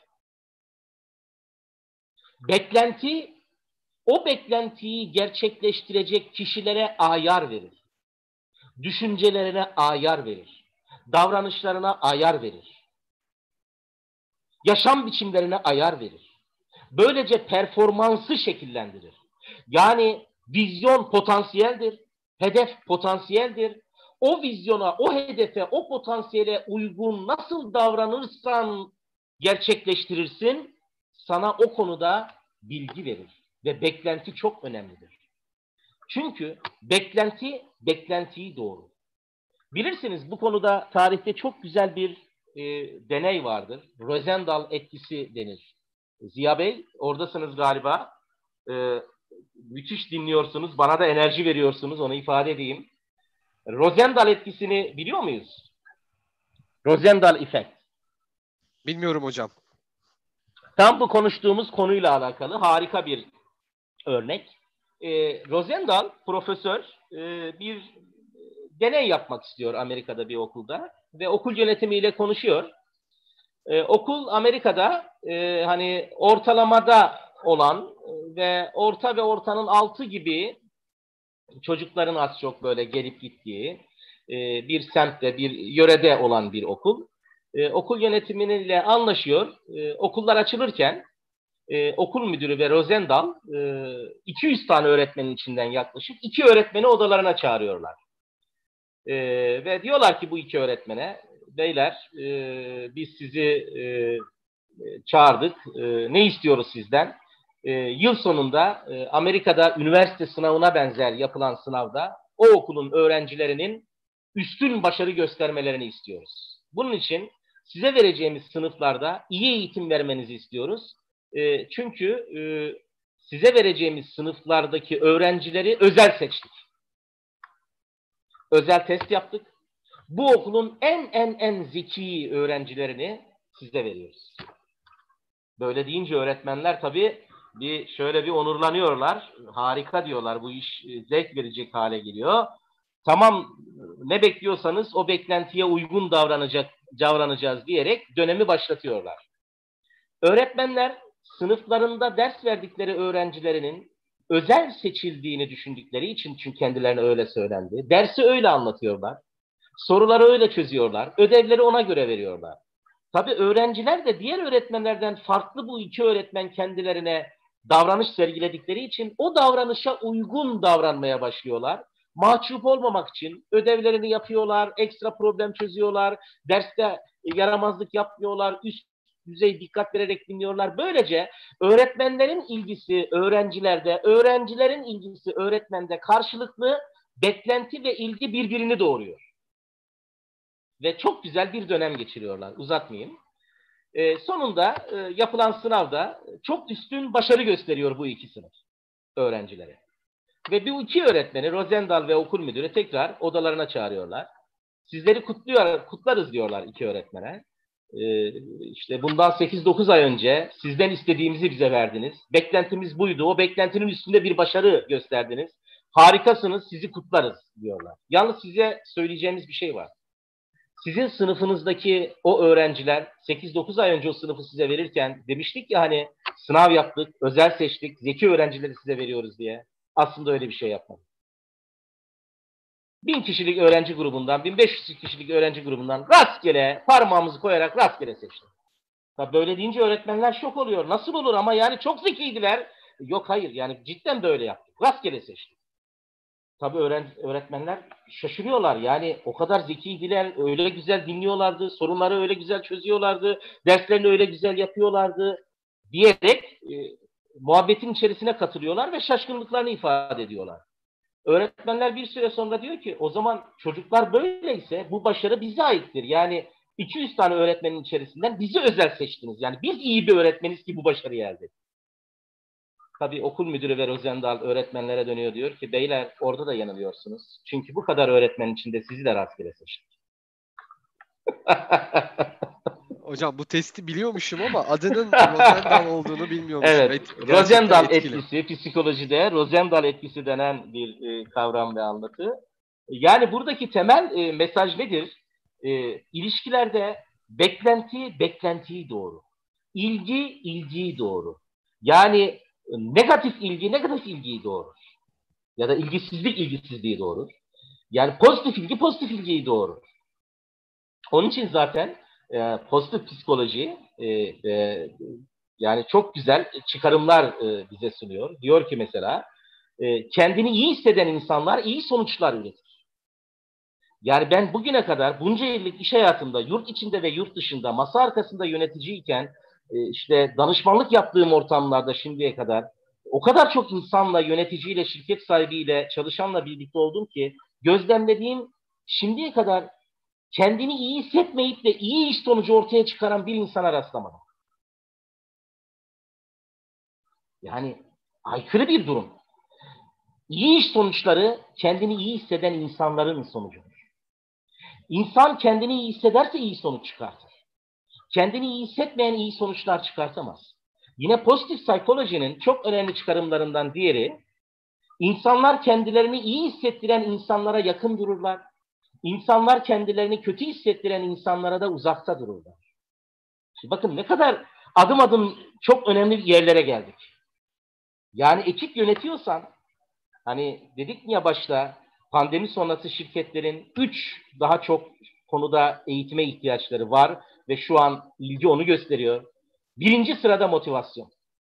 B: Beklenti, o beklentiyi gerçekleştirecek kişilere ayar verir. Düşüncelerine ayar verir. Davranışlarına ayar verir. Yaşam biçimlerine ayar verir. Böylece performansı şekillendirir. Yani vizyon potansiyeldir. Hedef potansiyeldir. O vizyona, o hedefe, o potansiyele uygun nasıl davranırsan gerçekleştirirsin, sana o konuda bilgi verir. Ve beklenti çok önemlidir. Çünkü beklenti, beklentiyi doğurur. Bilirsiniz bu konuda tarihte çok güzel bir e, deney vardır. Rosendahl etkisi denir. Ziya Bey, oradasınız galiba. E, müthiş dinliyorsunuz, bana da enerji veriyorsunuz, onu ifade edeyim. Rosendahl etkisini biliyor muyuz? Rosendahl efekt.
A: Bilmiyorum hocam.
B: Tam bu konuştuğumuz konuyla alakalı harika bir örnek. E, Rosendahl profesör e, bir deney yapmak istiyor Amerika'da bir okulda ve okul yönetimiyle konuşuyor. E, okul Amerika'da e, hani ortalamada olan ve orta ve ortanın altı gibi çocukların az çok böyle gelip gittiği e, bir semtte, bir yörede olan bir okul. E, okul yönetimiyle anlaşıyor. E, okullar açılırken e, okul müdürü ve Rosendahl e, iki yüz tane öğretmenin içinden yaklaşık iki öğretmeni odalarına çağırıyorlar. E, ve diyorlar ki bu iki öğretmene, beyler e, biz sizi e, çağırdık, e, ne istiyoruz sizden? E, yıl sonunda e, Amerika'da üniversite sınavına benzer yapılan sınavda o okulun öğrencilerinin üstün başarı göstermelerini istiyoruz. Bunun için size vereceğimiz sınıflarda iyi eğitim vermenizi istiyoruz. E, çünkü e, size vereceğimiz sınıflardaki öğrencileri özel seçtik. Özel test yaptık. Bu okulun en en en zeki öğrencilerini size veriyoruz. Böyle deyince öğretmenler tabii bir şöyle bir onurlanıyorlar. Harika diyorlar. Bu iş zevk verecek hale geliyor. Tamam, ne bekliyorsanız o beklentiye uygun davranacak, davranacağız diyerek dönemi başlatıyorlar. Öğretmenler sınıflarında ders verdikleri öğrencilerinin özel seçildiğini düşündükleri için, çünkü kendilerine öyle söylendi, dersi öyle anlatıyorlar. Soruları öyle çözüyorlar. Ödevleri ona göre veriyorlar. Tabii öğrenciler de diğer öğretmenlerden farklı bu iki öğretmen kendilerine davranış sergiledikleri için o davranışa uygun davranmaya başlıyorlar. Mahcup olmamak için ödevlerini yapıyorlar, ekstra problem çözüyorlar, derste yaramazlık yapmıyorlar, üst düzey dikkat vererek dinliyorlar. Böylece öğretmenlerin ilgisi öğrencilerde, öğrencilerin ilgisi öğretmende karşılıklı beklenti ve ilgi birbirini doğuruyor. Ve çok güzel bir dönem geçiriyorlar. Uzatmayayım. E, sonunda e, yapılan sınavda çok üstün başarı gösteriyor bu iki sınıf öğrencileri. Ve bu iki öğretmeni Rosendahl ve okul müdürü tekrar odalarına çağırıyorlar. Sizleri kutluyor, kutlarız diyorlar iki öğretmene. Ee, işte bundan sekiz dokuz ay önce sizden istediğimizi bize verdiniz. Beklentimiz buydu. O beklentinin üstünde bir başarı gösterdiniz. Harikasınız, sizi kutlarız diyorlar. Yalnız size söyleyeceğimiz bir şey var. Sizin sınıfınızdaki o öğrenciler sekiz dokuz ay önce o sınıfı size verirken demiştik ya hani sınav yaptık, özel seçtik, zeki öğrencileri size veriyoruz diye. Aslında öyle bir şey yapmadık. Bin kişilik öğrenci grubundan, bin beş yüz kişilik öğrenci grubundan rastgele parmağımızı koyarak rastgele seçtik. Tabii böyle deyince öğretmenler şok oluyor. Nasıl olur ama yani çok zekiydiler. Yok hayır yani cidden böyle yaptık. Rastgele seçtik. Tabii öğren öğretmenler şaşırıyorlar. Yani o kadar zekiydiler, öyle güzel dinliyorlardı, sorunları öyle güzel çözüyorlardı, derslerini öyle güzel yapıyorlardı diyerek e, muhabbetin içerisine katılıyorlar ve şaşkınlıklarını ifade ediyorlar. Öğretmenler bir süre sonra diyor ki o zaman çocuklar böyleyse bu başarı bize aittir. Yani iki yüz tane öğretmenin içerisinden bizi özel seçtiniz. Yani biz iyi bir öğretmeniz ki bu başarıyı elde ettik. Tabii okul müdürü ve Rosendahl öğretmenlere dönüyor diyor ki beyler orada da yanılıyorsunuz. Çünkü bu kadar öğretmenin içinde sizi de rastgele seçtik.
A: Hocam bu testi biliyormuşum ama adının Rosendahl olduğunu bilmiyormuşum.
B: Evet,
A: Et,
B: Rosendahl
A: etkili.
B: etkisi, psikolojide Rosendahl etkisi denen bir e, kavram ve anlatı. Yani buradaki temel e, mesaj nedir? E, ilişkilerde beklenti, beklentiyi doğru. İlgi, ilgiyi doğru. Yani e, negatif ilgi, negatif ilgiyi doğurur. Ya da ilgisizlik, ilgisizliği doğurur. Yani pozitif ilgi, pozitif ilgiyi doğurur. Onun için zaten e, pozitif psikoloji e, e, yani çok güzel çıkarımlar e, bize sunuyor. Diyor ki mesela e, kendini iyi hisseden insanlar iyi sonuçlar üretir. Yani ben bugüne kadar bunca yıllık iş hayatımda yurt içinde ve yurt dışında masa arkasında yöneticiyken e, işte danışmanlık yaptığım ortamlarda şimdiye kadar o kadar çok insanla, yöneticiyle, şirket sahibiyle, çalışanla birlikte oldum ki gözlemlediğim şimdiye kadar kendini iyi hissetmeyip de iyi iş sonucu ortaya çıkaran bir insana rastlamadım. Yani aykırı bir durum. İyi iş sonuçları kendini iyi hisseden insanların sonucudur. İnsan kendini iyi hissederse iyi sonuç çıkartır. Kendini iyi hissetmeyen iyi sonuçlar çıkartamaz. Yine pozitif psikolojinin çok önemli çıkarımlarından diğeri, insanlar kendilerini iyi hissettiren insanlara yakın dururlar. İnsanlar kendilerini kötü hissettiren insanlara da uzakta dururlar. Şimdi bakın ne kadar adım adım çok önemli yerlere geldik. Yani ekip yönetiyorsan, hani dedik mi ya başta, pandemi sonrası şirketlerin üç daha çok konuda eğitime ihtiyaçları var ve şu an ilgi onu gösteriyor. Birinci sırada motivasyon.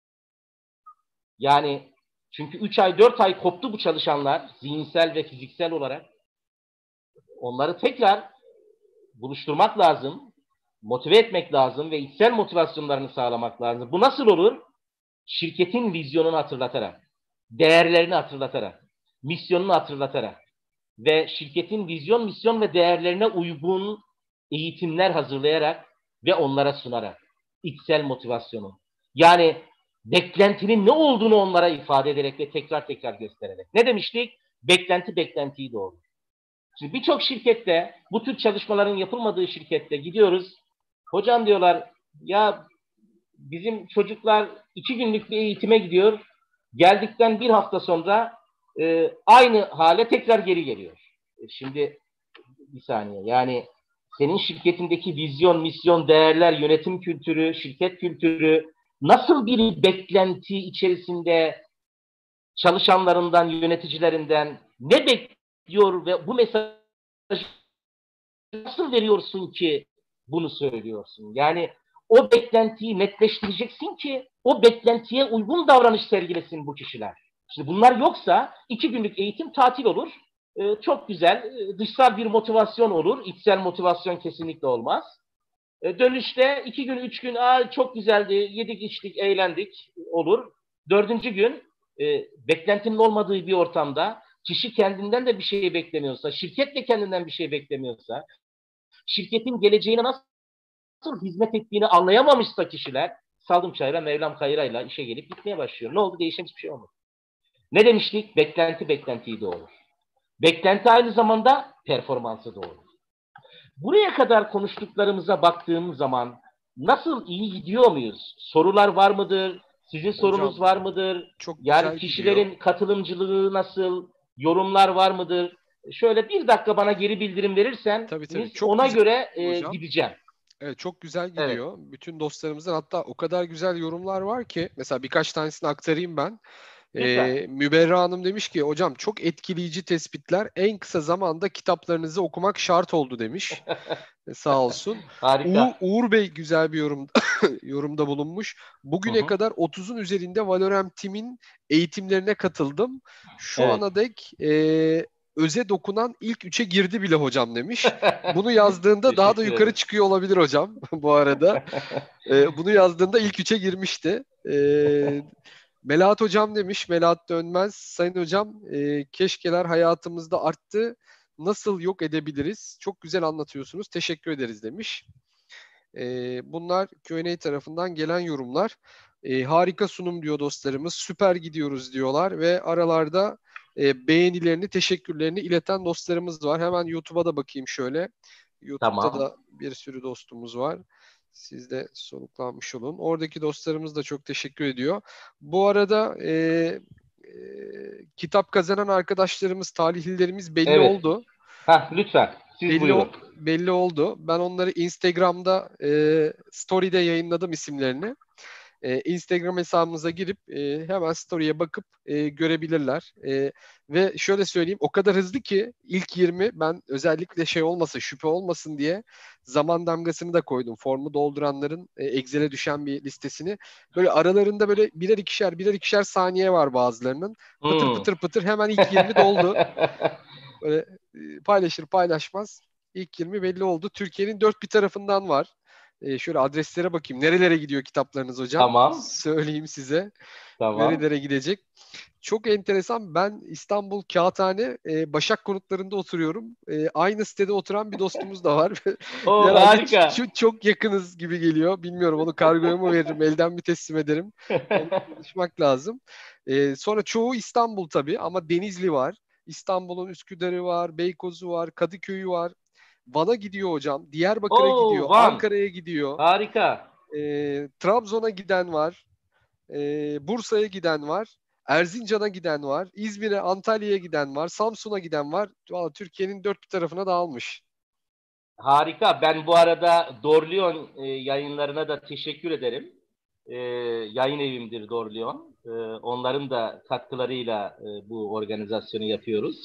B: Yani çünkü üç ay dört ay koptu bu çalışanlar zihinsel ve fiziksel olarak. Onları tekrar buluşturmak lazım, motive etmek lazım ve içsel motivasyonlarını sağlamak lazım. Bu nasıl olur? Şirketin vizyonunu hatırlatarak, değerlerini hatırlatarak, misyonunu hatırlatarak ve şirketin vizyon, misyon ve değerlerine uygun eğitimler hazırlayarak ve onlara sunarak. İçsel motivasyonu. Yani beklentinin ne olduğunu onlara ifade ederek ve tekrar tekrar göstererek. Ne demiştik? Beklenti beklentiyi doğurur. Şimdi birçok şirkette, bu tür çalışmaların yapılmadığı şirkette gidiyoruz. Hocam diyorlar, ya bizim çocuklar iki günlük bir eğitime gidiyor. Geldikten bir hafta sonra e, aynı hale tekrar geri geliyor. E, şimdi bir saniye. Yani senin şirketindeki vizyon, misyon, değerler, yönetim kültürü, şirket kültürü nasıl bir beklenti içerisinde çalışanlarından, yöneticilerinden ne bekliyor ve bu mesajı nasıl veriyorsun ki bunu söylüyorsun? Yani o beklentiyi netleştireceksin ki o beklentiye uygun davranış sergilesin bu kişiler. Şimdi bunlar yoksa iki günlük eğitim tatil olur. Ee, çok güzel e, dışsal bir motivasyon olur. İçsel motivasyon kesinlikle olmaz. E, dönüşte iki gün, üç gün Aa, çok güzeldi, yedik, içtik, eğlendik olur. Dördüncü gün e, beklentinin olmadığı bir ortamda kişi kendinden de bir şey beklemiyorsa, şirket de kendinden bir şey beklemiyorsa, şirketin geleceğine nasıl nasıl hizmet ettiğini anlayamamışsa kişiler saldım çayıra Mevlam kayırayla işe gelip gitmeye başlıyor. Ne oldu? Değişen hiçbir şey olmadı. Ne demiştik? Beklenti beklentiyi doğurur. Beklenti aynı zamanda performansı doğurur. Buraya kadar konuştuklarımıza baktığım zaman nasıl iyi gidiyor muyuz? Sorular var mıdır? Sizin
A: Hocam,
B: sorunuz var mıdır?
A: çok
B: Yani
A: güzel
B: kişilerin
A: gidiyor.
B: katılımcılığı nasıl? Yorumlar var mıdır? Şöyle bir dakika bana geri bildirim verirseniz
A: Tabii tabii. Çok
B: ona
A: güzel
B: göre e,
A: hocam.
B: gideceğim.
A: Evet, çok güzel
B: Evet.
A: gidiyor. Bütün dostlarımızdan hatta o kadar güzel yorumlar var ki mesela birkaç tanesini aktarayım ben.
B: Lütfen.
A: Ee, Müberra Hanım demiş ki hocam çok etkileyici tespitler en kısa zamanda kitaplarınızı okumak şart oldu demiş. E, sağ olsun. Uğur,
B: Harika.
A: Uğur Bey güzel bir yorum yorumda bulunmuş.
B: Hı
A: Bugüne
B: hı.
A: kadar otuzun üzerinde Valorant Team'in eğitimlerine katıldım. Şu
B: Evet.
A: ana dek e, öze dokunan ilk üçe girdi bile hocam demiş. Bunu yazdığında daha da
B: Teşekkür
A: yukarı
B: ederim.
A: çıkıyor olabilir hocam bu arada. E, bunu yazdığında ilk üçe girmişti. E, Melahat hocam demiş, Melahat Dönmez. Sayın hocam, e, keşkeler hayatımızda arttı. Nasıl yok edebiliriz? Çok güzel anlatıyorsunuz. Teşekkür ederiz demiş. E, bunlar Q and A tarafından gelen yorumlar. E, harika sunum diyor dostlarımız. Süper gidiyoruz diyorlar ve aralarda e, beğenilerini, teşekkürlerini ileten dostlarımız var. Hemen YouTube'a da bakayım şöyle. YouTube'da
B: Tamam.
A: da bir sürü dostumuz var. Siz de soluklanmış olun. Oradaki dostlarımız da çok teşekkür ediyor. Bu arada e, e, kitap kazanan arkadaşlarımız, talihlilerimiz belli
B: Evet.
A: oldu.
B: Hah, lütfen. Siz
A: Belli o-
B: buyurun.
A: belli oldu. Ben onları Instagram'da e, story'de yayınladım isimlerini. E, Instagram hesabımıza girip e, hemen story'e bakıp e, görebilirler. E, ve şöyle söyleyeyim, o kadar hızlı ki ilk yirmi ben özellikle şey olmasın, şüphe olmasın diye zaman damgasını da koydum. Formu dolduranların e, Excel'e düşen bir listesini. Böyle aralarında böyle birer ikişer birer ikişer saniye var bazılarının. Pıtır
B: Hmm.
A: pıtır pıtır hemen ilk yirmi doldu. Böyle e, paylaşır paylaşmaz ilk yirmi belli oldu. Türkiye'nin dört bir tarafından var. E, şöyle adreslere bakayım. Nerelere gidiyor kitaplarınız hocam?
B: Tamam.
A: Söyleyeyim size.
B: Tamam.
A: Nerelere gidecek? Çok enteresan. Ben İstanbul Kağıthane e, Başak Konutları'nda oturuyorum. E, aynı sitede oturan bir dostumuz da var.
B: Oh,
A: Herhalde ç-
B: harika.
A: ç- çok yakınız gibi geliyor. Bilmiyorum onu kargoya mı veririm, elden mi teslim ederim? Onu konuşmak lazım. E, sonra çoğu İstanbul tabii ama Denizli var. İstanbul'un Üsküdar'ı var, Beykoz'u var, Kadıköy'ü var. Van'a gidiyor hocam, Diyarbakır'a
B: Oh,
A: gidiyor,
B: Van.
A: Ankara'ya gidiyor,
B: Harika.
A: e, Trabzon'a giden var, e, Bursa'ya giden var, Erzincan'a giden var, İzmir'e, Antalya'ya giden var, Samsun'a giden var. Vallahi Türkiye'nin dört bir tarafına dağılmış.
B: Harika. Ben bu arada Dorleon e, yayınlarına da teşekkür ederim. E, yayın evimdir Dorleon. E, onların da katkılarıyla e, bu organizasyonu yapıyoruz.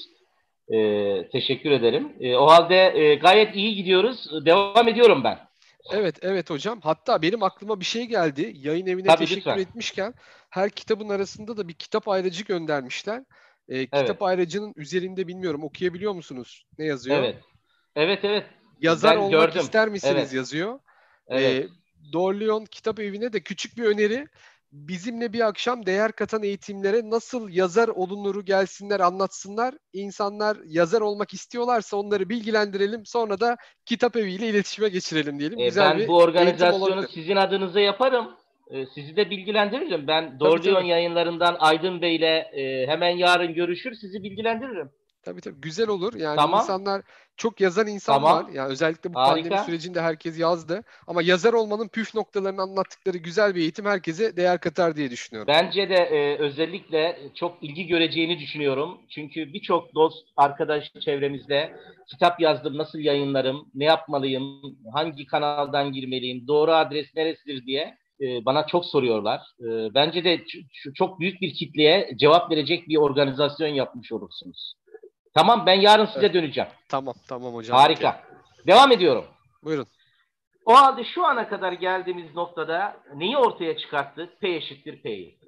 B: E, teşekkür ederim. E, o halde e, gayet iyi gidiyoruz. Devam ediyorum ben.
A: Evet, evet hocam. Hatta benim aklıma bir şey geldi. Yayın evine
B: Tabii
A: teşekkür
B: lütfen.
A: etmişken her kitabın arasında da bir kitap ayracı göndermişler. E, kitap
B: Evet.
A: ayracının üzerinde bilmiyorum okuyabiliyor musunuz? Ne yazıyor?
B: Evet. Evet, evet.
A: Yazar
B: Ben
A: olmak
B: gördüm.
A: ister misiniz
B: Evet.
A: yazıyor.
B: Evet.
A: E, Dorleon Kitap Evi'ne de küçük bir öneri. Bizimle bir akşam değer katan eğitimlere nasıl yazar olunuru gelsinler anlatsınlar. İnsanlar yazar olmak istiyorlarsa onları bilgilendirelim. Sonra da Kitap Evi ile iletişime geçirelim diyelim.
B: E,
A: Güzel
B: ben
A: bir
B: bu
A: eğitim
B: organizasyonu
A: olabilir.
B: sizin adınıza yaparım. E, sizi de bilgilendiririm. Ben
A: Tabii
B: Dorleon
A: tabii.
B: yayınlarından Aydın Bey'le e, hemen yarın görüşür, sizi bilgilendiririm.
A: Tabii tabii güzel olur. Yani
B: Tamam,
A: insanlar çok yazan insan var.
B: tamam,
A: Yani özellikle bu pandemi
B: harika.
A: sürecinde herkes yazdı. Ama yazar olmanın püf noktalarını anlattıkları güzel bir eğitim herkese değer katar diye düşünüyorum.
B: Bence de e, özellikle çok ilgi göreceğini düşünüyorum. Çünkü birçok dost, arkadaş çevremizde kitap yazdım, nasıl yayınlarım, ne yapmalıyım, hangi kanaldan girmeliyim, doğru adres neresidir diye e, bana çok soruyorlar. E, bence de ç- çok büyük bir kitleye cevap verecek bir organizasyon yapmış olursunuz. Tamam, ben yarın
A: Evet.
B: size döneceğim.
A: Tamam tamam hocam. Ke-
B: Harika. Devam ediyorum.
A: Buyurun.
B: O halde şu ana kadar geldiğimiz noktada neyi ortaya çıkarttık? P eşittir P'yi.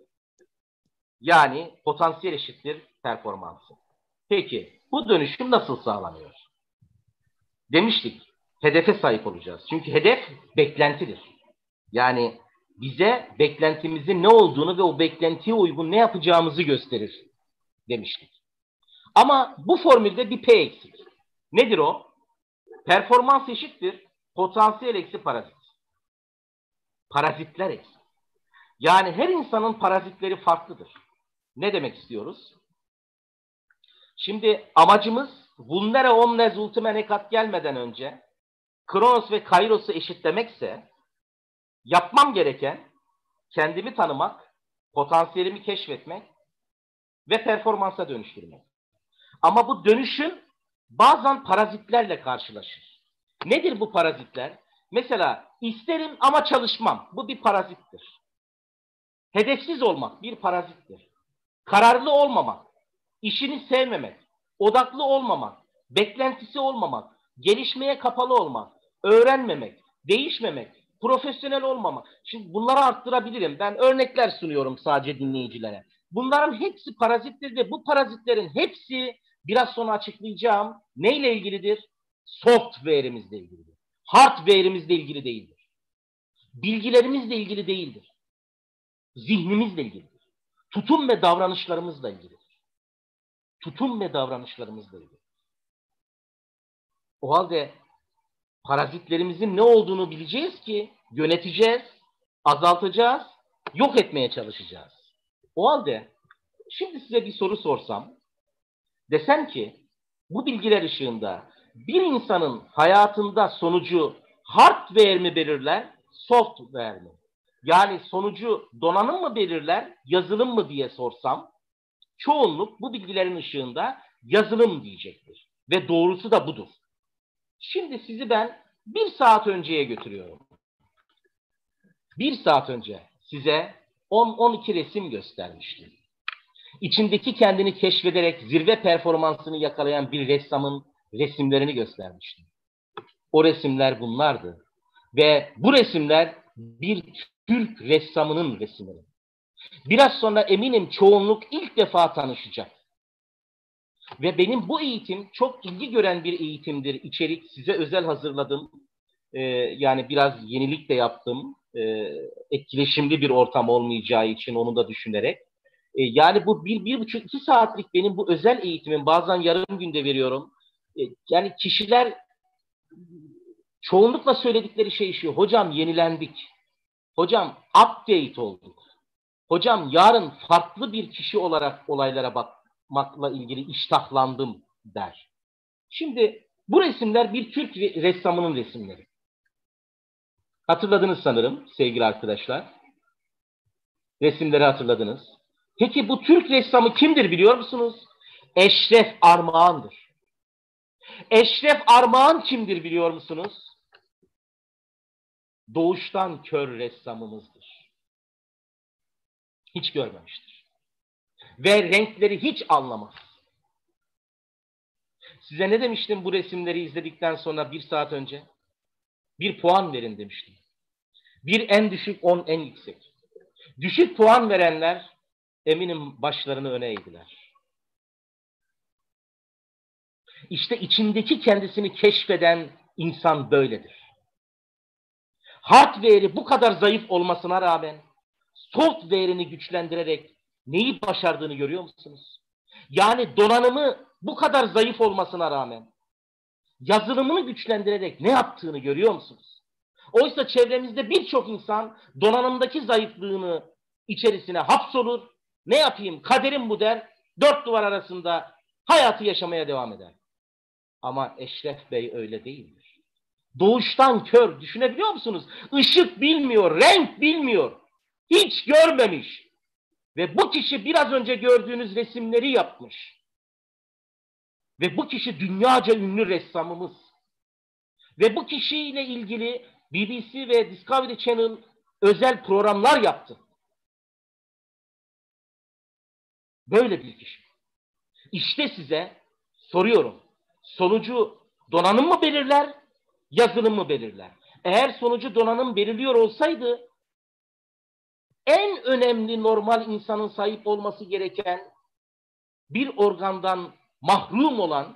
B: Yani potansiyel eşittir performansı. Peki bu dönüşüm nasıl sağlanıyor? Demiştik hedefe sahip olacağız. Çünkü hedef beklentidir. Yani bize beklentimizin ne olduğunu ve o beklentiye uygun ne yapacağımızı gösterir demiştik. Ama bu formülde bir P eksik. Nedir o? Performans eşittir potansiyel eksi parazit. Parazitler eksik. Yani her insanın parazitleri farklıdır. Ne demek istiyoruz? Şimdi amacımız vulnere omnes ultime necat gelmeden önce Kronos ve Kairos'u eşitlemekse yapmam gereken kendimi tanımak, potansiyelimi keşfetmek ve performansa dönüştürmek. Ama bu dönüşüm bazen parazitlerle karşılaşır. Nedir bu parazitler? Mesela isterim ama çalışmam. Bu bir parazittir. Hedefsiz olmak bir parazittir. Kararlı olmamak, işini sevmemek, odaklı olmamak, beklentisi olmamak, gelişmeye kapalı olmak, öğrenmemek, değişmemek, profesyonel olmamak. Şimdi bunları arttırabilirim. Ben örnekler sunuyorum sadece dinleyicilere. Bunların hepsi parazittir ve bu parazitlerin hepsi biraz sonra açıklayacağım neyle ilgilidir? Software'imizle ilgilidir. Hardware'imizle ilgili değildir. Bilgilerimizle ilgili değildir. Zihnimizle ilgilidir. Tutum ve davranışlarımızla ilgilidir. Tutum ve davranışlarımızla ilgilidir. O halde parazitlerimizin ne olduğunu bileceğiz ki yöneteceğiz, azaltacağız, yok etmeye çalışacağız. O halde şimdi size bir soru sorsam, desem ki bu bilgiler ışığında bir insanın hayatında sonucu hardware mi belirler, software mi? Yani sonucu donanım mı belirler, yazılım mı diye sorsam, çoğunluk bu bilgilerin ışığında yazılım diyecektir. Ve doğrusu da budur. Şimdi sizi ben bir saat önceye götürüyorum. Bir saat önce size on on iki resim göstermiştim. İçindeki kendini keşfederek zirve performansını yakalayan bir ressamın resimlerini göstermiştim. O resimler bunlardı. Ve bu resimler bir Türk ressamının resimleri. Biraz sonra eminim çoğunluk ilk defa tanışacak. Ve benim bu eğitim çok ilgi gören bir eğitimdir. İçerik size özel hazırladım. Ee, yani biraz yenilik de yaptım. Ee, etkileşimli bir ortam olmayacağı için onu da düşünerek. Ee, yani bu bir, bir buçuk, iki saatlik benim bu özel eğitimin bazen yarım günde veriyorum. Ee, yani kişiler çoğunlukla söyledikleri şey şu. Hocam yenilendik. Hocam update olduk. Hocam yarın farklı bir kişi olarak olaylara bakmakla ilgili iştahlandım der. Şimdi bu resimler bir Türk ressamının resimleri. Hatırladınız sanırım sevgili arkadaşlar. Resimleri hatırladınız. Peki bu Türk ressamı kimdir biliyor musunuz? Eşref Armağan'dır. Eşref Armağan kimdir biliyor musunuz? Doğuştan kör ressamımızdır. Hiç görmemiştir. Ve renkleri hiç anlamaz. Size ne demiştim bu resimleri izledikten sonra bir saat önce? Bir puan verin demiştim. Bir en düşük, on en yüksek. Düşük puan verenler eminim başlarını öne eğdiler. İşte içindeki kendisini keşfeden insan böyledir. Hardware'i bu kadar zayıf olmasına rağmen software'ini güçlendirerek neyi başardığını görüyor musunuz? Yani donanımı bu kadar zayıf olmasına rağmen yazılımını güçlendirerek ne yaptığını görüyor musunuz? Oysa çevremizde birçok insan donanımdaki zayıflığını içerisine hapsolur. Ne yapayım? Kaderim bu der. Dört duvar arasında hayatı yaşamaya devam eder. Ama Eşref Bey öyle değildir. Doğuştan kör. Düşünebiliyor musunuz? Işık bilmiyor, renk bilmiyor. Hiç görmemiş. Ve bu kişi biraz önce gördüğünüz resimleri yapmış. Ve bu kişi dünyaca ünlü ressamımız. Ve bu kişiyle ilgili B B C ve Discovery Channel özel programlar yaptı. Böyle bir kişi. İşte size soruyorum. Sonucu donanım mı belirler, yazılım mı belirler? Eğer sonucu donanım belirliyor olsaydı, en önemli normal insanın sahip olması gereken bir organdan mahrum olan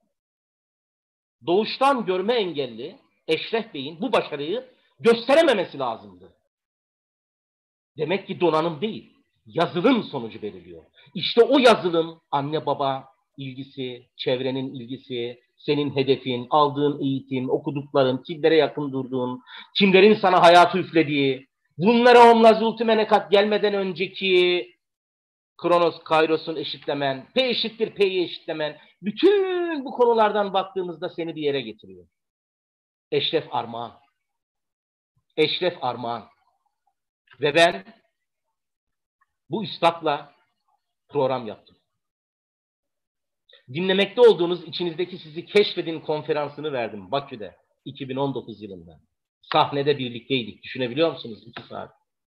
B: doğuştan görme engelli Eşref Bey'in bu başarıyı gösterememesi lazımdı. Demek ki donanım değil, yazılım sonucu belirliyor. İşte o yazılım anne baba ilgisi, çevrenin ilgisi, senin hedefin, aldığın eğitim, okudukların, kimlere yakın durduğun, kimlerin sana hayatı üflediği, Bunlara omla zultümene kat gelmeden önceki Kronos, Kairos'un eşitlemen, P eşittir P'yi eşitlemen, bütün bu konulardan baktığımızda seni bir yere getiriyor. Eşref Armağan. Eşref Armağan. Ve ben bu üstadla program yaptım. Dinlemekte olduğunuz içinizdeki sizi keşfedin konferansını verdim Bakü'de iki bin on dokuz yılında. Sahnede birlikteydik. Düşünebiliyor musunuz? İki saat.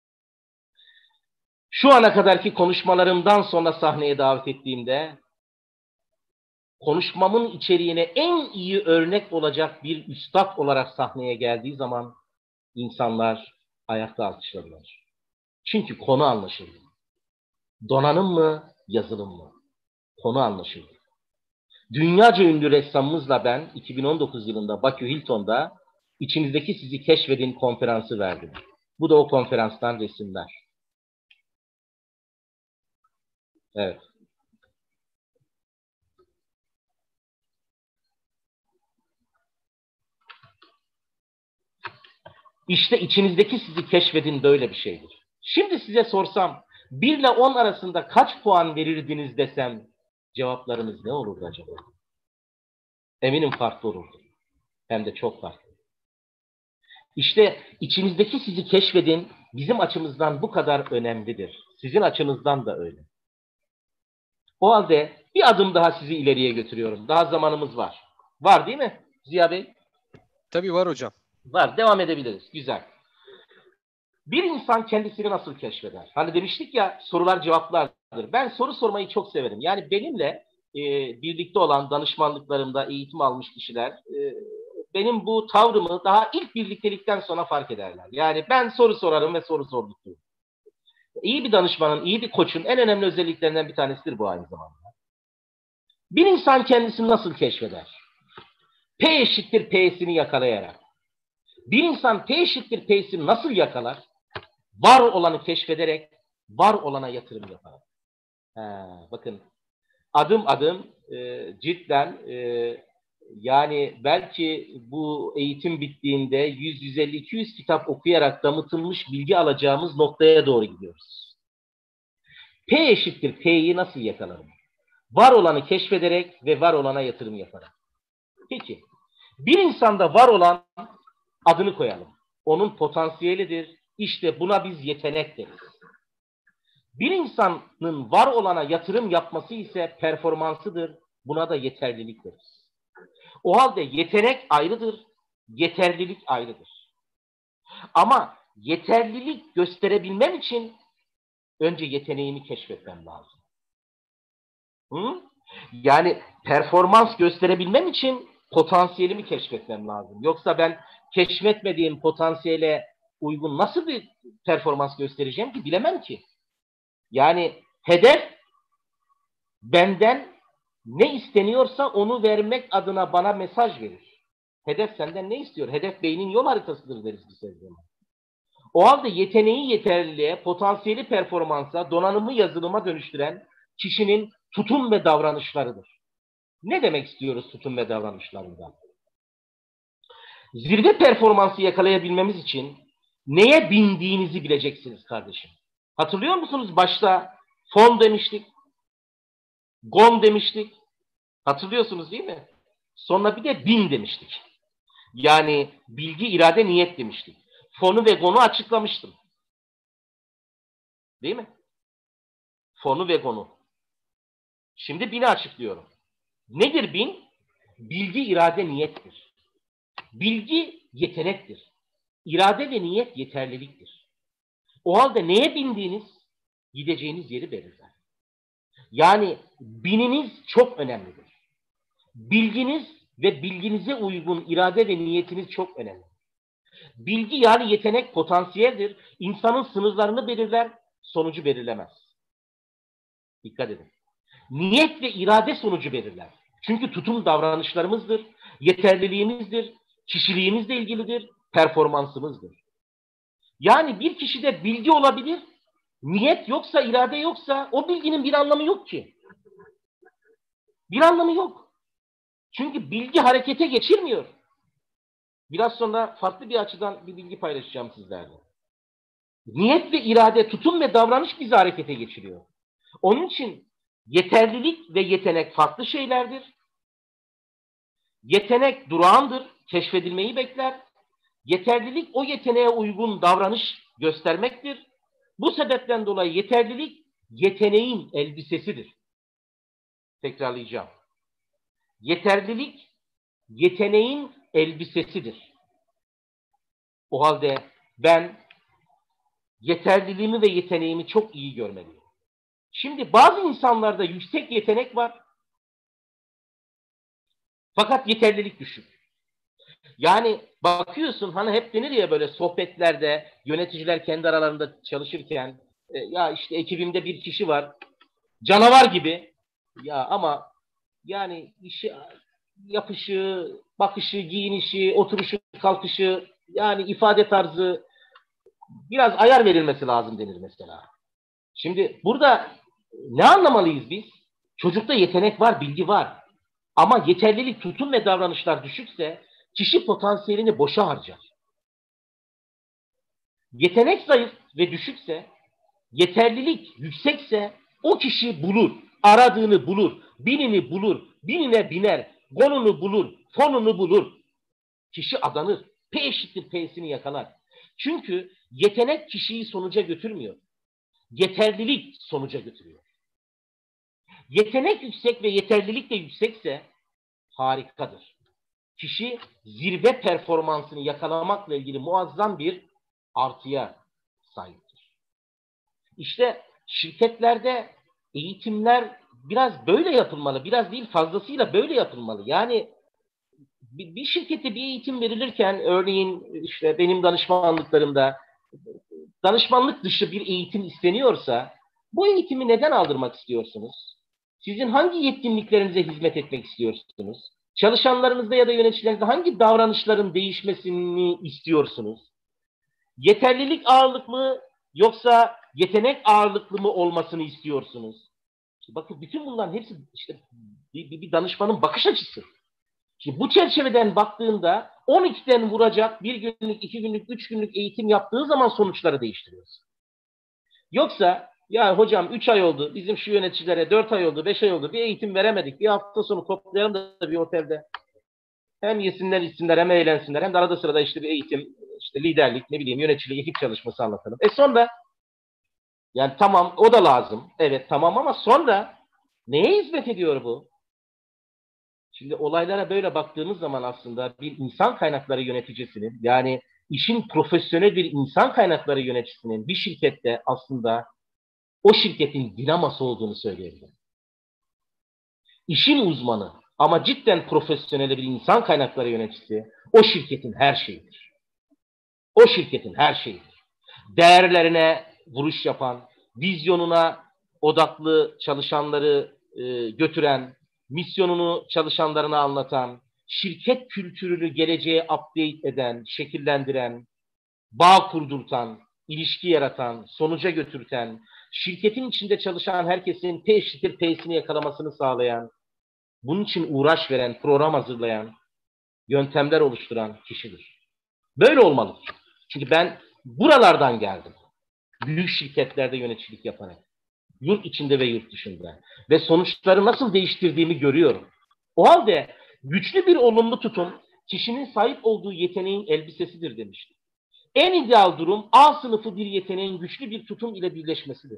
B: Şu ana kadarki konuşmalarımdan sonra sahneye davet ettiğimde konuşmamın içeriğine en iyi örnek olacak bir üstad olarak sahneye geldiği zaman insanlar ayakta alkışladılar. Çünkü konu anlaşıldı. Donanım mı, yazılım mı? Konu anlaşıldı. Dünyaca ünlü ressamımızla ben iki bin on dokuz yılında Bakü Hilton'da içinizdeki sizi keşfedin konferansı verdim. Bu da o konferanstan resimler. Evet. İşte içinizdeki sizi keşfedin böyle bir şeydir. Şimdi size sorsam bir ile on arasında kaç puan verirdiniz desem cevaplarınız ne olurdu acaba? Eminim farklı olurdu. Hem de çok farklı. İşte içinizdeki sizi keşfedin bizim açımızdan bu kadar önemlidir. Sizin açınızdan da öyle. O halde bir adım daha sizi ileriye götürüyorum. Daha zamanımız var. Var değil mi Ziya Bey?
A: Tabii var hocam.
B: Var. Devam edebiliriz. Güzel. Bir insan kendisini nasıl keşfeder? Hani demiştik ya sorular cevaplardır. Ben soru sormayı çok severim. Yani benimle e, birlikte olan danışmanlıklarımda eğitim almış kişiler e, benim bu tavrımı daha ilk birliktelikten sonra fark ederler. Yani ben soru sorarım ve soru sordurturum. İyi bir danışmanın, iyi bir koçun en önemli özelliklerinden bir tanesidir bu aynı zamanda. Bir insan kendisini nasıl keşfeder? P eşittir P'sini yakalayarak. Bir insan P eşittir P'sini nasıl yakalar? Var olanı keşfederek, var olana yatırım yaparak. Ha, bakın adım adım e, cidden e, yani belki bu eğitim bittiğinde yüz yüz elli iki yüz kitap okuyarak damıtılmış bilgi alacağımız noktaya doğru gidiyoruz. P eşittir P'yi nasıl yakalarım? Var olanı keşfederek ve var olana yatırım yaparak. Peki, bir insanda var olan adını koyalım. Onun potansiyelidir. İşte buna biz yetenek deriz. Bir insanın var olana yatırım yapması ise performansıdır. Buna da yeterlilik deriz. O halde yetenek ayrıdır, yeterlilik ayrıdır. Ama yeterlilik gösterebilmem için önce yeteneğimi keşfetmem lazım. Hı? Yani performans gösterebilmem için potansiyelimi keşfetmem lazım. Yoksa ben keşfetmediğim potansiyele uygun nasıl bir performans göstereceğim ki bilemem ki. Yani hedef benden ne isteniyorsa onu vermek adına bana mesaj verir. Hedef senden ne istiyor? Hedef beynin yol haritasıdır deriz bir sözle. O halde yeteneği yeterliliğe, potansiyeli performansa, donanımı yazılıma dönüştüren kişinin tutum ve davranışlarıdır. Ne demek istiyoruz tutum ve davranışlarından? Zirve performansı yakalayabilmemiz için neye bindiğinizi bileceksiniz kardeşim. Hatırlıyor musunuz? Başta fon demiştik, gon demiştik. Hatırlıyorsunuz değil mi? Sonra bir de bin demiştik. Yani bilgi, irade, niyet demiştik. Fonu ve gonu açıklamıştım. Değil mi? Fonu ve gonu. Şimdi bini açıklıyorum. Nedir bin? Bilgi, irade, niyettir. Bilgi yetenektir. İrade ve niyet yeterliliktir. O halde neye bindiğiniz, gideceğiniz yeri belirler. Yani bininiz çok önemlidir. Bilginiz ve bilginize uygun irade ve niyetiniz çok önemli. Bilgi yani yetenek potansiyeldir. İnsanın sınırlarını belirler, sonucu belirlemez. Dikkat edin. Niyet ve irade sonucu belirler. Çünkü tutum davranışlarımızdır, yeterliliğimizdir, kişiliğimizle ilgilidir, performansımızdır. Yani bir kişide bilgi olabilir, niyet yoksa, irade yoksa o bilginin bir anlamı yok ki. Bir anlamı yok. Çünkü bilgi harekete geçirmiyor. Biraz sonra farklı bir açıdan bir bilgi paylaşacağım sizlerle. Niyet ve irade, tutum ve davranış bizi harekete geçiriyor. Onun için yeterlilik ve yetenek farklı şeylerdir. Yetenek durağandır, keşfedilmeyi bekler. Yeterlilik o yeteneğe uygun davranış göstermektir. Bu sebepten dolayı yeterlilik yeteneğin elbisesidir. Tekrarlayacağım. Yeterlilik yeteneğin elbisesidir. O halde ben yeterliliğimi ve yeteneğimi çok iyi görmeliyim. Şimdi bazı insanlarda yüksek yetenek var. Fakat yeterlilik düşük. Yani bakıyorsun hani hep denir ya böyle sohbetlerde yöneticiler kendi aralarında çalışırken e, ya işte ekibimde bir kişi var canavar gibi ya ama yani işi yapışı, bakışı, giyinişi, oturuşu, kalkışı yani ifade tarzı biraz ayar verilmesi lazım denir mesela. Şimdi burada ne anlamalıyız biz? Çocukta yetenek var, bilgi var. Ama yeterlilik, tutum ve davranışlar düşükse kişi potansiyelini boşa harcar. Yetenek zayıf ve düşükse, yeterlilik yüksekse o kişi bulur, aradığını bulur, binini bulur, binine biner, konunu bulur, fonunu bulur. Kişi adanır, P eşittir P'sini yakalar. Çünkü yetenek kişiyi sonuca götürmüyor. Yeterlilik sonuca götürüyor. Yetenek yüksek ve yeterlilik de yüksekse harikadır. Kişi zirve performansını yakalamakla ilgili muazzam bir artıya sahiptir. İşte şirketlerde eğitimler biraz böyle yapılmalı, biraz değil fazlasıyla böyle yapılmalı. Yani bir şirkete bir eğitim verilirken örneğin işte benim danışmanlıklarımda danışmanlık dışı bir eğitim isteniyorsa bu eğitimi neden aldırmak istiyorsunuz? Sizin hangi yetkinliklerinize hizmet etmek istiyorsunuz? Çalışanlarınızda ya da yöneticilerinizde hangi davranışların değişmesini istiyorsunuz? Yeterlilik ağırlıklı mı yoksa yetenek ağırlıklı mı olmasını istiyorsunuz? İşte bakın bütün bunların hepsi işte bir, bir, bir danışmanın bakış açısı. Şimdi bu çerçeveden baktığında on ikiden vuracak bir günlük, iki günlük, üç günlük eğitim yaptığı zaman sonuçları değiştiriyorsun. Yoksa ya hocam üç ay oldu, bizim şu yöneticilere dört ay oldu, beş ay oldu, bir eğitim veremedik. Bir hafta sonu toplayalım da bir otelde. Hem yesinler, içsinler, hem eğlensinler, hem de arada sırada işte bir eğitim, işte liderlik, ne bileyim yöneticilik, ekip çalışması anlatalım. E sonra yani tamam o da lazım. Evet tamam ama sonra neye hizmet ediyor bu? Şimdi olaylara böyle baktığımız zaman aslında bir insan kaynakları yöneticisinin yani işin profesyonel bir insan kaynakları yöneticisinin bir şirkette aslında o şirketin dinaması olduğunu söyleyebilirim. İşin uzmanı ama cidden profesyonel bir insan kaynakları yöneticisi o şirketin her şeyidir. O şirketin her şeyidir. Değerlerine vuruş yapan, vizyonuna odaklı çalışanları e, götüren, misyonunu çalışanlarına anlatan, şirket kültürünü geleceğe update eden, şekillendiren, bağ kurdurtan, ilişki yaratan, sonuca götürten, şirketin içinde çalışan herkesin P eşittir P'sini yakalamasını sağlayan, bunun için uğraş veren, program hazırlayan, yöntemler oluşturan kişidir. Böyle olmalı. Çünkü ben buralardan geldim. Büyük şirketlerde yöneticilik yaparak. Yurt içinde ve yurt dışında. Ve sonuçları nasıl değiştirdiğimi görüyorum. O halde güçlü bir olumlu tutum kişinin sahip olduğu yeteneğin elbisesidir demiştim. En ideal durum A sınıfı bir yeteneğin güçlü bir tutum ile birleşmesidir.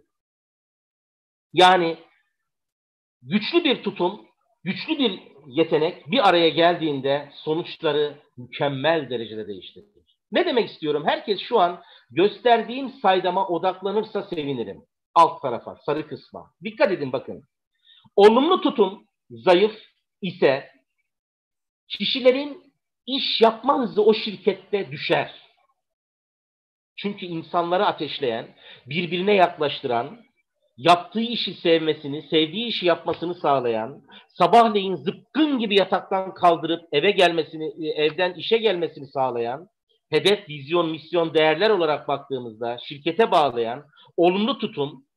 B: Yani güçlü bir tutum, güçlü bir yetenek bir araya geldiğinde sonuçları mükemmel derecede değiştirir. Ne demek istiyorum? Herkes şu an gösterdiğim saydama odaklanırsa sevinirim. Alt tarafa, sarı kısma. Dikkat edin bakın. Olumlu tutum zayıf ise kişilerin iş yapma hızı o şirkette düşer. Çünkü insanları ateşleyen, birbirine yaklaştıran, yaptığı işi sevmesini, sevdiği işi yapmasını sağlayan, sabahleyin zıpkın gibi yataktan kaldırıp eve gelmesini, evden işe gelmesini sağlayan, hedef, vizyon, misyon, değerler olarak baktığımızda şirkete bağlayan, olumlu tutum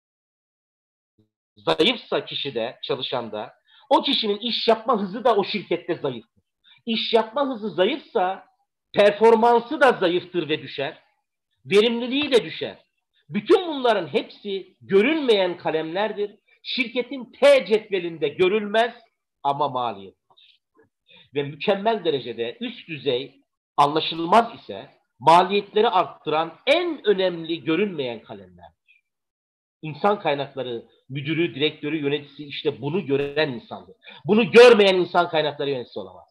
B: zayıfsa kişide, çalışanda, o kişinin iş yapma hızı da o şirkette zayıftır. İş yapma hızı zayıfsa performansı da zayıftır ve düşer. Verimliliği de düşer. Bütün bunların hepsi görünmeyen kalemlerdir. Şirketin T cetvelinde görülmez ama maliyet. Ve mükemmel derecede üst düzey anlaşılmaz ise maliyetleri arttıran en önemli görünmeyen kalemlerdir. İnsan kaynakları müdürü, direktörü, yöneticisi işte bunu gören insandır. Bunu görmeyen insan kaynakları yöneticisi olamaz.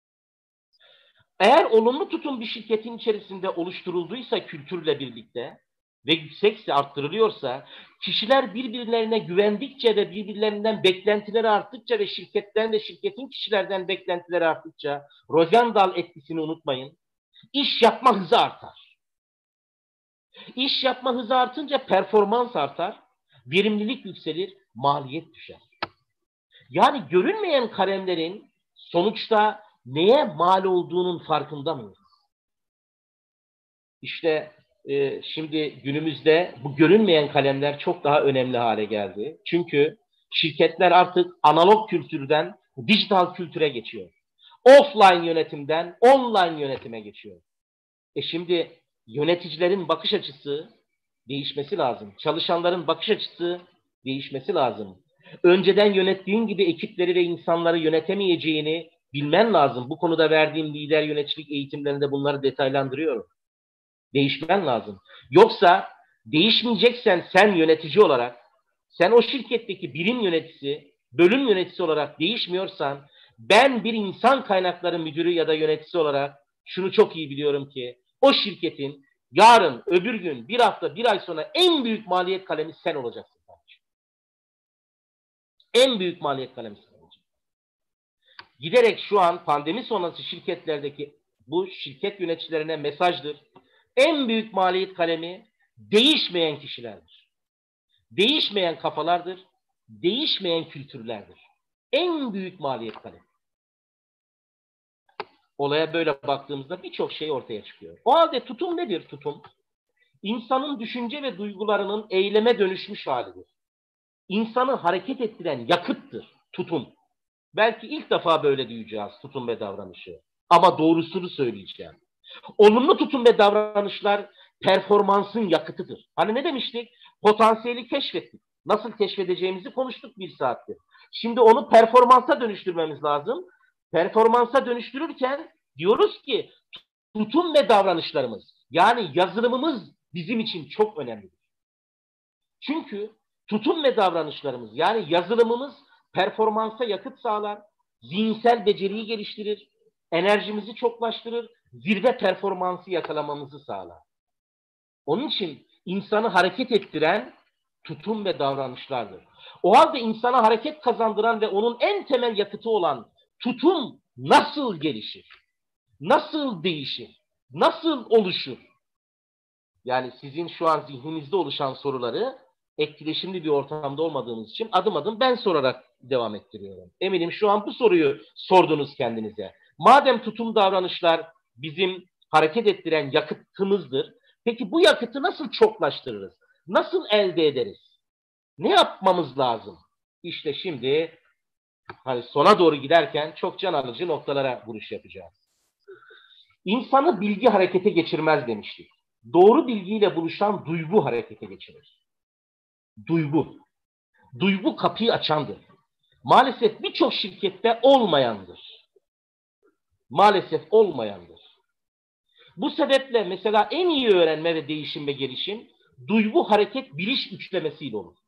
B: Eğer olumlu tutum bir şirketin içerisinde oluşturulduysa kültürle birlikte ve yüksekse, arttırılıyorsa, kişiler birbirlerine güvendikçe ve birbirlerinden beklentileri arttıkça ve şirketten de şirketin kişilerden beklentileri arttıkça, Rosendahl etkisini unutmayın, iş yapma hızı artar. İş yapma hızı artınca performans artar, verimlilik yükselir, maliyet düşer. Yani görünmeyen kalemlerin sonuçta neye mal olduğunun farkında mıyız? İşte e, şimdi günümüzde bu görünmeyen kalemler çok daha önemli hale geldi. Çünkü şirketler artık analog kültürden dijital kültüre geçiyor. Offline yönetimden online yönetime geçiyor. E şimdi yöneticilerin bakış açısı değişmesi lazım. Çalışanların bakış açısı değişmesi lazım. Önceden yönettiğin gibi ekipleri ve insanları yönetemeyeceğini bilmen lazım. Bu konuda verdiğim lider yöneticilik eğitimlerinde bunları detaylandırıyorum. Değişmen lazım. Yoksa değişmeyeceksen sen yönetici olarak, sen o şirketteki birim yöneticisi, bölüm yöneticisi olarak değişmiyorsan, ben bir insan kaynakları müdürü ya da yöneticisi olarak şunu çok iyi biliyorum ki, o şirketin yarın, öbür gün, bir hafta, bir ay sonra en büyük maliyet kalemi sen olacaksın. En büyük maliyet kalemi sen olacaksın. Giderek şu an pandemi sonrası şirketlerdeki bu şirket yöneticilerine mesajdır. En büyük maliyet kalemi değişmeyen kişilerdir. Değişmeyen kafalardır. Değişmeyen kültürlerdir. En büyük maliyet kalemi. Olaya böyle baktığımızda birçok şey ortaya çıkıyor. O halde tutum nedir tutum? İnsanın düşünce ve duygularının eyleme dönüşmüş halidir. İnsanı hareket ettiren yakıttır tutum. Belki ilk defa böyle duyacağız tutum ve davranışı. Ama doğrusunu söyleyeceğim. Olumlu tutum ve davranışlar performansın yakıtıdır. Hani ne demiştik? Potansiyeli keşfettik. Nasıl keşfedeceğimizi konuştuk bir saattir. Şimdi onu performansa dönüştürmemiz lazım. Performansa dönüştürürken diyoruz ki tutum ve davranışlarımız, yani yazılımımız bizim için çok önemlidir. Çünkü tutum ve davranışlarımız, yani yazılımımız performansa yakıt sağlar, zihinsel beceriyi geliştirir, enerjimizi çoklaştırır, zirve performansı yakalamamızı sağlar. Onun için insanı hareket ettiren tutum ve davranışlardır. O halde insana hareket kazandıran ve onun en temel yakıtı olan tutum nasıl gelişir? Nasıl değişir? Nasıl oluşur? Yani sizin şu an zihninizde oluşan soruları etkileşimli bir ortamda olmadığınız için adım adım ben sorarak devam ettiriyorum. Eminim şu an bu soruyu sordunuz kendinize. Madem tutum davranışlar bizim hareket ettiren yakıtımızdır, peki bu yakıtı nasıl çoklaştırırız? Nasıl elde ederiz? Ne yapmamız lazım? İşte şimdi hani sona doğru giderken çok can alıcı noktalara vuruş yapacağız. İnsanı bilgi harekete geçirmez demiştik. Doğru bilgiyle buluşan duygu harekete geçirir. Duygu. Duygu kapıyı açandır. Maalesef birçok şirkette olmayandır. Maalesef olmayandır. Bu sebeple mesela en iyi öğrenme ve değişim ve gelişim duygu, hareket, biliş üçlemesiyle olur.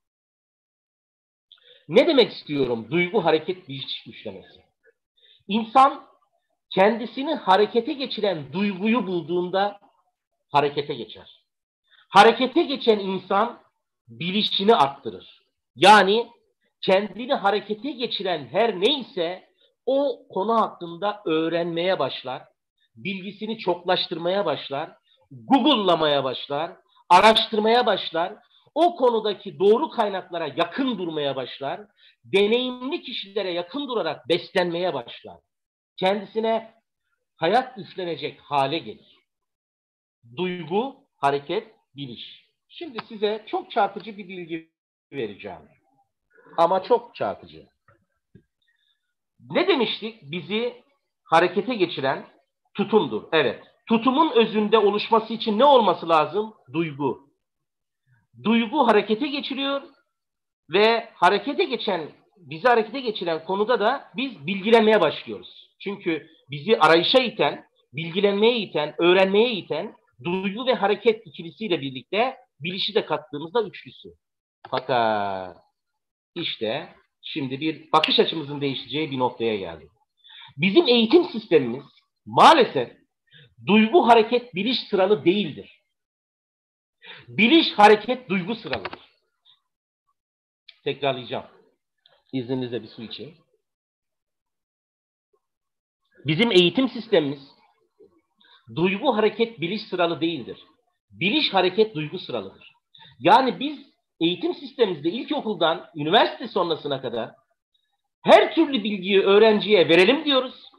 B: Ne demek istiyorum duygu, hareket, biliş üçlemesi? İnsan kendisini harekete geçiren duyguyu bulduğunda harekete geçer. Harekete geçen insan bilişini arttırır. Yani kendini harekete geçiren her neyse o konu hakkında öğrenmeye başlar, bilgisini çoklaştırmaya başlar, Google'lamaya başlar, araştırmaya başlar, o konudaki doğru kaynaklara yakın durmaya başlar, deneyimli kişilere yakın durarak beslenmeye başlar. Kendisine hayat üflenecek hale gelir. Duygu, hareket, biliş. Şimdi size çok çarpıcı bir bilgi vereceğim. Ama çok çarpıcı. Ne demiştik? Bizi harekete geçiren tutumdur. Evet, Tutumun özünde oluşması için ne olması lazım? Duygu. Duygu harekete geçiriyor ve harekete geçen, bizi harekete geçiren konuda da biz bilgilenmeye başlıyoruz. Çünkü bizi arayışa iten, bilgilenmeye iten, öğrenmeye iten duygu ve hareket ikilisiyle birlikte bilişi de kattığımızda üçlüsü. Fakat işte şimdi bir bakış açımızın değişeceği bir noktaya geldik. Bizim eğitim sistemimiz maalesef duygu, hareket, biliş sıralı değildir. Biliş, hareket, duygu sıralıdır. Tekrarlayacağım. İzninizle bir su içeyim. Bizim eğitim sistemimiz duygu, hareket, biliş sıralı değildir. Biliş, hareket, duygu sıralıdır. Yani biz eğitim sistemimizde ilkokuldan üniversite sonrasına kadar her türlü bilgiyi öğrenciye verelim diyoruz.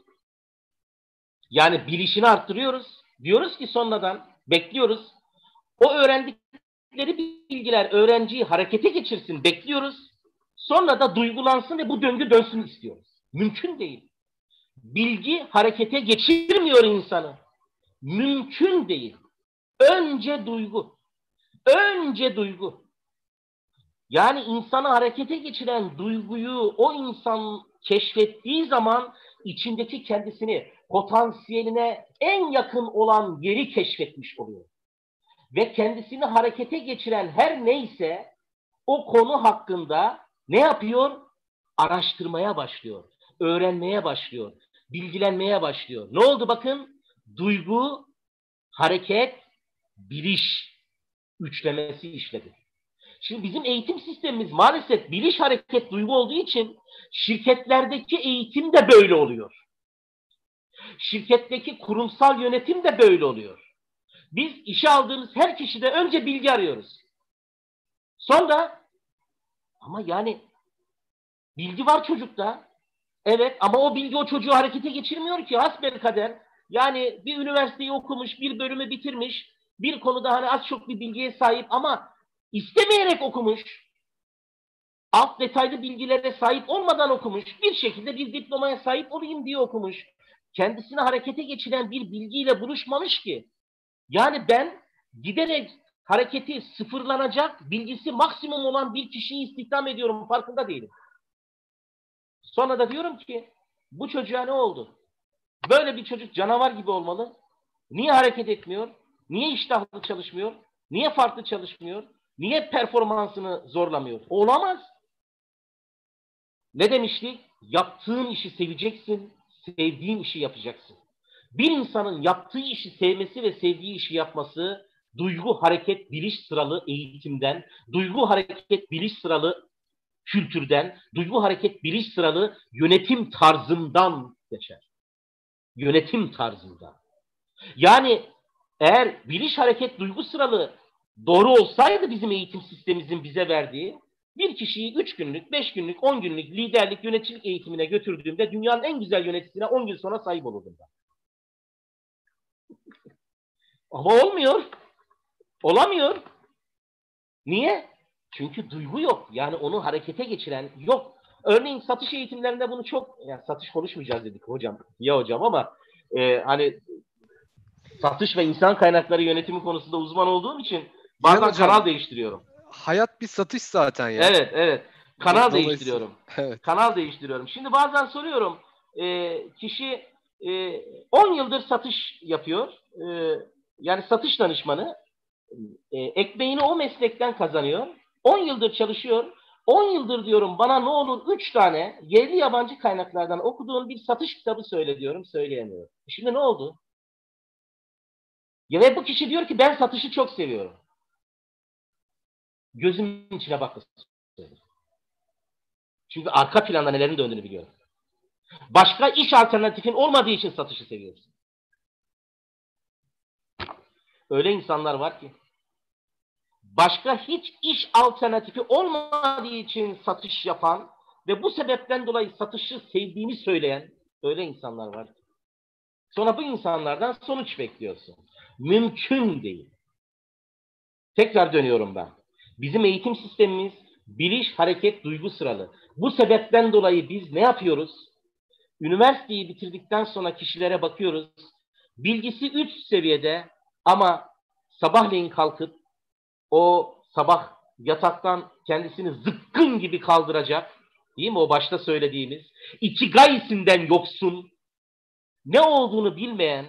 B: Yani bilişini arttırıyoruz. Diyoruz ki sonradan bekliyoruz. O öğrendikleri bilgiler öğrenciyi harekete geçirsin bekliyoruz. Sonra da duygulansın ve bu döngü dönsün istiyoruz. Mümkün değil. Bilgi harekete geçirmiyor insanı. Mümkün değil. Önce duygu. Önce duygu. Yani insanı harekete geçiren duyguyu o insan keşfettiği zaman içindeki kendisini potansiyeline en yakın olan yeri keşfetmiş oluyor. Ve kendisini harekete geçiren her neyse o konu hakkında ne yapıyor? Araştırmaya başlıyor. Öğrenmeye başlıyor. Bilgilenmeye başlıyor. Ne oldu bakın? Duygu, hareket, biliş üçlemesi işledi. Şimdi bizim eğitim sistemimiz maalesef biliş, hareket, duygu olduğu için şirketlerdeki eğitim de böyle oluyor. Şirketteki kurumsal yönetim de böyle oluyor. Biz işe aldığımız her kişide önce bilgi arıyoruz. Sonra ama yani bilgi var çocukta. Evet ama o bilgi o çocuğu harekete geçirmiyor ki hasbelkader. Yani bir üniversiteyi okumuş, bir bölümü bitirmiş, bir konuda hani az çok bir bilgiye sahip ama istemeyerek okumuş, alt detaylı bilgilere sahip olmadan okumuş, bir şekilde bir diplomaya sahip olayım diye okumuş. Kendisini harekete geçiren bir bilgiyle buluşmamış ki. Yani ben giderek hareketi sıfırlanacak, bilgisi maksimum olan bir kişiyi istihdam ediyorum, farkında değilim. Sonra da diyorum ki, bu çocuğa ne oldu? Böyle bir çocuk canavar gibi olmalı. Niye hareket etmiyor? Niye iştahlı çalışmıyor? Niye farklı çalışmıyor? Niye performansını zorlamıyor? Olamaz. Ne demiştik? Yaptığın işi seveceksin, sevdiğin işi yapacaksın. Bir insanın yaptığı işi sevmesi ve sevdiği işi yapması, duygu, hareket, biliş sıralı eğitimden, duygu, hareket, biliş sıralı kültürden, duygu, hareket, biliş sıralı yönetim tarzından geçer. Yönetim tarzından. Yani eğer biliş, hareket, duygu sıralı doğru olsaydı bizim eğitim sistemimizin bize verdiği, bir kişiyi üç günlük, beş günlük, on günlük liderlik, yöneticilik eğitimine götürdüğümde dünyanın en güzel yöneticisine on gün sonra sahip olurdum ben. Ama olmuyor. Olamıyor. Niye? Çünkü duygu yok. Yani onu harekete geçiren yok. Örneğin satış eğitimlerinde bunu çok, yani satış konuşmayacağız dedik hocam. Ya hocam ama e, hani satış ve insan kaynakları yönetimi konusunda uzman olduğum için bazen hocam, kanal değiştiriyorum.
A: Hayat bir satış zaten ya.
B: Evet, evet. Kanal değiştiriyorum.
A: Evet.
B: Kanal değiştiriyorum. Şimdi bazen soruyorum. E, kişi e, on yıldır satış yapıyor. E, yani satış danışmanı. E, ekmeğini o meslekten kazanıyor. on yıldır çalışıyor. on yıldır diyorum bana ne olur üç tane yerli yabancı kaynaklardan okuduğun bir satış kitabı söyle diyorum. Söyleyemiyor. Şimdi ne oldu? Ya ve bu kişi diyor ki ben satışı çok seviyorum. Gözümün içine bakmasın. Çünkü arka planda nelerin döndüğünü biliyorum. Başka iş alternatifin olmadığı için satışı seviyorsun. Öyle insanlar var ki başka hiç iş alternatifi olmadığı için satış yapan ve bu sebepten dolayı satışı sevdiğini söyleyen öyle insanlar var. Sonra bu insanlardan sonuç bekliyorsun. Mümkün değil. Tekrar dönüyorum ben. Bizim eğitim sistemimiz biliş, hareket, duygu sıralı. Bu sebepten dolayı biz ne yapıyoruz? Üniversiteyi bitirdikten sonra kişilere bakıyoruz. Bilgisi üç seviyede ama sabahleyin kalkıp o sabah yataktan kendisini zıpkın gibi kaldıracak, değil mi, o başta söylediğimiz ikigai'sinden yoksun, ne olduğunu bilmeyen,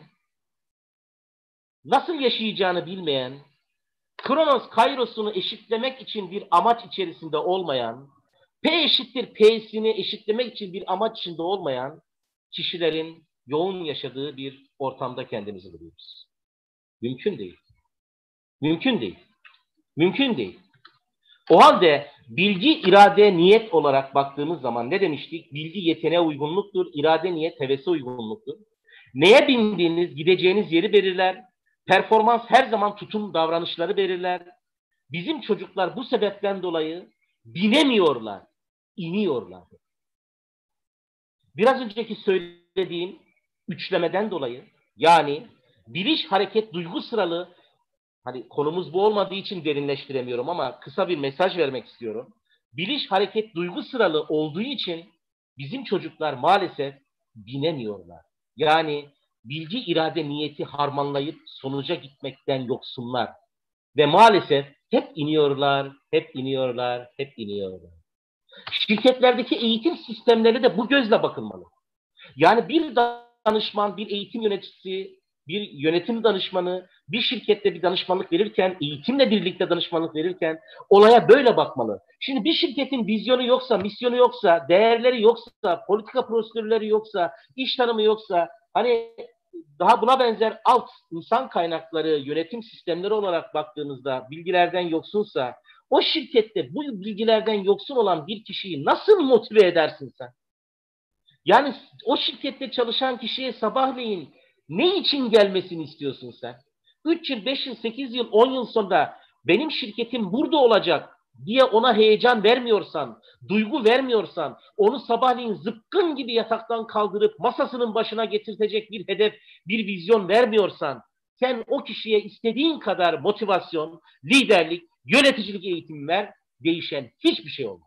B: nasıl yaşayacağını bilmeyen, Kronos Kairos'unu eşitlemek için bir amaç içerisinde olmayan, P eşittir P'sini eşitlemek için bir amaç içinde olmayan kişilerin yoğun yaşadığı bir ortamda kendimizi buluyoruz. Mümkün değil. Mümkün değil. Mümkün değil. O halde bilgi, irade, niyet olarak baktığımız zaman ne demiştik? Bilgi yeteneğe uygunluktur, irade, niyet, hevese uygunluktur. Neye bindiğiniz, gideceğiniz yeri belirler. Performans her zaman tutum davranışları belirler. Bizim çocuklar bu sebepten dolayı binemiyorlar, iniyorlar. Biraz önceki söylediğim üçlemeden dolayı, yani biliş, hareket, duygu sıralı, hani konumuz bu olmadığı için derinleştiremiyorum ama kısa bir mesaj vermek istiyorum. Biliş, hareket, duygu sıralı olduğu için bizim çocuklar maalesef binemiyorlar. Yani bilgi, irade, niyeti harmanlayıp sonuca gitmekten yoksunlar. Ve maalesef hep iniyorlar, hep iniyorlar, hep iniyorlar. Şirketlerdeki eğitim sistemleri de bu gözle bakılmalı. Yani bir danışman, bir eğitim yöneticisi, bir yönetim danışmanı, bir şirkette bir danışmanlık verirken, eğitimle birlikte danışmanlık verirken olaya böyle bakmalı. Şimdi bir şirketin vizyonu yoksa, misyonu yoksa, değerleri yoksa, politika prosedürleri yoksa, iş tanımı yoksa, hani daha buna benzer alt insan kaynakları, yönetim sistemleri olarak baktığınızda bilgilerden yoksunsa, o şirkette bu bilgilerden yoksun olan bir kişiyi nasıl motive edersin sen? Yani o şirkette çalışan kişiye sabahleyin ne için gelmesini istiyorsun sen? üç yıl, beş yıl, sekiz yıl, on yıl sonra benim şirketim burada olacak diye ona heyecan vermiyorsan, duygu vermiyorsan, onu sabahleyin zıpkın gibi yataktan kaldırıp masasının başına getirtecek bir hedef, bir vizyon vermiyorsan, sen o kişiye istediğin kadar motivasyon, liderlik, yöneticilik eğitimi ver, değişen hiçbir şey olmaz.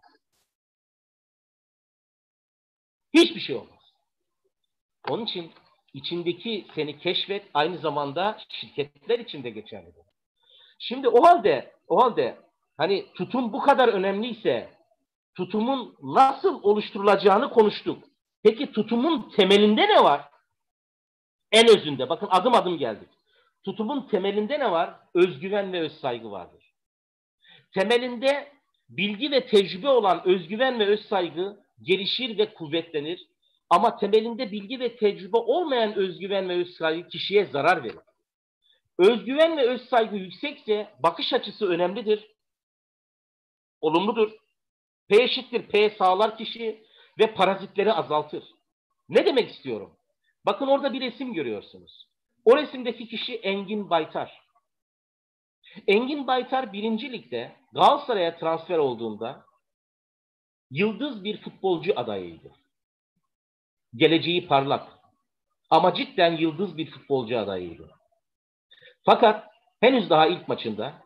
B: Hiçbir şey olmaz. Onun için içindeki seni keşfet, aynı zamanda şirketler için de geçerlidir. Şimdi o halde, o halde hani tutum bu kadar önemliyse, tutumun nasıl oluşturulacağını konuştuk. Peki tutumun temelinde ne var? En özünde, bakın adım adım geldik. Tutumun temelinde ne var? Özgüven ve özsaygı vardır. Temelinde bilgi ve tecrübe olan özgüven ve özsaygı gelişir ve kuvvetlenir. Ama temelinde bilgi ve tecrübe olmayan özgüven ve özsaygı kişiye zarar verir. Özgüven ve özsaygı yüksekse bakış açısı önemlidir, olumludur. P eşittir P sağlar kişi ve parazitleri azaltır. Ne demek istiyorum? Bakın orada bir resim görüyorsunuz. O resimdeki kişi Engin Baytar. Engin Baytar birinci Lig'de Galatasaray'a transfer olduğunda yıldız bir futbolcu adayıydı. Geleceği parlak. Ama cidden yıldız bir futbolcu adayıydı. Fakat henüz daha ilk maçında,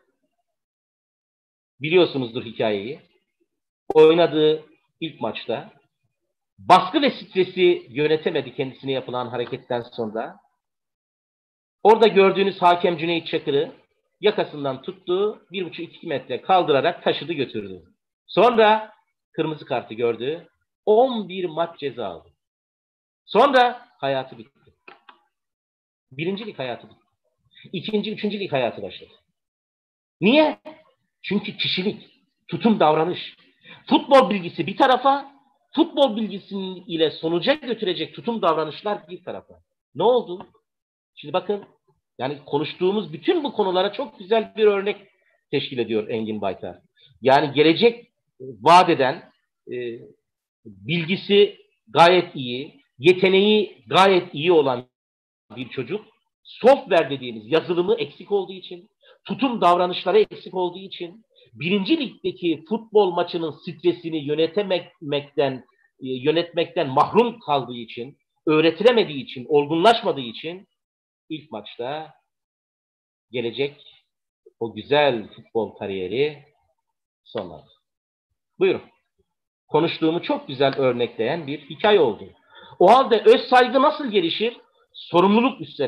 B: biliyorsunuzdur hikayeyi, oynadığı ilk maçta baskı ve stresi yönetemedi kendisine yapılan hareketten sonra. Orada gördüğünüz hakem Cüneyt Çakır'ı yakasından tuttu, bir buçuk iki metre kaldırarak taşıdı götürdü. Sonra kırmızı kartı gördü, on bir maç ceza aldı. Sonra hayatı bitti. Birincilik hayatı bitti. İkinci, üçüncü lig hayatı başladı. Niye? Çünkü kişilik, tutum, davranış. Futbol bilgisi bir tarafa, futbol bilgisinin ile sonuca götürecek tutum, davranışlar bir tarafa. Ne oldu? Şimdi bakın, yani konuştuğumuz bütün bu konulara çok güzel bir örnek teşkil ediyor Engin Baytar. Yani gelecek vaat eden, e, bilgisi gayet iyi, yeteneği gayet iyi olan bir çocuk, software dediğimiz yazılımı eksik olduğu için, tutum davranışları eksik olduğu için, birinci ligdeki futbol maçının stresini yönetemekten, yönetmekten mahrum kaldığı için, öğretilemediği için, olgunlaşmadığı için ilk maçta gelecek o güzel futbol kariyeri sonlandı. Buyurun. Konuştuğumu çok güzel örnekleyen bir hikaye oldu. O halde öz saygı nasıl gelişir? Sorumluluk üstlenerek.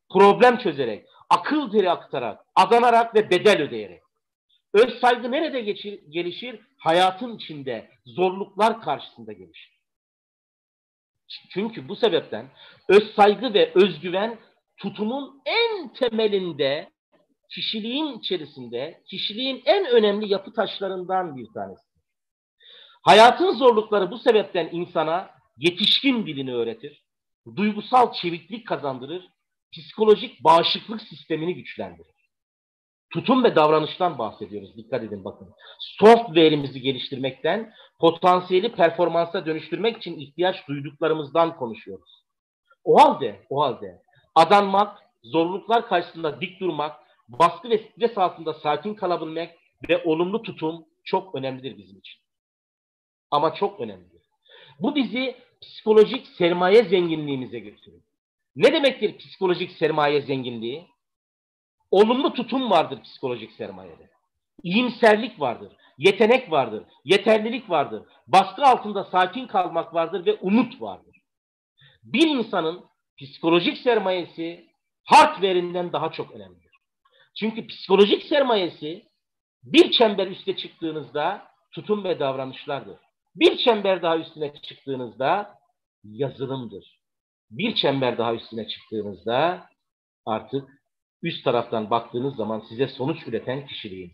B: problem çözerek, akıl teri aktararak, adanarak ve bedel ödeyerek. Öz saygı nerede geçir, gelişir? Hayatın içinde, zorluklar karşısında gelişir. Çünkü bu sebepten öz saygı ve özgüven tutumun en temelinde, kişiliğin içerisinde, kişiliğin en önemli yapı taşlarından bir tanesi. Hayatın zorlukları bu sebepten insana yetişkin dilini öğretir, duygusal çeviklik kazandırır, psikolojik bağışıklık sistemini güçlendirir. Tutum ve davranıştan bahsediyoruz. Dikkat edin bakın. Software'imizi geliştirmekten, potansiyeli performansa dönüştürmek için ihtiyaç duyduklarımızdan konuşuyoruz. O halde, o halde adanmak, zorluklar karşısında dik durmak, baskı ve stres altında sakin kalabilmek ve olumlu tutum çok önemlidir bizim için. Ama çok önemlidir. Bu bizi psikolojik sermaye zenginliğimize götürür. Ne demektir psikolojik sermaye zenginliği? Olumlu tutum vardır psikolojik sermayede. İyimserlik vardır, yetenek vardır, yeterlilik vardır, baskı altında sakin kalmak vardır ve umut vardır. Bir insanın psikolojik sermayesi hardware'inden daha çok önemlidir. Çünkü psikolojik sermayesi bir çember üste çıktığınızda tutum ve davranışlardır. Bir çember daha üstüne çıktığınızda yazılımdır. Bir çember daha üstüne çıktığınızda artık üst taraftan baktığınız zaman size sonuç üreten kişiliğin.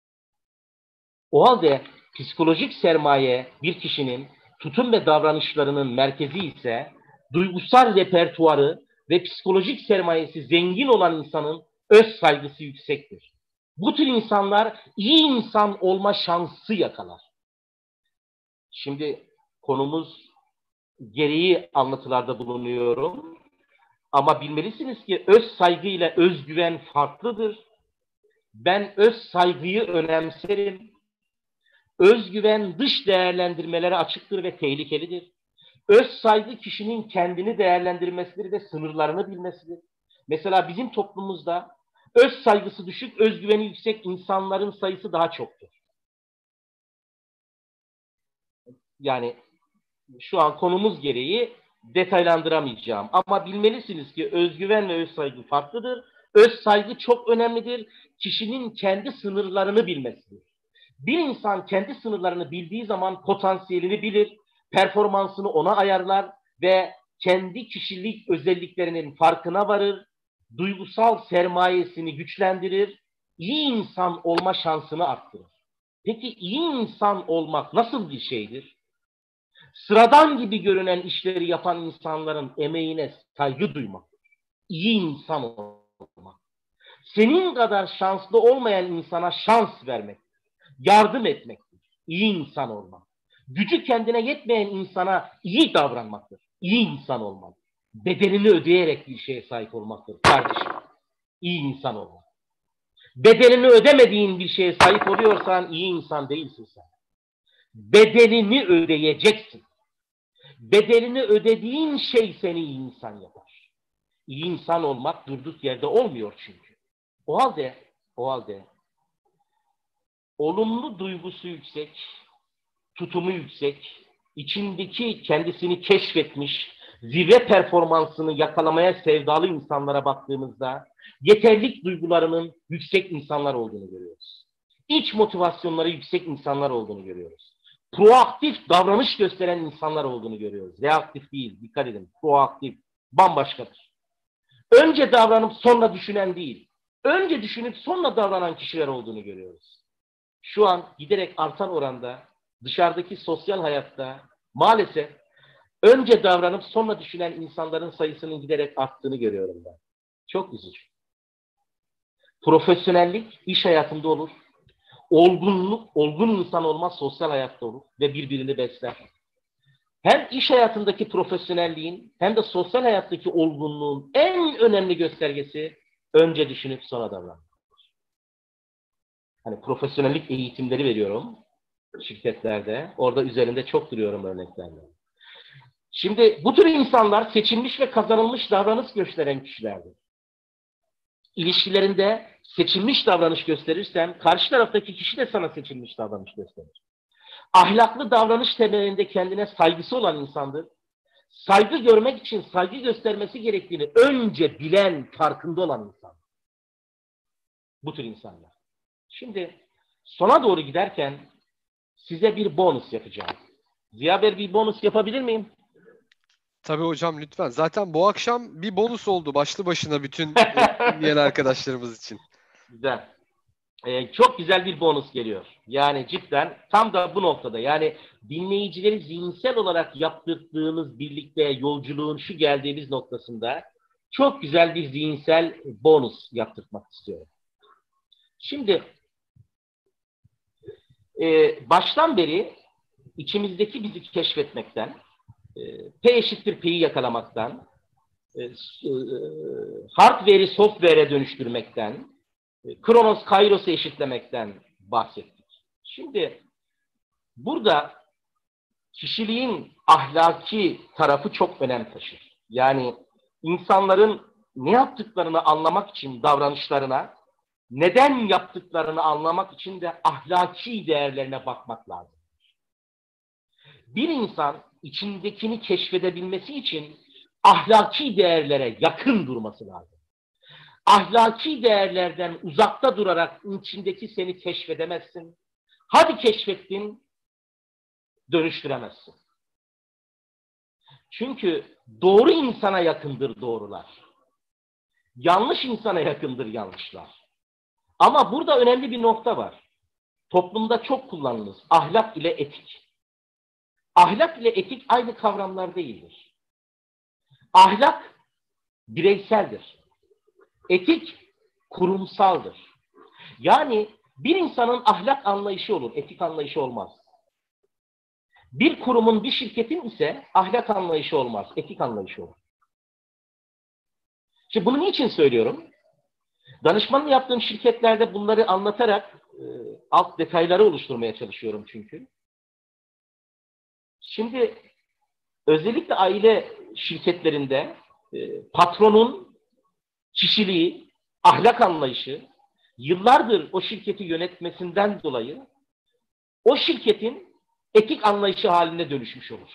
B: O halde psikolojik sermaye bir kişinin tutum ve davranışlarının merkezi ise duygusal repertuarı ve psikolojik sermayesi zengin olan insanın öz saygısı yüksektir. Bu tür insanlar iyi insan olma şansı yakalar. Şimdi konumuz gereği anlatılarda bulunuyorum. Ama bilmelisiniz ki öz saygı ile özgüven farklıdır. Ben öz saygıyı önemserim. Özgüven dış değerlendirmelere açıktır ve tehlikelidir. Öz saygı kişinin kendini değerlendirmesidir ve sınırlarını bilmesidir. Mesela bizim toplumumuzda öz saygısı düşük, özgüveni yüksek insanların sayısı daha çoktur. Yani şu an konumuz gereği detaylandıramayacağım. Ama bilmelisiniz ki özgüven ve öz saygı farklıdır. Öz saygı çok önemlidir. Kişinin kendi sınırlarını bilmesidir. Bir insan kendi sınırlarını bildiği zaman potansiyelini bilir, performansını ona ayarlar ve kendi kişilik özelliklerinin farkına varır, duygusal sermayesini güçlendirir, iyi insan olma şansını arttırır. Peki iyi insan olmak nasıl bir şeydir? Sıradan gibi görünen işleri yapan insanların emeğine saygı duymak, iyi insan olmak, senin kadar şanslı olmayan insana şans vermek, yardım etmektir, iyi insan olmak. Gücü kendine yetmeyen insana iyi davranmaktır, iyi insan olmak. Bedelini ödeyerek bir şeye sahip olmaktır kardeşim, iyi insan olmak. Bedelini ödemediğin bir şeye sahip oluyorsan iyi insan değilsin sen. Bedelini ödeyeceksin. Bedelini ödediğin şey seni iyi insan yapar. İyi insan olmak durduk yerde olmuyor çünkü. O halde, o halde olumlu duygusu yüksek, tutumu yüksek, içindeki kendisini keşfetmiş, zirve performansını yakalamaya sevdalı insanlara baktığımızda yeterlilik duygularının yüksek insanlar olduğunu görüyoruz. İç motivasyonları yüksek insanlar olduğunu görüyoruz. Proaktif davranış gösteren insanlar olduğunu görüyoruz. Reaktif değil, dikkat edin. Proaktif, bambaşkadır. Önce davranıp sonra düşünen değil, önce düşünüp sonra davranan kişiler olduğunu görüyoruz. Şu an giderek artan oranda dışarıdaki sosyal hayatta maalesef önce davranıp sonra düşünen insanların sayısının giderek arttığını görüyorum ben. Çok üzücü. Profesyonellik iş hayatında olur. Olgunluk, olgun insan olma sosyal hayatta olur ve birbirini besler. Hem iş hayatındaki profesyonelliğin hem de sosyal hayattaki olgunluğun en önemli göstergesi önce düşünüp sonra davranmak. Hani profesyonellik eğitimleri veriyorum şirketlerde. Orada üzerinde çok duruyorum örneklerle. Şimdi bu tür insanlar seçilmiş ve kazanılmış davranış gösteren kişilerdir. İlişkilerinde seçilmiş davranış gösterirsen karşı taraftaki kişi de sana seçilmiş davranış gösterir. Ahlaklı davranış temelinde kendine saygısı olan insandır. saygı görmek için saygı göstermesi gerektiğini önce bilen, farkında olan insan. Bu tür insanlar. Şimdi sona doğru giderken size bir bonus yapacağım. Ziya Bey, bir bonus yapabilir miyim?
A: Tabii hocam, lütfen. Zaten bu akşam bir bonus oldu başlı başına bütün dinleyen arkadaşlarımız için.
B: Güzel. Ee, çok güzel bir bonus geliyor. Yani cidden tam da bu noktada. Yani dinleyicileri zihinsel olarak yaptırdığınız birlikte yolculuğun şu geldiğimiz noktasında çok güzel bir zihinsel bonus yaptırmak istiyorum. Şimdi e, baştan beri içimizdeki bizi keşfetmekten, e, P eşittir P'yi yakalamaktan, e, e, hardware'i software'e dönüştürmekten, e, Kronos Kairos'u eşitlemekten bahsettik. Şimdi burada kişiliğin ahlaki tarafı çok önem taşır. Yani insanların ne yaptıklarını anlamak için davranışlarına, neden yaptıklarını anlamak için de ahlaki değerlerine bakmak lazım. Bir insan içindekini keşfedebilmesi için ahlaki değerlere yakın durması lazım. Ahlaki değerlerden uzakta durarak içindeki seni keşfedemezsin. Hadi keşfettin, dönüştüremezsin. Çünkü doğru insana yakındır doğrular. Yanlış insana yakındır yanlışlar. Ama burada önemli bir nokta var. Toplumda çok kullanılır. Ahlak ile etik. Ahlak ile etik aynı kavramlar değildir. Ahlak bireyseldir. Etik kurumsaldır. Yani bir insanın ahlak anlayışı olur, etik anlayışı olmaz. Bir kurumun, bir şirketin ise ahlak anlayışı olmaz, etik anlayışı olur. Şimdi bunu niçin söylüyorum? Danışmanlık yaptığım şirketlerde bunları anlatarak e, alt detayları oluşturmaya çalışıyorum çünkü. Şimdi özellikle aile şirketlerinde e, patronun kişiliği, ahlak anlayışı, yıllardır o şirketi yönetmesinden dolayı o şirketin etik anlayışı haline dönüşmüş olur.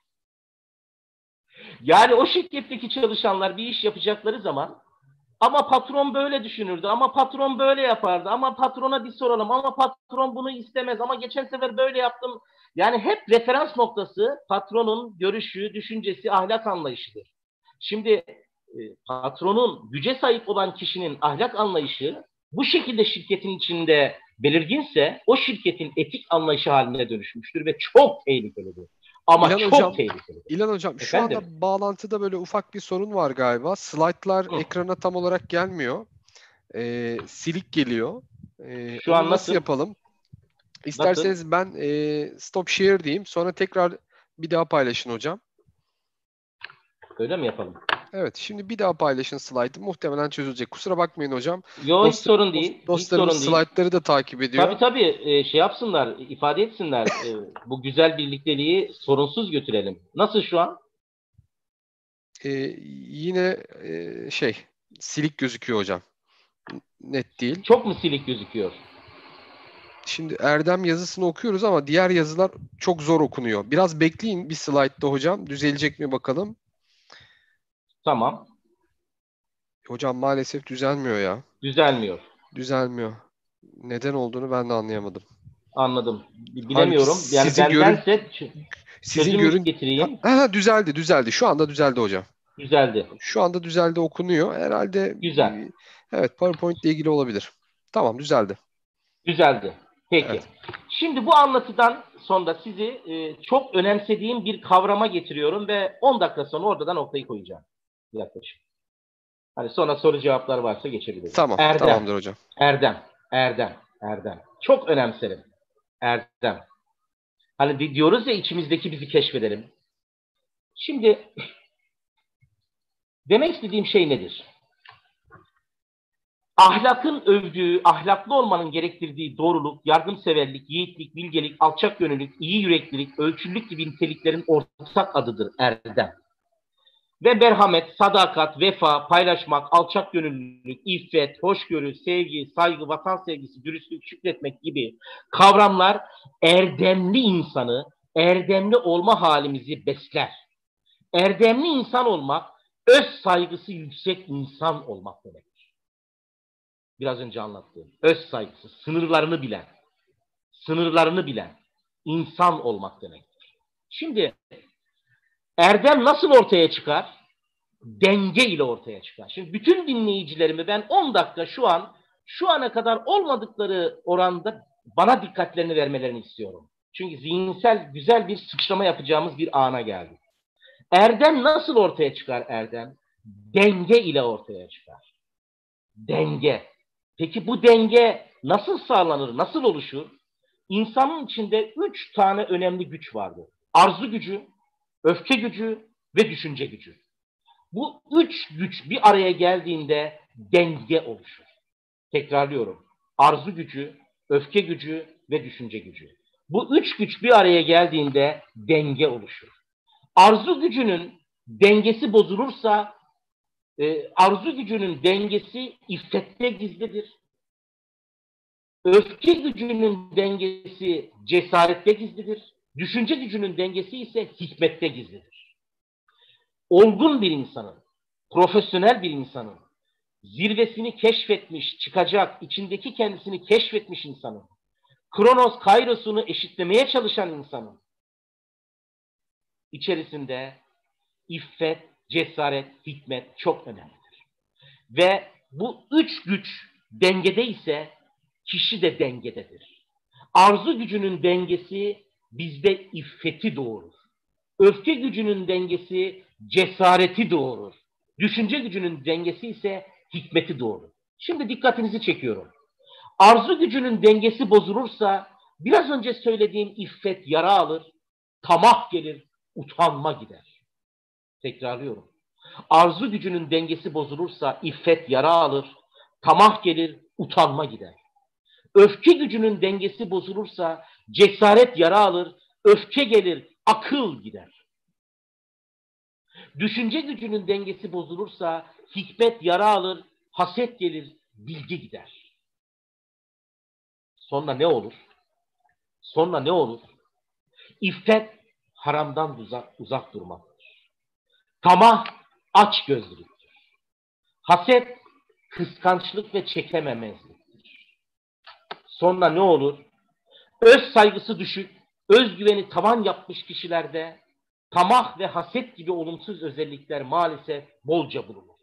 B: Yani o şirketteki çalışanlar bir iş yapacakları zaman ama patron böyle düşünürdü, ama patron böyle yapardı, ama patrona bir soralım, ama patron bunu istemez, ama geçen sefer böyle yaptım. Yani hep referans noktası patronun görüşü, düşüncesi, ahlak anlayışıdır. Şimdi e, patronun, güce sahip olan kişinin ahlak anlayışı bu şekilde şirketin içinde belirginse o şirketin etik anlayışı haline dönüşmüştür ve çok tehlikelidir. Ama
A: İlhan
B: çok
A: hocam,
B: tehlikeli.
A: İlhan hocam şu
B: Efendim?
A: anda bağlantıda böyle ufak bir sorun var galiba. Slaytlar
B: Hı.
A: ekrana tam olarak gelmiyor. Ee, silik geliyor. Ee,
B: Şu
A: onu
B: an
A: nasıl
B: nasıl?
A: yapalım?
B: Nasıl?
A: İsterseniz ben e, stop share diyeyim. Sonra tekrar bir daha paylaşın hocam.
B: Öyle mi yapalım?
A: Evet, şimdi bir daha paylaşın slaytı. Muhtemelen çözülecek. Kusura bakmayın hocam.
B: Yo, hiç
A: Dost,
B: sorun
A: dost-
B: değil. Hiç
A: dostlarımız
B: sorun değil.
A: slaytları da takip
B: Tabii
A: ediyor.
B: tabii e, şey yapsınlar, ifade etsinler. E, bu güzel birlikteliği sorunsuz götürelim. Nasıl şu an?
A: Ee, yine e, şey silik gözüküyor hocam. Net değil.
B: Çok mu silik gözüküyor?
A: Şimdi Erdem yazısını okuyoruz ama diğer yazılar çok zor okunuyor. Biraz bekleyin bir slaytta hocam. Düzelecek mi bakalım.
B: Tamam.
A: Hocam maalesef düzelmiyor ya.
B: Düzelmiyor.
A: Düzelmiyor. Neden olduğunu ben de anlayamadım.
B: Anladım.
A: Halbuki
B: Bilemiyorum. Yani
A: sizin görün
B: bendense ç-
A: sizin
B: çözüm
A: görün ha,
B: getireyim.
A: ha, düzeldi düzeldi. Şu anda düzeldi hocam.
B: Düzeldi.
A: Şu anda düzeldi okunuyor. Herhalde
B: Güzel.
A: e, evet PowerPoint ile ilgili olabilir. Tamam düzeldi.
B: Düzeldi. Peki.
A: Evet.
B: Şimdi bu anlatıdan sonra sizi e, çok önemsediğim bir kavrama getiriyorum ve on dakika sonra orada da noktayı koyacağım. Yaklaşık. Hani sonra soru cevaplar varsa geçebiliriz.
A: Tamam.
B: Erdem.
A: Tamamdır hocam.
B: Erdem. Erdem. Erdem. Çok önemserim. Erdem. Hani di- diyoruz ya içimizdeki bizi keşfedelim. Şimdi demek istediğim şey nedir? Ahlakın övdüğü, ahlaklı olmanın gerektirdiği doğruluk, yardımseverlik, yiğitlik, bilgelik, alçak gönüllülük, iyi yüreklilik, ölçülük gibi niteliklerin ortak adıdır erdem. Ve merhamet, sadakat, vefa, paylaşmak, alçak gönüllülük, iffet, hoşgörü, sevgi, saygı, vatan sevgisi, dürüstlük, şükretmek gibi kavramlar erdemli insanı, erdemli olma halimizi besler. Erdemli insan olmak, öz saygısı yüksek insan olmak demektir. Biraz önce anlattığım öz saygısı, sınırlarını bilen, sınırlarını bilen insan olmak demektir. Şimdi erdem nasıl ortaya çıkar? Denge ile ortaya çıkar. Şimdi bütün dinleyicilerimi ben on dakika şu an, şu ana kadar olmadıkları oranda bana dikkatlerini vermelerini istiyorum. Çünkü zihinsel güzel bir sıçrama yapacağımız bir ana geldi. Erdem nasıl ortaya çıkar erdem? Denge ile ortaya çıkar. Denge. Peki bu denge nasıl sağlanır, nasıl oluşur? İnsanın içinde üç tane önemli güç vardır. Arzu gücü, öfke gücü ve düşünce gücü. Bu üç güç bir araya geldiğinde denge oluşur. Tekrarlıyorum. Arzu gücü, öfke gücü ve düşünce gücü. Bu üç güç bir araya geldiğinde denge oluşur. Arzu gücünün dengesi bozulursa, e, arzu gücünün dengesi iffette gizlidir. Öfke gücünün dengesi cesarette gizlidir. Düşünce gücünün dengesi ise hikmette gizlidir. Olgun bir insanın, profesyonel bir insanın, zirvesini keşfetmiş, çıkacak, içindeki kendisini keşfetmiş insanın, Kronos Kairos'unu eşitlemeye çalışan insanın içerisinde iffet, cesaret, hikmet çok önemlidir. Ve bu üç güç dengede ise kişi de dengededir. Arzu gücünün dengesi bizde iffeti doğurur. Öfke gücünün dengesi cesareti doğurur. Düşünce gücünün dengesi ise hikmeti doğurur. Şimdi dikkatinizi çekiyorum. Arzu gücünün dengesi bozulursa biraz önce söylediğim iffet yara alır, tamah gelir, utanma gider. Tekrarlıyorum. Arzu gücünün dengesi bozulursa iffet yara alır, tamah gelir, utanma gider. Öfke gücünün dengesi bozulursa cesaret yara alır, öfke gelir, akıl gider. Düşünce gücünün dengesi bozulursa hikmet yara alır, haset gelir, bilgi gider. Sonra ne olur? Sonra ne olur? İffet haramdan uzak, uzak durmaktır. Tamah açgözlülüktür. Haset kıskançlık ve çekememezliktir. Sonra ne olur? Öz saygısı düşük, özgüveni tavan yapmış kişilerde tamah ve haset gibi olumsuz özellikler maalesef bolca bulunur.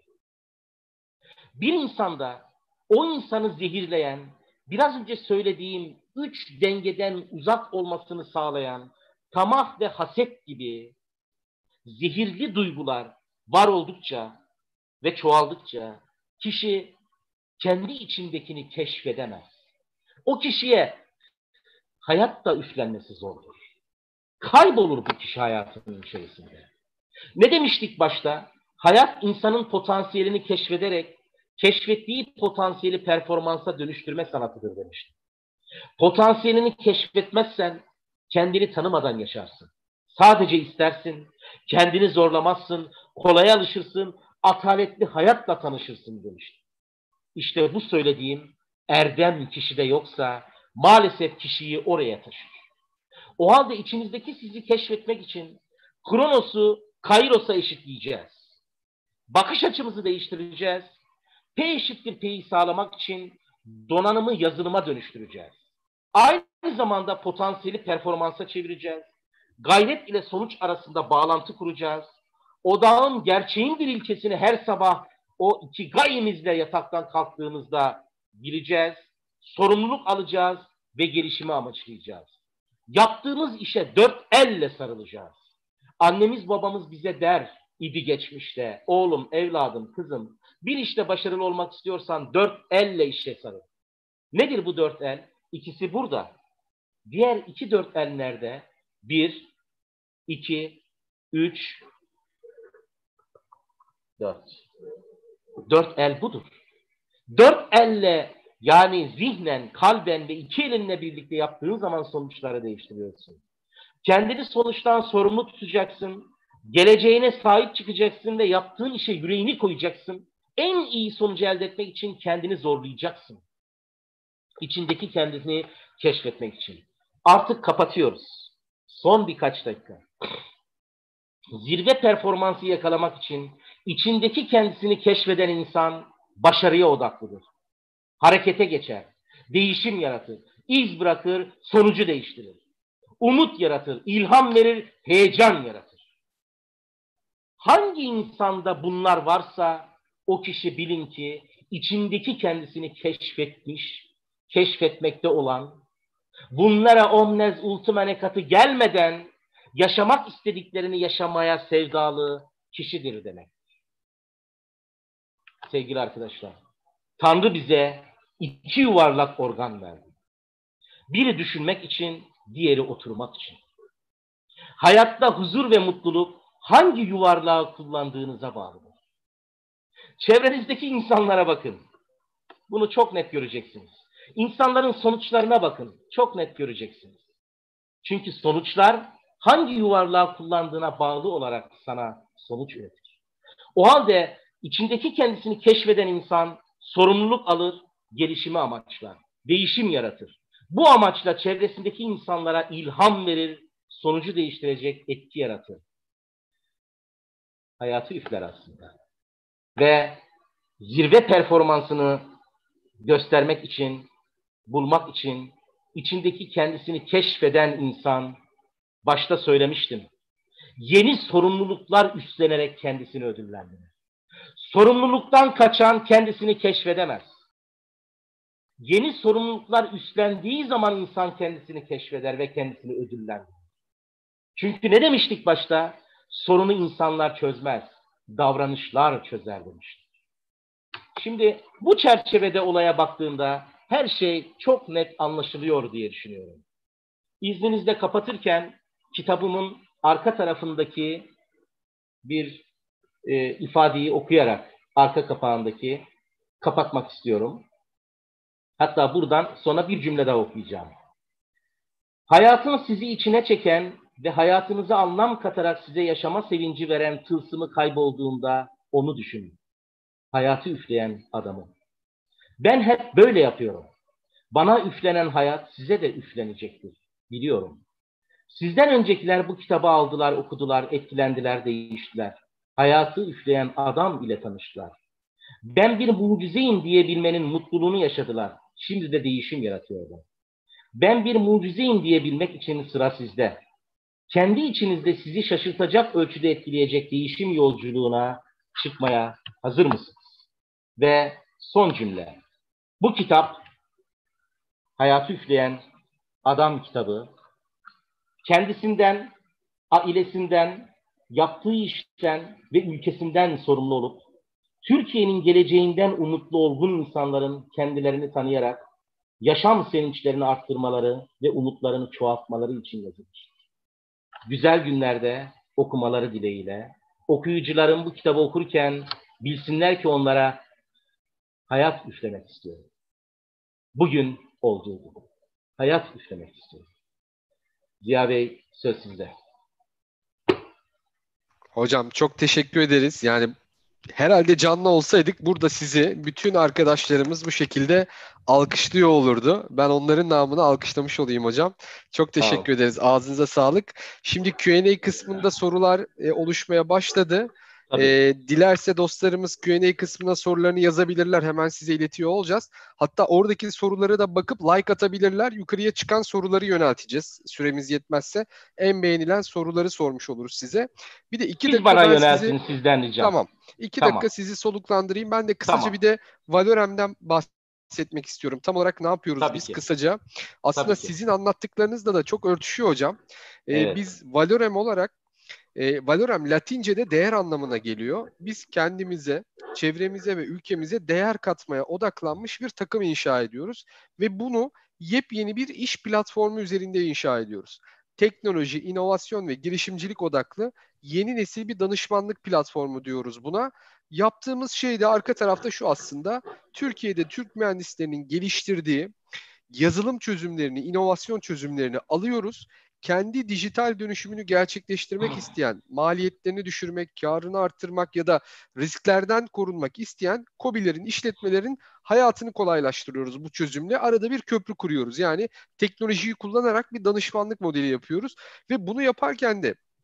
B: Bir insanda o insanı zehirleyen, biraz önce söylediğim üç dengeden uzak olmasını sağlayan tamah ve haset gibi zehirli duygular var oldukça ve çoğaldıkça kişi kendi içindekini keşfedemez. O kişiye hayat da üflenmesi zordur. Kaybolur bu kişi hayatının içerisinde. Ne demiştik başta? Hayat insanın potansiyelini keşfederek keşfettiği potansiyeli performansa dönüştürme sanatıdır demiştim. Potansiyelini keşfetmezsen kendini tanımadan yaşarsın. Sadece istersin, kendini zorlamazsın, kolaya alışırsın, ataletli hayatla tanışırsın demiştim. İşte bu söylediğim erdem kişide yoksa maalesef kişiyi oraya taşır. O halde içimizdeki sizi keşfetmek için Kronos'u Kairos'a eşitleyeceğiz. Bakış açımızı değiştireceğiz. P eşittir P'yi sağlamak için donanımı yazılıma dönüştüreceğiz. Aynı zamanda potansiyeli performansa çevireceğiz. Gayret ile sonuç arasında bağlantı kuracağız. Odağın gerçeğin bir ilkesini her sabah o iki gayemizle yataktan kalktığımızda bileceğiz. Sorumluluk alacağız ve gelişimi amaçlayacağız. Yaptığımız işe dört elle sarılacağız. Annemiz babamız bize der idi geçmişte, oğlum, evladım, kızım, bir işte başarılı olmak istiyorsan dört elle işe sarıl. Nedir bu dört el? İkisi burada. Diğer iki dört el nerede? Bir, iki, üç, dört. Dört el budur. Dört elle yani zihnen, kalben ve iki elinle birlikte yaptığın zaman sonuçları değiştiriyorsun. Kendini sonuçtan sorumlu tutacaksın. Geleceğine sahip çıkacaksın ve yaptığın işe yüreğini koyacaksın. En iyi sonucu elde etmek için kendini zorlayacaksın. İçindeki kendini keşfetmek için. Artık kapatıyoruz. Son birkaç dakika. Zirve performansı yakalamak için içindeki kendisini keşfeden insan başarıya odaklıdır. Harekete geçer, değişim yaratır, iz bırakır, sonucu değiştirir. Umut yaratır, ilham verir, heyecan yaratır. Hangi insanda bunlar varsa o kişi bilin ki içindeki kendisini keşfetmiş, keşfetmekte olan, bunlara omnes ultima nekatı gelmeden yaşamak istediklerini yaşamaya sevdalı kişidir demek. Sevgili arkadaşlar, Tanrı bize iki yuvarlak organ verdi. Biri düşünmek için, diğeri oturmak için. Hayatta huzur ve mutluluk hangi yuvarlağı kullandığınıza bağlıdır. Çevrenizdeki insanlara bakın. Bunu çok net göreceksiniz. İnsanların sonuçlarına bakın. Çok net göreceksiniz. Çünkü sonuçlar hangi yuvarlağı kullandığına bağlı olarak sana sonuç üretir. O halde içindeki kendisini keşfeden insan sorumluluk alır, gelişimi amaçlar, değişim yaratır. Bu amaçla çevresindeki insanlara ilham verir, sonucu değiştirecek etki yaratır. Hayatı üfler aslında. Ve zirve performansını göstermek için, bulmak için içindeki kendisini keşfeden insan, başta söylemiştim, yeni sorumluluklar üstlenerek kendisini ödüllendirir. Sorumluluktan kaçan kendisini keşfedemez. Yeni sorumluluklar üstlendiği zaman insan kendisini keşfeder ve kendisini ödüllendirir. Çünkü ne demiştik başta? Sorunu insanlar çözmez, davranışlar çözer demiştik. Şimdi bu çerçevede olaya baktığımda her şey çok net anlaşılıyor diye düşünüyorum. İzninizle kapatırken kitabımın arka tarafındaki bir e, ifadeyi okuyarak arka kapağındaki kapatmak istiyorum. Hatta buradan sonra bir cümle daha okuyacağım. Hayatın sizi içine çeken ve hayatınıza anlam katarak size yaşama sevinci veren tılsımı kaybolduğunda onu düşünün. Hayatı üfleyen adamı. Ben hep böyle yapıyorum. Bana üflenen hayat size de üflenecektir. Biliyorum. Sizden öncekiler bu kitabı aldılar, okudular, etkilendiler, değiştiler. Hayatı üfleyen adam ile tanıştılar. Ben bir mucizeyim diyebilmenin mutluluğunu yaşadılar. Şimdi de değişim yaratıyorlar. Ben bir mucizeyim diyebilmek için sıra sizde. Kendi içinizde sizi şaşırtacak ölçüde etkileyecek değişim yolculuğuna çıkmaya hazır mısınız? Ve son cümle. Bu kitap hayatı üfleyen adam kitabı. Kendisinden, ailesinden, yaptığı işten ve ülkesinden sorumlu olup Türkiye'nin geleceğinden umutlu olgun insanların kendilerini tanıyarak yaşam sevinçlerini arttırmaları ve umutlarını çoğaltmaları için yazılmış. Güzel günlerde okumaları dileğiyle, okuyucuların bu kitabı okurken bilsinler ki onlara hayat üflemek istiyorum. Bugün olduğu gibi. Hayat üflemek istiyorum. Ziya Bey, söz sizde.
A: Hocam çok teşekkür ederiz. Yani herhalde canlı olsaydık burada sizi bütün arkadaşlarımız bu şekilde alkışlıyor olurdu. Ben onların namına alkışlamış olayım hocam. Çok teşekkür ederiz. Ağzınıza sağlık. Şimdi Q and A kısmında sorular e, oluşmaya başladı. E, dilerse dostlarımız Q and A kısmına sorularını yazabilirler. Hemen size iletiyor olacağız. Hatta oradaki soruları da bakıp like atabilirler. Yukarıya çıkan soruları yönelteceğiz. Süremiz yetmezse en beğenilen soruları sormuş oluruz size. Bir de iki
B: Siz
A: dakika
B: bana
A: ben
B: yöneltin
A: sizi...
B: sizden ricam.
A: Tamam. İki
B: Tamam.
A: dakika sizi soluklandırayım. Ben de kısaca
B: Tamam.
A: bir de Valorem'den bahsetmek istiyorum. Tam olarak ne yapıyoruz
B: Tabii
A: biz
B: ki.
A: kısaca? Aslında
B: Tabii ki.
A: sizin anlattıklarınızla da çok örtüşüyor hocam. Ee,
B: Evet.
A: Biz Valorem olarak e, Valorem Latince'de değer anlamına geliyor. Biz kendimize, çevremize ve ülkemize değer katmaya odaklanmış bir takım inşa ediyoruz. Ve bunu yepyeni bir iş platformu üzerinde inşa ediyoruz. Teknoloji, inovasyon ve girişimcilik odaklı yeni nesil bir danışmanlık platformu diyoruz buna. Yaptığımız şey de arka tarafta şu aslında. Türkiye'de Türk mühendislerinin geliştirdiği yazılım çözümlerini, inovasyon çözümlerini alıyoruz. Kendi dijital dönüşümünü gerçekleştirmek isteyen, maliyetlerini düşürmek, karını arttırmak ya da risklerden korunmak isteyen KOBİ'lerin, işletmelerin hayatını kolaylaştırıyoruz bu çözümle. Arada bir köprü kuruyoruz. Yani teknolojiyi kullanarak bir danışmanlık modeli yapıyoruz ve bunu yaparken de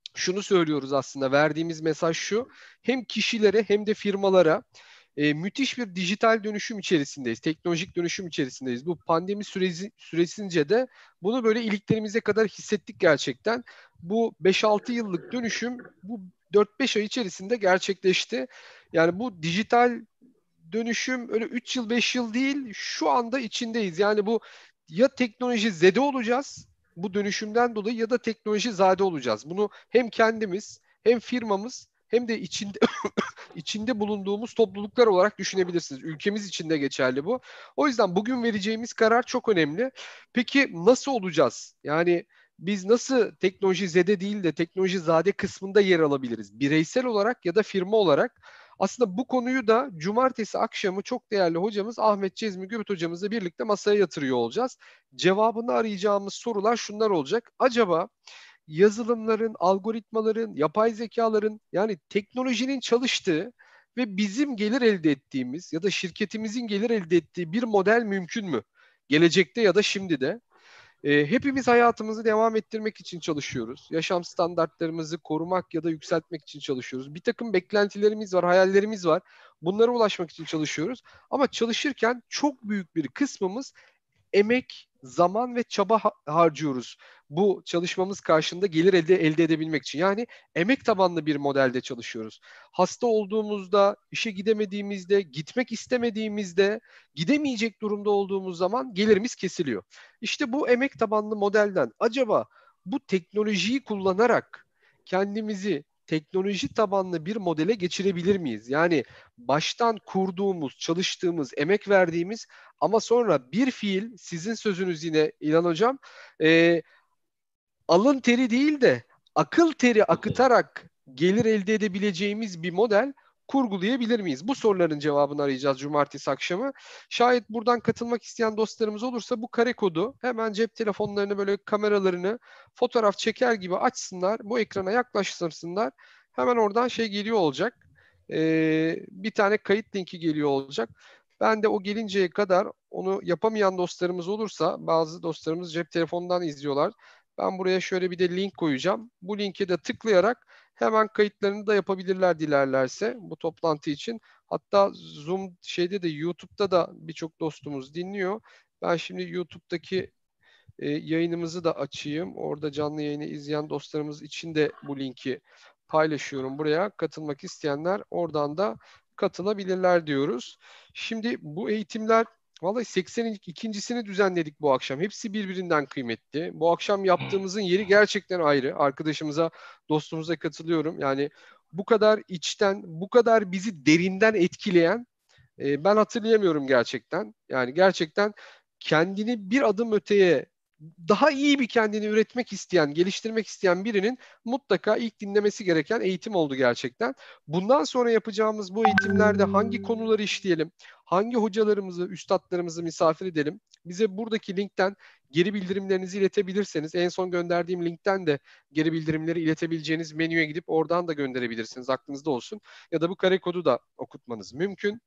A: şunu söylüyoruz aslında. Verdiğimiz mesaj şu. Hem kişilere hem de firmalara e, müthiş bir dijital dönüşüm içerisindeyiz. Teknolojik dönüşüm içerisindeyiz. Bu pandemi süresi, süresince de bunu böyle iliklerimize kadar hissettik gerçekten. Bu beş altı yıllık dönüşüm bu dört beş ay içerisinde gerçekleşti. Yani bu dijital dönüşüm öyle üç yıl beş yıl değil, şu anda içindeyiz. Yani bu ya teknoloji zede olacağız bu dönüşümden dolayı ya da teknoloji zade olacağız. Bunu hem kendimiz hem firmamız hem de içinde içinde bulunduğumuz topluluklar olarak düşünebilirsiniz. Ülkemiz için de geçerli bu. O yüzden bugün vereceğimiz karar çok önemli. Peki nasıl olacağız? Yani biz nasıl teknoloji zede değil de teknoloji zade kısmında yer alabiliriz? Bireysel olarak ya da firma olarak. Aslında bu konuyu da cumartesi akşamı çok değerli hocamız Ahmet Cezmi Gürbüz hocamızla birlikte masaya yatırıyor olacağız. Cevabını arayacağımız sorular şunlar olacak. Acaba yazılımların, algoritmaların, yapay zekaların yani teknolojinin çalıştığı ve bizim gelir elde ettiğimiz ya da şirketimizin gelir elde ettiği bir model mümkün mü? Gelecekte ya da şimdi de. E, hepimiz hayatımızı devam ettirmek için çalışıyoruz. Yaşam standartlarımızı korumak ya da yükseltmek için çalışıyoruz. Bir takım beklentilerimiz var, hayallerimiz var. Bunlara ulaşmak için çalışıyoruz. Ama çalışırken çok büyük bir kısmımız emek, zaman ve çaba ha- harcıyoruz. Bu çalışmamız karşında gelir elde elde edebilmek için. Yani emek tabanlı bir modelde çalışıyoruz. Hasta olduğumuzda, işe gidemediğimizde, gitmek istemediğimizde, gidemeyecek durumda olduğumuz zaman gelirimiz kesiliyor. İşte bu emek tabanlı modelden acaba bu teknolojiyi kullanarak kendimizi teknoloji tabanlı bir modele geçirebilir miyiz? Yani baştan kurduğumuz, çalıştığımız, emek verdiğimiz ama sonra bir fiil, sizin sözünüz yine İlhan Hocam, e, alın teri değil de akıl teri akıtarak gelir elde edebileceğimiz bir model kurgulayabilir miyiz? Bu soruların cevabını arayacağız cumartesi akşamı. Şayet buradan katılmak isteyen dostlarımız olursa bu kare kodu hemen cep telefonlarını böyle kameralarını fotoğraf çeker gibi açsınlar. Bu ekrana yaklaştırsınlar. Hemen oradan şey geliyor olacak. Ee, bir tane kayıt linki geliyor olacak. Ben de o gelinceye kadar onu yapamayan dostlarımız olursa bazı dostlarımız cep telefonundan izliyorlar. Ben buraya şöyle bir de link koyacağım. Bu linke de tıklayarak hemen kayıtlarını da yapabilirler dilerlerse bu toplantı için. Hatta Zoom şeyde de YouTube'da da birçok dostumuz dinliyor. Ben şimdi YouTube'daki e, yayınımızı da açayım. Orada canlı yayını izleyen dostlarımız için de bu linki paylaşıyorum buraya. Katılmak isteyenler oradan da katılabilirler diyoruz. Şimdi bu eğitimler vallahi seksen ikincisini düzenledik bu akşam. Hepsi birbirinden kıymetli. Bu akşam yaptığımızın yeri gerçekten ayrı. Arkadaşımıza, dostumuza katılıyorum. Yani bu kadar içten, bu kadar bizi derinden etkileyen e, ben hatırlayamıyorum gerçekten. Yani gerçekten kendini bir adım öteye daha iyi bir kendini üretmek isteyen, geliştirmek isteyen birinin mutlaka ilk dinlemesi gereken eğitim oldu gerçekten. Bundan sonra yapacağımız bu eğitimlerde hangi konuları işleyelim, hangi hocalarımızı, üstadlarımızı misafir edelim? Bize buradaki linkten geri bildirimlerinizi iletebilirseniz, en son gönderdiğim linkten de geri bildirimleri iletebileceğiniz menüye gidip oradan da gönderebilirsiniz, aklınızda olsun. Ya da bu kare kodu da okutmanız mümkün.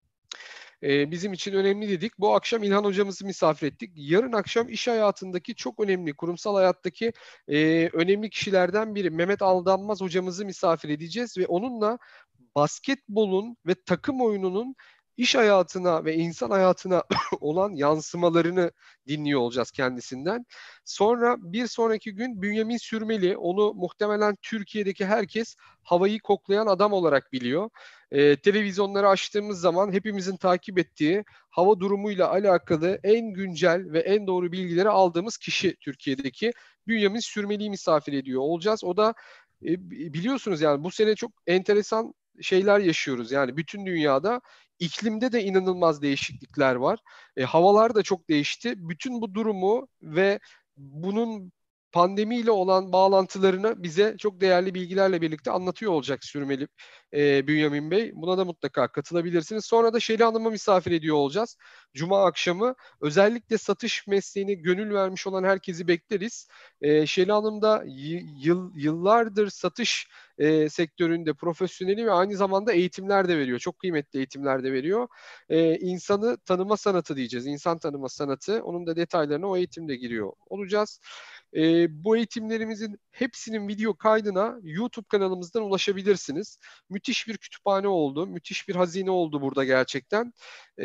A: E, bizim için önemli dedik. Bu akşam İlhan hocamızı misafir ettik. Yarın akşam iş hayatındaki çok önemli, kurumsal hayattaki e, önemli kişilerden biri Mehmet Aldanmaz hocamızı misafir edeceğiz ve onunla basketbolun ve takım oyununun iş hayatına ve insan hayatına olan yansımalarını dinliyor olacağız kendisinden. Sonra bir sonraki gün Bünyamin Sürmeli, onu muhtemelen Türkiye'deki herkes havayı koklayan adam olarak biliyor. Ee, televizyonları açtığımız zaman hepimizin takip ettiği hava durumuyla alakalı en güncel ve en doğru bilgileri aldığımız kişi Türkiye'deki Bünyamin Sürmeli'yi misafir ediyor olacağız. O da e, biliyorsunuz yani bu sene çok enteresan şeyler yaşıyoruz. Yani bütün dünyada iklimde de inanılmaz değişiklikler var. E, havalar da çok değişti. Bütün bu durumu ve bunun pandemiyle olan bağlantılarını bize çok değerli bilgilerle birlikte anlatıyor olacak Sürmeli e, Bünyamin Bey. Buna da mutlaka katılabilirsiniz. Sonra da Şeli Hanım'ı misafir ediyor olacağız. Cuma akşamı. Özellikle satış mesleğine gönül vermiş olan herkesi bekleriz. E, Şeli Hanım da y- yıl, yıllardır satış e, sektöründe profesyoneli ve aynı zamanda eğitimler de veriyor. Çok kıymetli eğitimler de veriyor. E, insanı tanıma sanatı diyeceğiz. İnsan tanıma sanatı. Onun da detaylarına o eğitimde giriyor olacağız. E, bu eğitimlerimizin hepsinin video kaydına YouTube kanalımızdan ulaşabilirsiniz. Müthiş bir kütüphane oldu. Müthiş bir hazine oldu burada gerçekten. E,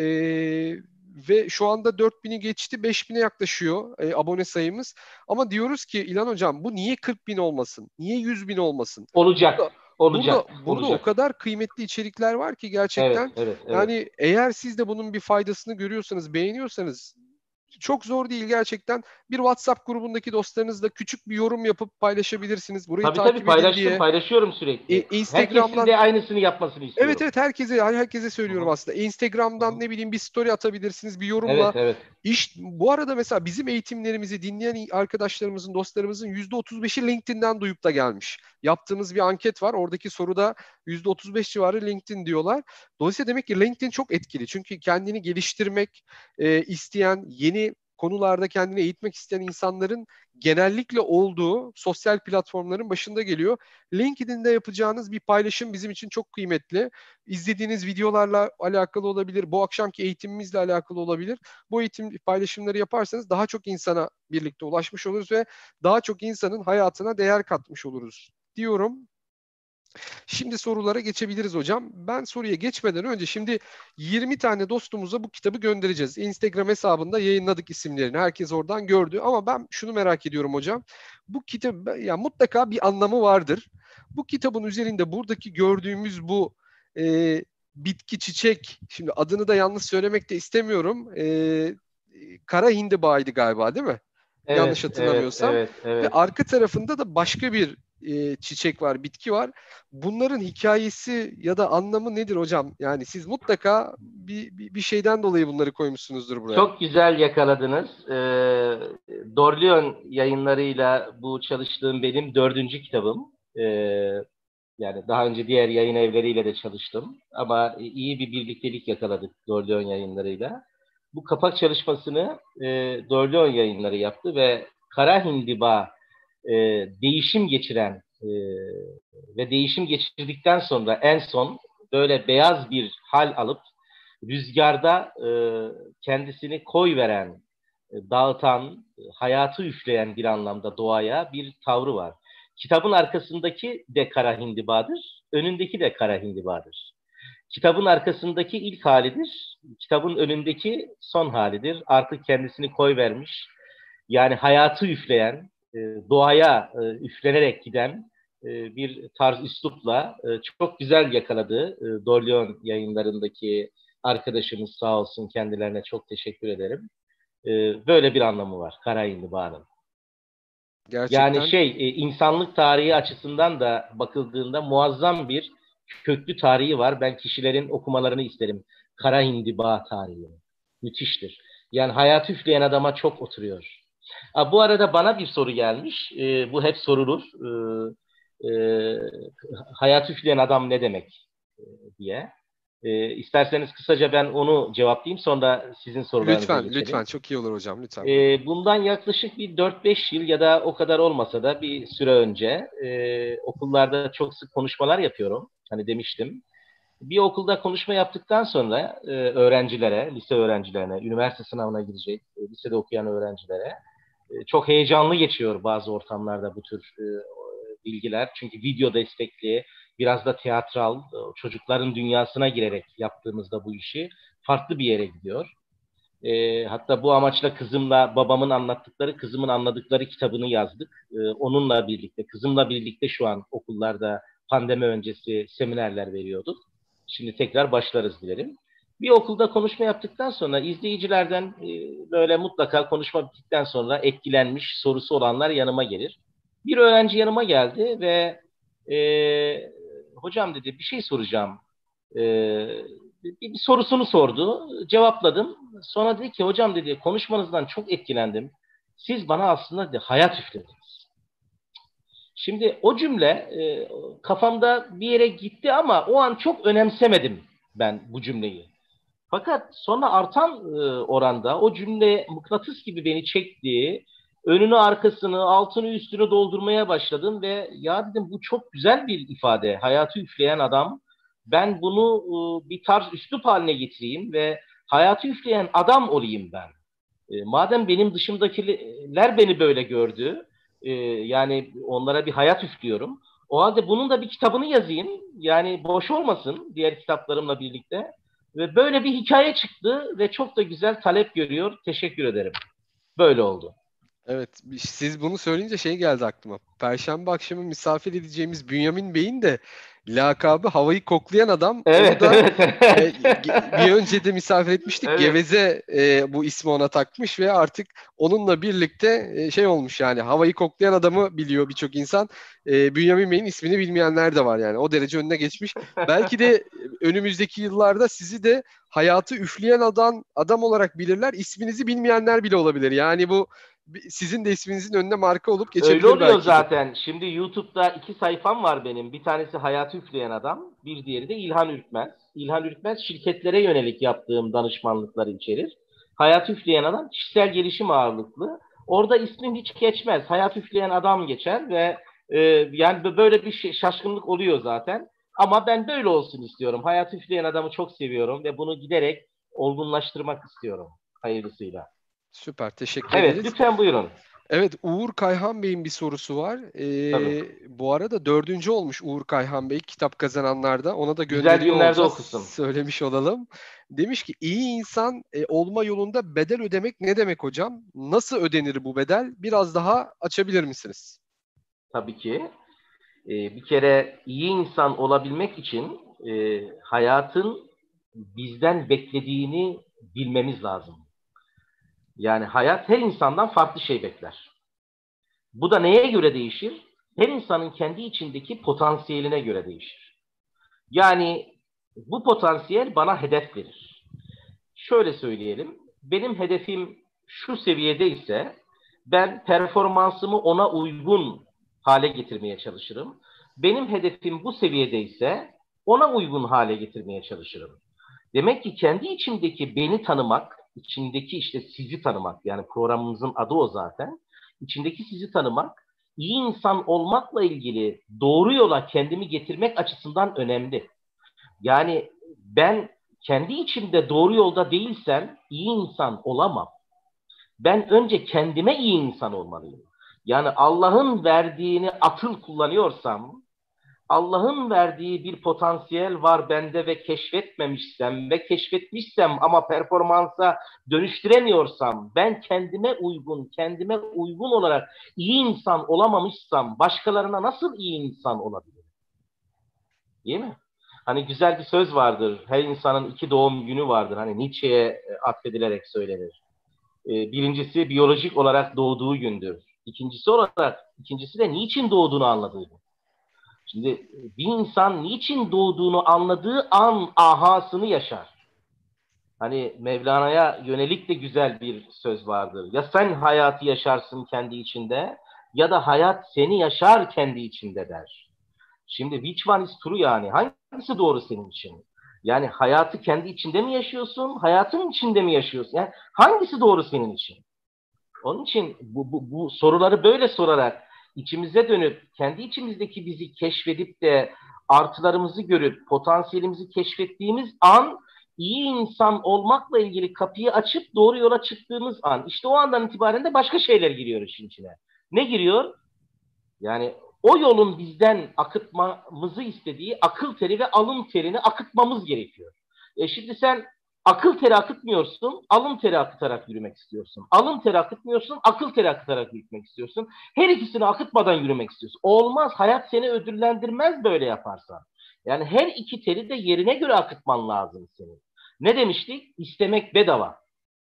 A: Ve şu anda dört bini geçti, beş bine yaklaşıyor e, abone sayımız. Ama diyoruz ki İlhan Hocam bu niye kırk bin olmasın? Niye yüz bin olmasın? Burada
B: Olacak.
A: burada
B: Olacak.
A: burada o
B: Olacak.
A: kadar kıymetli içerikler var ki
B: Evet,
A: gerçekten.
B: evet, evet.
A: Yani eğer siz de bunun bir faydasını görüyorsanız, beğeniyorsanız çok zor değil gerçekten. Bir WhatsApp grubundaki dostlarınızla küçük bir yorum yapıp paylaşabilirsiniz. Burayı
B: Tabii tabii
A: takip edin
B: paylaştım,
A: diye.
B: paylaşıyorum
A: E,
B: sürekli. Herkesin
A: Instagram'dan
B: de aynısını yapmasını
A: evet
B: istiyorum.
A: evet herkese herkese
B: Hı
A: söylüyorum
B: hı,
A: aslında.
B: hı
A: Instagram'dan
B: hı.
A: ne bileyim bir story atabilirsiniz bir yorumla.
B: Evet, evet.
A: İş, bu arada mesela bizim eğitimlerimizi dinleyen arkadaşlarımızın, dostlarımızın yüzde otuz beşi LinkedIn'den duyup da gelmiş. Yaptığımız bir anket var. Oradaki soruda yüzde otuz beş civarı LinkedIn diyorlar. Dolayısıyla demek ki LinkedIn çok etkili. Çünkü kendini geliştirmek e, isteyen, yeni konularda kendini eğitmek isteyen insanların genellikle olduğu sosyal platformların başında geliyor. LinkedIn'de yapacağınız bir paylaşım bizim için çok kıymetli. İzlediğiniz videolarla alakalı olabilir, bu akşamki eğitimimizle alakalı olabilir. Bu eğitim paylaşımları yaparsanız daha çok insana birlikte ulaşmış oluruz ve daha çok insanın hayatına değer katmış oluruz diyorum. Şimdi sorulara geçebiliriz hocam. Ben soruya geçmeden önce şimdi yirmi tane dostumuza bu kitabı göndereceğiz. Instagram hesabında yayınladık isimlerini. Herkes oradan gördü. Ama ben şunu merak ediyorum hocam. Bu kitap ya mutlaka bir anlamı vardır. Bu kitabın üzerinde buradaki gördüğümüz bu e, bitki çiçek, şimdi adını da yanlış söylemek de istemiyorum. E, kara hindibaydı galiba değil mi?
B: Evet,
A: Yanlış
B: evet,
A: hatırlamıyorsam.
B: evet,
A: Ve
B: evet.
A: arka tarafında da başka bir e, çiçek var, bitki var. Bunların hikayesi ya da anlamı nedir hocam? Yani siz mutlaka bir, bir, bir şeyden dolayı bunları koymuşsunuzdur buraya.
B: Çok güzel yakaladınız. Ee, Dorleon yayınlarıyla bu çalıştığım benim dördüncü kitabım. Ee, Yani daha önce diğer yayın evleriyle de çalıştım. Ama iyi bir birliktelik yakaladık Dorleon yayınlarıyla. Bu kapak çalışmasını e, Dorleon yayınları yaptı ve Kara Hindiba e, değişim geçiren e, ve değişim geçirdikten sonra en son böyle beyaz bir hal alıp rüzgarda e, kendisini koy veren, e, dağıtan, e, hayatı üfleyen bir anlamda doğaya bir tavrı var. Kitabın arkasındaki de kara hindibadır, önündeki de kara hindibadır. Kitabın arkasındaki ilk halidir, kitabın önündeki son halidir. Artık kendisini koy vermiş, yani hayatı üfleyen, e, doğaya e, üflenerek giden e, bir tarz üslupla e, çok güzel yakaladı e, Dorleon yayınlarındaki arkadaşımız sağ olsun, kendilerine çok teşekkür ederim. E, Böyle bir anlamı var Kara İndiba'nın. Yani
A: Gerçekten
B: şey e, insanlık tarihi açısından da bakıldığında muazzam bir köklü tarihi var. Ben kişilerin okumalarını isterim. Kara Hindiba tarihi. Müthiştir. Yani hayat üfleyen adama çok oturuyor. Ha, bu arada bana bir soru gelmiş. E, bu hep sorulur. E, e, hayat üfleyen adam ne demek e, diye. E, isterseniz kısaca ben onu cevaplayayım. Sonra sizin sorularınıza
A: lütfen lütfen
B: geçelim.
A: çok iyi olur hocam lütfen buyurun.
B: E, bundan yaklaşık bir dört beş yıl ya da o kadar olmasa da bir süre önce e, okullarda çok sık konuşmalar yapıyorum. Hani demiştim. Bir okulda konuşma yaptıktan sonra e, öğrencilere, lise öğrencilerine, üniversite sınavına girecek, e, lisede okuyan öğrencilere e, çok heyecanlı geçiyor bazı ortamlarda bu tür e, bilgiler. Çünkü video destekli, biraz da tiyatral, e, çocukların dünyasına girerek yaptığımızda bu işi farklı bir yere gidiyor. E, hatta bu amaçla kızımla babamın anlattıkları, kızımın anladıkları kitabını yazdık. E, onunla birlikte, kızımla birlikte şu an okullarda pandemi öncesi seminerler veriyorduk. Şimdi tekrar başlarız dilerim. Bir okulda konuşma yaptıktan sonra izleyicilerden e, böyle mutlaka konuşma bittikten sonra etkilenmiş sorusu olanlar yanıma gelir. Bir öğrenci yanıma geldi ve e, hocam dedi bir şey soracağım. E, bir, bir sorusunu sordu. Cevapladım. Sonra dedi ki hocam dedi konuşmanızdan çok etkilendim. Siz bana aslında dedi, hayat üflediniz. Şimdi o cümle e, kafamda bir yere gitti ama o an çok önemsemedim ben bu cümleyi. Fakat sonra artan e, oranda o cümle mıknatıs gibi beni çekti. Önünü arkasını, altını üstünü doldurmaya başladım ve ya dedim bu çok güzel bir ifade. Hayatı üfleyen adam. Ben bunu e, bir tarz üslup haline getireyim ve hayatı üfleyen adam olayım ben. E, madem benim dışımdakiler beni böyle gördü, e, yani onlara bir hayat üflüyorum. O halde bunun da bir kitabını yazayım. Yani boş olmasın diğer kitaplarımla birlikte. Ve böyle bir hikaye çıktı ve çok da güzel talep görüyor. Teşekkür ederim. Böyle oldu.
A: Evet, siz bunu söyleyince şey geldi aklıma. Perşembe akşamı misafir edeceğimiz Bünyamin Bey'in de lakabı havayı koklayan adam. Onu
B: Evet,
A: da
B: evet,
A: e,
B: evet.
A: ge- bir önce de misafir etmiştik.
B: Evet.
A: Geveze e, bu ismi ona takmış ve artık onunla birlikte e, şey olmuş yani havayı koklayan adamı biliyor birçok insan. E, Bünyamin Bey'in ismini bilmeyenler de var yani. O derece önüne geçmiş. Belki de önümüzdeki yıllarda sizi de hayatı üfleyen adam adam olarak bilirler. İsminizi bilmeyenler bile olabilir. Yani bu sizin de isminizin önüne marka olup
B: Öyle
A: geçebilir
B: oluyor
A: belki de.
B: zaten. Şimdi YouTube'da iki sayfam var benim. Bir tanesi Hayatı Üfleyen Adam, bir diğeri de İlhan Ürkmez. İlhan Ürkmez şirketlere yönelik yaptığım danışmanlıkları içerir. Hayatı Üfleyen Adam kişisel gelişim ağırlıklı. Orada ismim hiç geçmez. Hayat Üfleyen Adam geçer ve e, yani böyle bir şey, şaşkınlık oluyor zaten. Ama ben böyle olsun istiyorum. Hayat Üfleyen Adam'ı çok seviyorum ve bunu giderek olgunlaştırmak istiyorum hayırlısıyla.
A: Süper, teşekkür
B: Evet,
A: ederiz.
B: lütfen buyurun.
A: Evet, Uğur Kayhan Bey'in bir sorusu var.
B: Tabii.
A: Ee, bu arada dördüncü olmuş Uğur Kayhan Bey kitap kazananlarda. Ona da
B: Güzel
A: gönderiyor
B: günlerde
A: olacağız.
B: okusun.
A: Söylemiş olalım. Demiş ki iyi insan e, olma yolunda bedel ödemek ne demek hocam? Nasıl ödenir bu bedel? Biraz daha açabilir misiniz?
B: Tabii ki. Ee, bir kere iyi insan olabilmek için e, hayatın bizden beklediğini bilmemiz lazım. Yani hayat her insandan farklı şey bekler. Bu da neye göre değişir? Her insanın kendi içindeki potansiyeline göre değişir. Yani bu potansiyel bana hedef verir. Şöyle söyleyelim, benim hedefim şu seviyede ise ben performansımı ona uygun hale getirmeye çalışırım. Benim hedefim bu seviyede ise ona uygun hale getirmeye çalışırım. Demek ki kendi içimdeki beni tanımak, içindeki işte sizi tanımak, yani programımızın adı o zaten. İçindeki sizi tanımak, iyi insan olmakla ilgili doğru yola kendimi getirmek açısından önemli. Yani ben kendi içimde doğru yolda değilsem iyi insan olamam. Ben önce kendime iyi insan olmalıyım. Yani Allah'ın verdiğini akıl kullanıyorsam, Allah'ın verdiği bir potansiyel var bende ve keşfetmemişsem ve keşfetmişsem ama performansa dönüştüremiyorsam, ben kendime uygun, kendime uygun olarak iyi insan olamamışsam başkalarına nasıl iyi insan olabilirim? Değil mi? Hani güzel bir söz vardır. Her insanın iki doğum günü vardır. Hani Nietzsche'ye atfedilerek söylenir. Ee, birincisi biyolojik olarak doğduğu gündür. İkincisi olarak, ikincisi de niçin doğduğunu anladığı gün. Şimdi bir insan niçin doğduğunu anladığı an ahasını yaşar. Hani Mevlana'ya yönelik de güzel bir söz vardır. Ya sen hayatı yaşarsın kendi içinde ya da hayat seni yaşar kendi içinde der. Şimdi which one is true yani? Hangisi doğru senin için? Yani hayatı kendi içinde mi yaşıyorsun? Hayatın içinde mi yaşıyorsun? Yani hangisi doğru senin için? Onun için bu, bu, bu soruları böyle sorarak içimize dönüp kendi içimizdeki bizi keşfedip de artılarımızı görüp potansiyelimizi keşfettiğimiz an iyi insan olmakla ilgili kapıyı açıp doğru yola çıktığımız an. İşte o andan itibaren de başka şeyler giriyor işin içine. Ne giriyor? Yani o yolun bizden akıtmamızı istediği akıl teri ve alın terini akıtmamız gerekiyor. E şimdi sen akıl teri akıtmıyorsun, alın teri akıtarak yürümek istiyorsun. Alın teri akıtmıyorsun, akıl teri akıtarak yürümek istiyorsun. Her ikisini akıtmadan yürümek istiyorsun. Olmaz, hayat seni ödüllendirmez böyle yaparsan. Yani her iki teri de yerine göre akıtman lazım senin. Ne demiştik? İstemek bedava.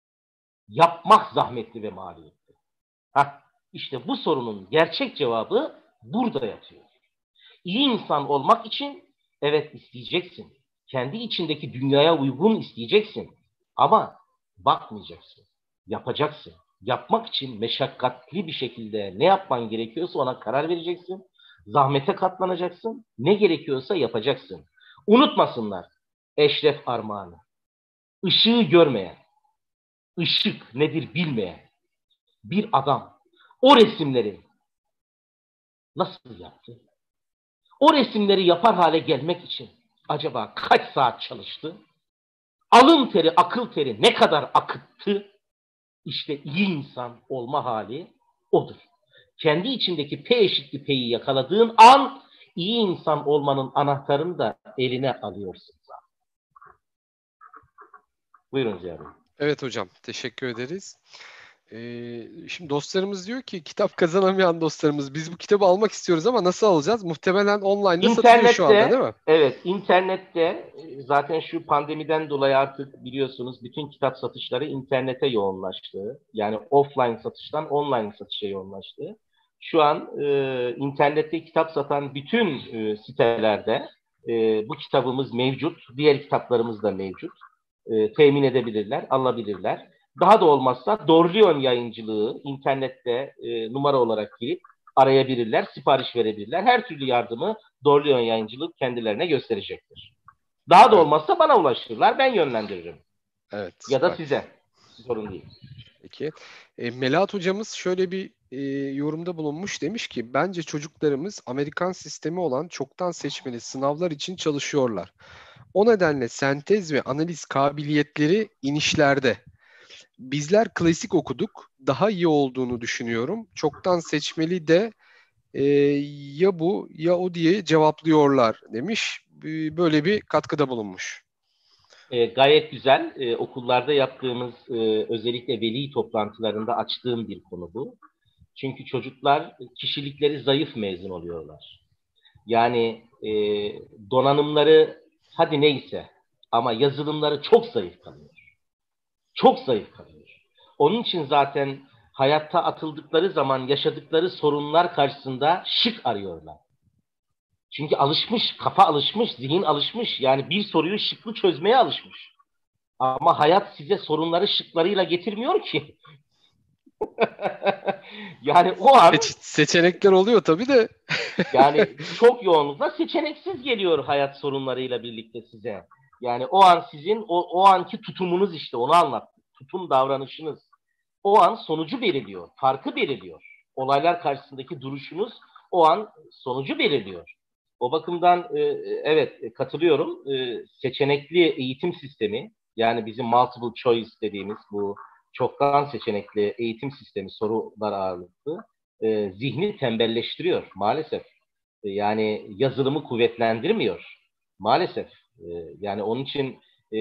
B: Yapmak zahmetli ve maliyetli. Hah, işte bu sorunun gerçek cevabı burada yatıyor. İyi insan olmak için evet isteyeceksin. Kendi içindeki dünyaya uygun isteyeceksin. Ama bakmayacaksın. Yapacaksın. Yapmak için meşakkatli bir şekilde ne yapman gerekiyorsa ona karar vereceksin. Zahmete katlanacaksın. Ne gerekiyorsa yapacaksın. Unutmasınlar. Eşref Armağan'ı. Işığı görmeyen, ışık nedir bilmeyen bir adam o resimleri nasıl yaptı? O resimleri yapar hale gelmek için acaba kaç saat çalıştı? Alın teri, akıl teri ne kadar akıttı? İşte iyi insan olma hali odur. Kendi içindeki P eşitli P'yi yakaladığın an iyi insan olmanın anahtarını da eline alıyorsun. Buyurun Ziya Bey.
A: Evet hocam, teşekkür ederiz. Ee, şimdi dostlarımız diyor ki kitap kazanamayan dostlarımız biz bu kitabı almak istiyoruz ama nasıl alacağız? Muhtemelen online'da satılıyor şu anda değil mi?
B: Evet, internette zaten şu pandemiden dolayı artık biliyorsunuz bütün kitap satışları internete yoğunlaştı. Yani offline satıştan online satışa yoğunlaştı. Şu an e, internette kitap satan bütün e, sitelerde e, bu kitabımız mevcut. Diğer kitaplarımız da mevcut. E, temin edebilirler, alabilirler. Daha da olmazsa Dorleon Yayıncılığı internette e, numara olarak girip arayabilirler, sipariş verebilirler. Her türlü yardımı Dorleon Yayıncılık kendilerine gösterecektir. Daha da
A: Evet.
B: olmazsa bana ulaştırırlar, ben yönlendiririm.
A: Evet,
B: Ya da
A: süper.
B: size. Sorun değil.
A: Peki. E, Melahat hocamız şöyle bir e, yorumda bulunmuş. Demiş ki bence çocuklarımız Amerikan sistemi olan çoktan seçmeli sınavlar için çalışıyorlar. O nedenle sentez ve analiz kabiliyetleri inişlerde. Bizler klasik okuduk. Daha iyi olduğunu düşünüyorum. Çoktan seçmeli de e, ya bu ya o diye cevaplıyorlar demiş. E, Böyle bir katkıda bulunmuş.
B: E, gayet güzel. E, okullarda yaptığımız e, özellikle veli toplantılarında açtığım bir konu bu. Çünkü çocuklar kişilikleri zayıf mezun oluyorlar. Yani e, donanımları hadi neyse ama yazılımları çok zayıf kalıyor. Çok zayıf kalıyor. Onun için zaten hayatta atıldıkları zaman yaşadıkları sorunlar karşısında şık arıyorlar. Çünkü alışmış, kafa alışmış, zihin alışmış. Yani bir soruyu şıklı çözmeye alışmış. Ama hayat size sorunları şıklarıyla getirmiyor ki. Yani o an
A: Seç- seçenekler oluyor tabii de.
B: yani çok yoğunlukla seçeneksiz geliyor hayat sorunlarıyla birlikte size. Yani o an sizin o, o anki tutumunuz işte onu anlattım. Tutum davranışınız. O an sonucu belirliyor. Farkı belirliyor. Olaylar karşısındaki duruşunuz o an sonucu belirliyor. O bakımdan e, evet katılıyorum. E, seçenekli eğitim sistemi yani bizim multiple choice dediğimiz bu çoktan seçenekli eğitim sistemi sorular ağırlıklı e, zihni tembelleştiriyor maalesef. E, yani yazılımı kuvvetlendirmiyor maalesef. E, yani onun için e,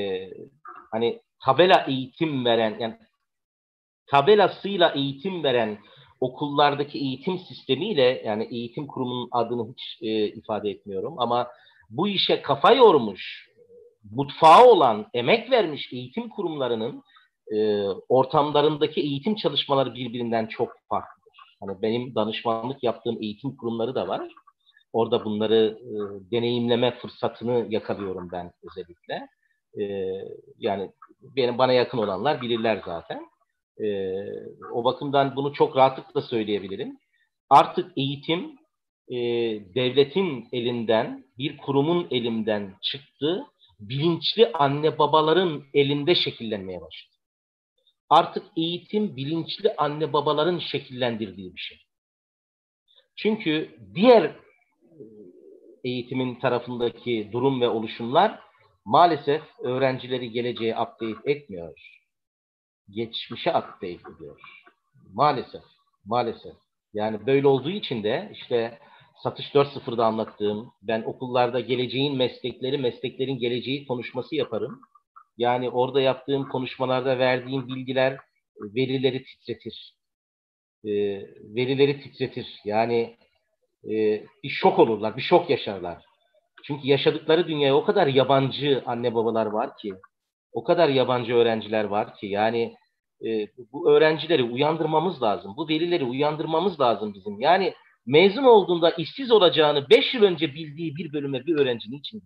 B: hani tabela eğitim veren yani tabelasıyla eğitim veren okullardaki eğitim sistemiyle yani eğitim kurumunun adını hiç e, ifade etmiyorum ama bu işe kafa yormuş, mutfağı olan, emek vermiş eğitim kurumlarının e, ortamlarındaki eğitim çalışmaları birbirinden çok farklıdır. Hani benim danışmanlık yaptığım eğitim kurumları da var. Orada bunları e, deneyimleme fırsatını yakalıyorum ben özellikle. E, yani benim bana yakın olanlar bilirler zaten. E, o bakımdan bunu çok rahatlıkla söyleyebilirim. Artık eğitim e, devletin elinden, bir kurumun elinden çıktı, bilinçli anne babaların elinde şekillenmeye başladı. Artık eğitim bilinçli anne babaların şekillendirdiği bir şey. Çünkü diğer eğitimin tarafındaki durum ve oluşumlar maalesef öğrencileri geleceğe update etmiyor. Geçmişe update ediyor. Maalesef. Maalesef. Yani böyle olduğu için de işte Satış dört nokta sıfırda anlattığım, ben okullarda geleceğin meslekleri, mesleklerin geleceği konuşması yaparım. Yani orada yaptığım konuşmalarda verdiğim bilgiler verileri titretir. E, verileri titretir. Yani e, bir şok olurlar, bir şok yaşarlar. Çünkü yaşadıkları dünyaya o kadar yabancı anne babalar var ki, o kadar yabancı öğrenciler var ki, yani e, bu öğrencileri uyandırmamız lazım. Bu velileri uyandırmamız lazım bizim. Yani mezun olduğunda işsiz olacağını beş yıl önce bildiği bir bölüme bir öğrencinin için.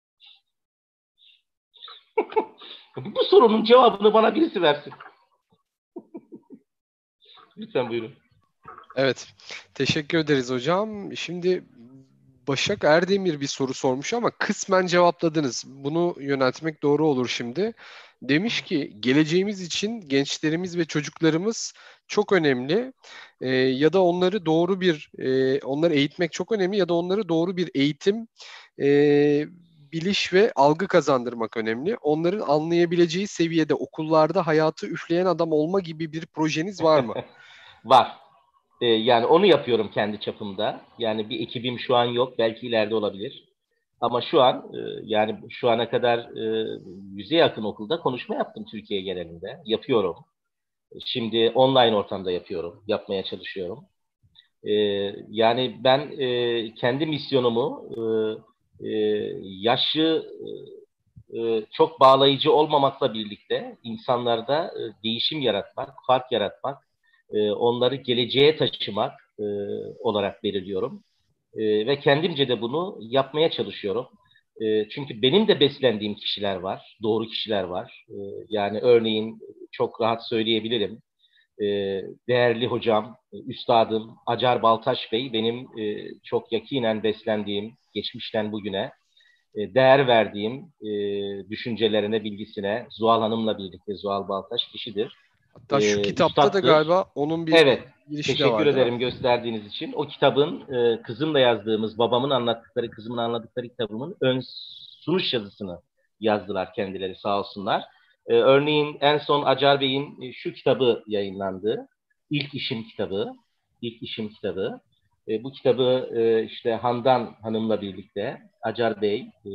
B: Bu sorunun cevabını bana birisi versin. Lütfen buyurun.
A: Evet, teşekkür ederiz hocam. Şimdi Başak Erdemir bir soru sormuş ama kısmen cevapladınız. Bunu yöneltmek doğru olur şimdi. Demiş ki geleceğimiz için gençlerimiz ve çocuklarımız çok önemli. Ee, ya da onları doğru bir, e, onları eğitmek çok önemli ya da onları doğru bir eğitim, e, biliş ve algı kazandırmak önemli. Onların anlayabileceği seviyede okullarda hayatı üfleyen adam olma gibi bir projeniz var mı?
B: Var. Ee, yani onu yapıyorum kendi çapımda. Yani bir ekibim şu an yok. Belki ileride olabilir. Ama şu an e, yani şu ana kadar e, yüze yakın okulda konuşma yaptım Türkiye genelinde. Yapıyorum. Şimdi online ortamda yapıyorum. Yapmaya çalışıyorum. E, Yani ben e, kendi misyonumu e, e, yaşı e, çok bağlayıcı olmamakla birlikte insanlarda e, değişim yaratmak, fark yaratmak, e, onları geleceğe taşımak e, olarak belirliyorum. E, ve kendimce de bunu yapmaya çalışıyorum. E, çünkü benim de beslendiğim kişiler var, doğru kişiler var. E, yani örneğin çok rahat söyleyebilirim. E, Değerli hocam, üstadım Acar Baltaş Bey benim e, çok yakinen beslendiğim, geçmişten bugüne e, değer verdiğim e, düşüncelerine, bilgisine Zuhal Hanım'la birlikte Zuhal Baltaş kişidir.
A: Hatta şu
B: E,
A: kitapta da
B: üstattır.
A: galiba onun bir
B: Evet,
A: girişi de
B: teşekkür
A: var, değil mi?
B: ederim gösterdiğiniz için. O kitabın e, kızımla yazdığımız, babamın anlattıkları, kızımın anlattıkları kitabımın ön sunuş yazısını yazdılar kendileri sağ olsunlar. E, örneğin en son Acar Bey'in e, şu kitabı yayınlandı. İlk İşim kitabı. İlk İşim kitabı. E, bu kitabı e, işte Handan Hanım'la birlikte Acar Bey e,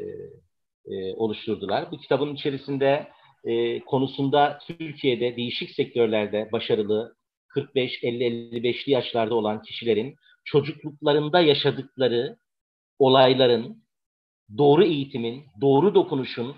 B: e, oluşturdular. Bu kitabın içerisinde e, konusunda Türkiye'de değişik sektörlerde başarılı kırk beş elli elli beşli yaşlarda olan kişilerin çocukluklarında yaşadıkları olayların, doğru eğitimin, doğru dokunuşun,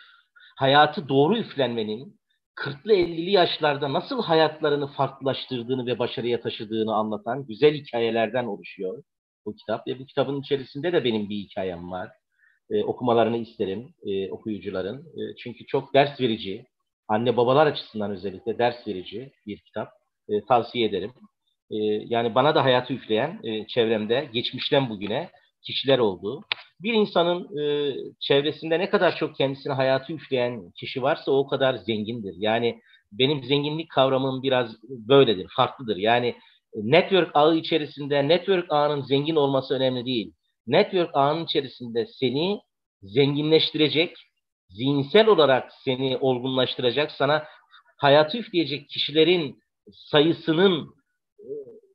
B: hayatı doğru üflenmenin kırklı ellili yaşlarda nasıl hayatlarını farklılaştırdığını ve başarıya taşıdığını anlatan güzel hikayelerden oluşuyor bu kitap. Ve bu kitabın içerisinde de benim bir hikayem var. E, okumalarını isterim e, okuyucuların. E, çünkü çok ders verici, anne babalar açısından özellikle ders verici bir kitap. E, tavsiye ederim. E, Yani bana da hayatı üfleyen e, çevremde geçmişten bugüne kişiler oldu. Bir insanın e, çevresinde ne kadar çok kendisine hayatı üfleyen kişi varsa o kadar zengindir. Yani benim zenginlik kavramım biraz böyledir, farklıdır. Yani network ağı içerisinde network ağının zengin olması önemli değil. Network ağının içerisinde seni zenginleştirecek, zihinsel olarak seni olgunlaştıracak, sana hayatı üfleyecek kişilerin sayısının e,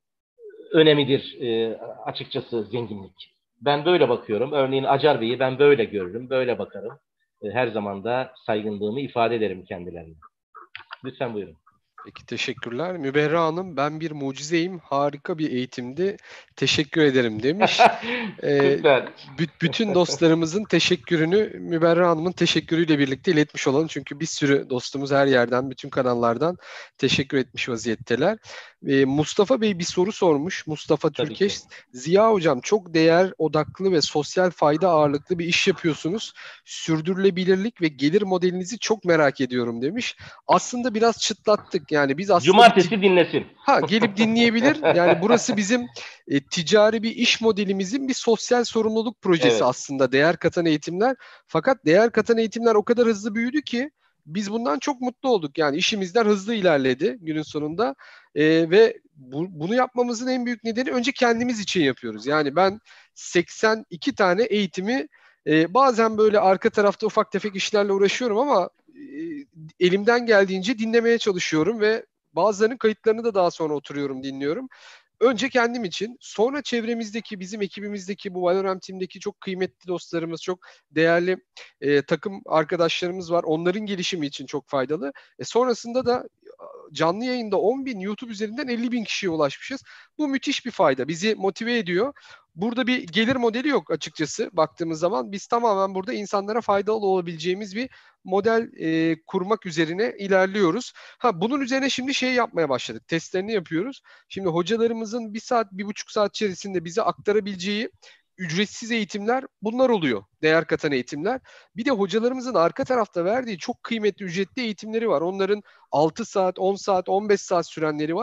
B: önemidir e, açıkçası zenginlik. Ben böyle bakıyorum. Örneğin Acar Bey'i ben böyle görürüm, böyle bakarım. E, her zaman da saygınlığımı ifade ederim kendilerine. Lütfen buyurun.
A: Peki, teşekkürler. Müberra Hanım, ben bir mucizeyim. Harika bir eğitimdi. Teşekkür ederim demiş. Ee,
B: Süper.
A: bü- bütün dostlarımızın teşekkürünü Müberra Hanım'ın teşekkürüyle birlikte iletmiş olalım. Çünkü bir sürü dostumuz her yerden, bütün kanallardan teşekkür etmiş vaziyetteler. Ee, Mustafa Bey bir soru sormuş. Mustafa
B: Tabii
A: Türkeş.
B: ki.
A: Ziya Hocam, çok değer odaklı ve sosyal fayda ağırlıklı bir iş yapıyorsunuz. Sürdürülebilirlik ve gelir modelinizi çok merak ediyorum demiş. Aslında biraz çıtlattık. Yani biz aslında bir
B: Cumartesi dinlesin.
A: ha gelip dinleyebilir. Yani burası bizim e, ticari bir iş modelimizin bir sosyal sorumluluk projesi
B: Evet.
A: aslında, değer katan eğitimler. Fakat değer katan eğitimler o kadar hızlı büyüdü ki biz bundan çok mutlu olduk. Yani işimizler hızlı ilerledi günün sonunda. E, ve bu, bunu yapmamızın en büyük nedeni, önce kendimiz için yapıyoruz. Yani ben seksen iki tane eğitimi, e, bazen böyle arka tarafta ufak tefek işlerle uğraşıyorum ama e, elimden geldiğince dinlemeye çalışıyorum ve bazılarının kayıtlarını da daha sonra oturuyorum, dinliyorum. Önce kendim için, sonra çevremizdeki, bizim ekibimizdeki, bu Valorant Team'deki çok kıymetli dostlarımız, çok değerli e, takım arkadaşlarımız var. Onların gelişimi için çok faydalı. E, sonrasında da canlı yayında on bin, YouTube üzerinden elli bin kişiye ulaşmışız. Bu müthiş bir fayda. Bizi motive ediyor. Burada bir gelir modeli yok açıkçası baktığımız zaman. Biz tamamen burada insanlara faydalı olabileceğimiz bir model e, kurmak üzerine ilerliyoruz. Ha, bunun üzerine şimdi şey yapmaya başladık. Testlerini yapıyoruz. Şimdi hocalarımızın bir saat, bir buçuk saat içerisinde bize aktarabileceği ücretsiz eğitimler bunlar oluyor. Değer katan eğitimler. Bir de hocalarımızın arka tarafta verdiği çok kıymetli ücretli eğitimleri var. Onların altı saat, on saat, on beş saat sürenleri var.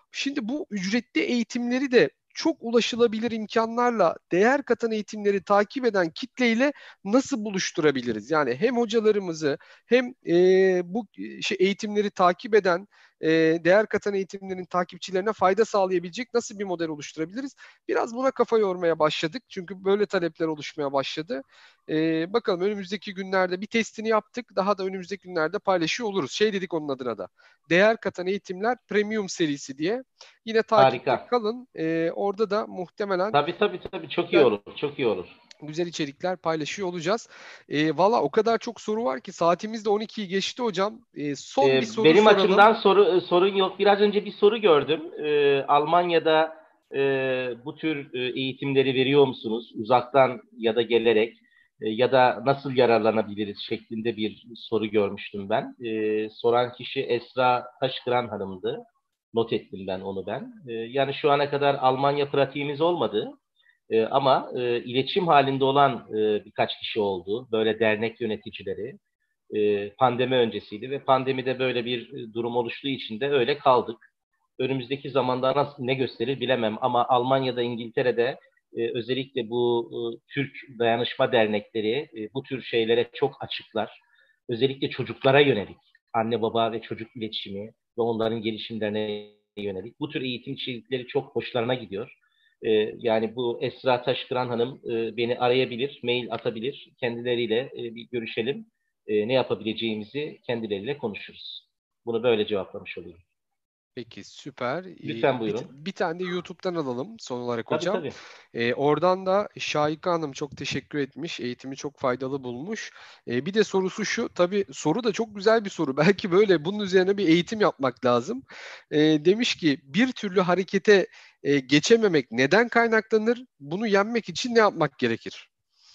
A: Şimdi bu ücretli eğitimleri de çok ulaşılabilir imkanlarla değer katan eğitimleri takip eden kitleyle nasıl buluşturabiliriz? Yani hem hocalarımızı hem e, bu şey eğitimleri takip eden e, değer katan eğitimlerin takipçilerine fayda sağlayabilecek nasıl bir model oluşturabiliriz? Biraz buna kafa yormaya başladık. Çünkü böyle talepler oluşmaya başladı. E, bakalım önümüzdeki günlerde bir testini yaptık. Daha da önümüzdeki günlerde paylaşıyor oluruz. Şey dedik onun adına da. Değer katan eğitimler premium serisi diye. Yine takipte
B: Harika.
A: kalın. E, orada da muhtemelen
B: Tabii tabii tabii çok iyi
A: güzel,
B: olur. Çok iyi olur.
A: güzel içerikler paylaşıyor olacağız. E, valla o kadar çok soru var ki saatimiz de on ikiyi geçti hocam. E, son bir
B: Ee,
A: soru
B: benim
A: soralım.
B: açımdan soru e, sorun yok. Biraz önce bir soru gördüm. Ee, Almanya'da e, bu tür e, eğitimleri veriyor musunuz? Uzaktan ya da gelerek e, ya da nasıl yararlanabiliriz şeklinde bir soru görmüştüm ben. Ee, soran kişi Esra Taşkıran Hanım'dı. Not ettim ben onu ben. Ee, yani şu ana kadar Almanya pratiğimiz olmadı. Ee, ama e, iletişim halinde olan e, birkaç kişi oldu. Böyle dernek yöneticileri. E, pandemi öncesiydi ve pandemide böyle bir e, durum oluştuğu için de öyle kaldık. Önümüzdeki zamanda nasıl ne gösterir bilemem ama Almanya'da, İngiltere'de e, özellikle bu e, Türk dayanışma dernekleri e, bu tür şeylere çok açıklar. Özellikle çocuklara yönelik, anne baba ve çocuk iletişimi ve onların gelişimlerine yönelik. Bu tür eğitim içerikleri çok hoşlarına gidiyor. E, yani bu Esra Taşkıran Hanım e, beni arayabilir, mail atabilir. Kendileriyle e, bir görüşelim, e, ne yapabileceğimizi kendileriyle konuşuruz. Bunu böyle cevaplamış olayım.
A: Peki süper. Ee,
B: Lütfen
A: bir,
B: buyurun.
A: bir tane de YouTube'dan alalım son olarak
B: Tabii
A: hocam.
B: tabii.
A: Ee, oradan da Şahika Hanım çok teşekkür etmiş. Eğitimi çok faydalı bulmuş. Ee, bir de sorusu şu. Tabii soru da çok güzel bir soru. Belki böyle bunun üzerine bir eğitim yapmak lazım. Ee, demiş ki bir türlü harekete e, geçememek neden kaynaklanır? Bunu yenmek için ne yapmak gerekir?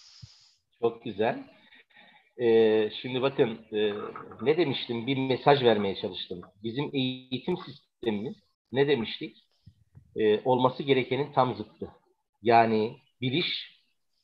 B: Çok güzel. E, şimdi bakın e, ne demiştim? Bir mesaj vermeye çalıştım. Bizim eğitim sistemimiz ne demiştik? E, olması gerekenin tam zıttı. Yani biliş,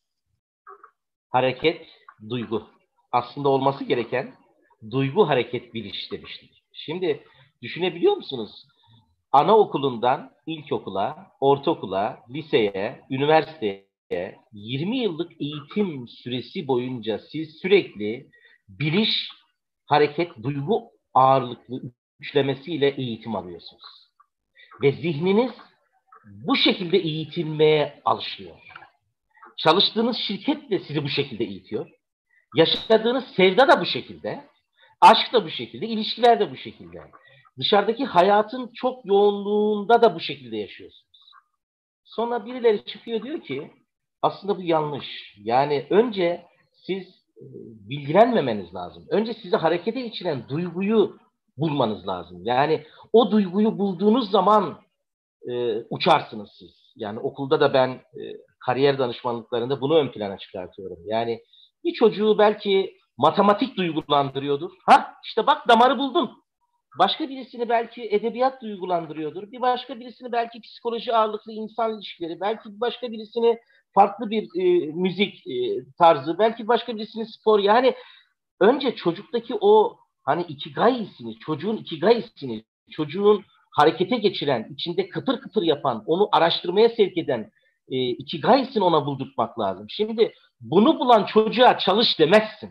B: hareket, duygu. Aslında olması gereken duygu, hareket, biliş demiştik. Şimdi düşünebiliyor musunuz? Anaokulundan ilkokula, ortaokula, liseye, üniversiteye yirmi yıllık eğitim süresi boyunca siz sürekli biliş, hareket, duygu ağırlıklı üçlemesiyle eğitim alıyorsunuz. Ve zihniniz bu şekilde eğitilmeye alışıyor. Çalıştığınız şirket de sizi bu şekilde eğitiyor. Yaşadığınız sevda da bu şekilde. Aşk da bu şekilde, ilişkiler de bu şekilde. Dışarıdaki hayatın çok yoğunluğunda da bu şekilde yaşıyorsunuz. Sonra birileri çıkıyor diyor ki aslında bu yanlış. Yani önce siz e, bilgilenmemeniz lazım. Önce sizi harekete geçiren duyguyu bulmanız lazım. Yani o duyguyu bulduğunuz zaman e, uçarsınız siz. Yani okulda da ben e, kariyer danışmanlıklarında bunu ön plana çıkartıyorum. Yani bir çocuğu belki matematik duygulandırıyordur. Ha işte bak damarı buldun. Başka birisini belki edebiyat duygulandırıyordur. Bir başka birisini belki psikoloji ağırlıklı insan ilişkileri. Belki bir başka birisini farklı bir e, müzik e, tarzı. Belki başka birisini spor. Yani önce çocuktaki o hani ikigai'sini, çocuğun ikigai'sini, çocuğun harekete geçiren, içinde kıpır kıpır yapan, onu araştırmaya sevk eden e, ikigai'sini ona buldurtmak lazım. Şimdi bunu bulan çocuğa çalış demezsin.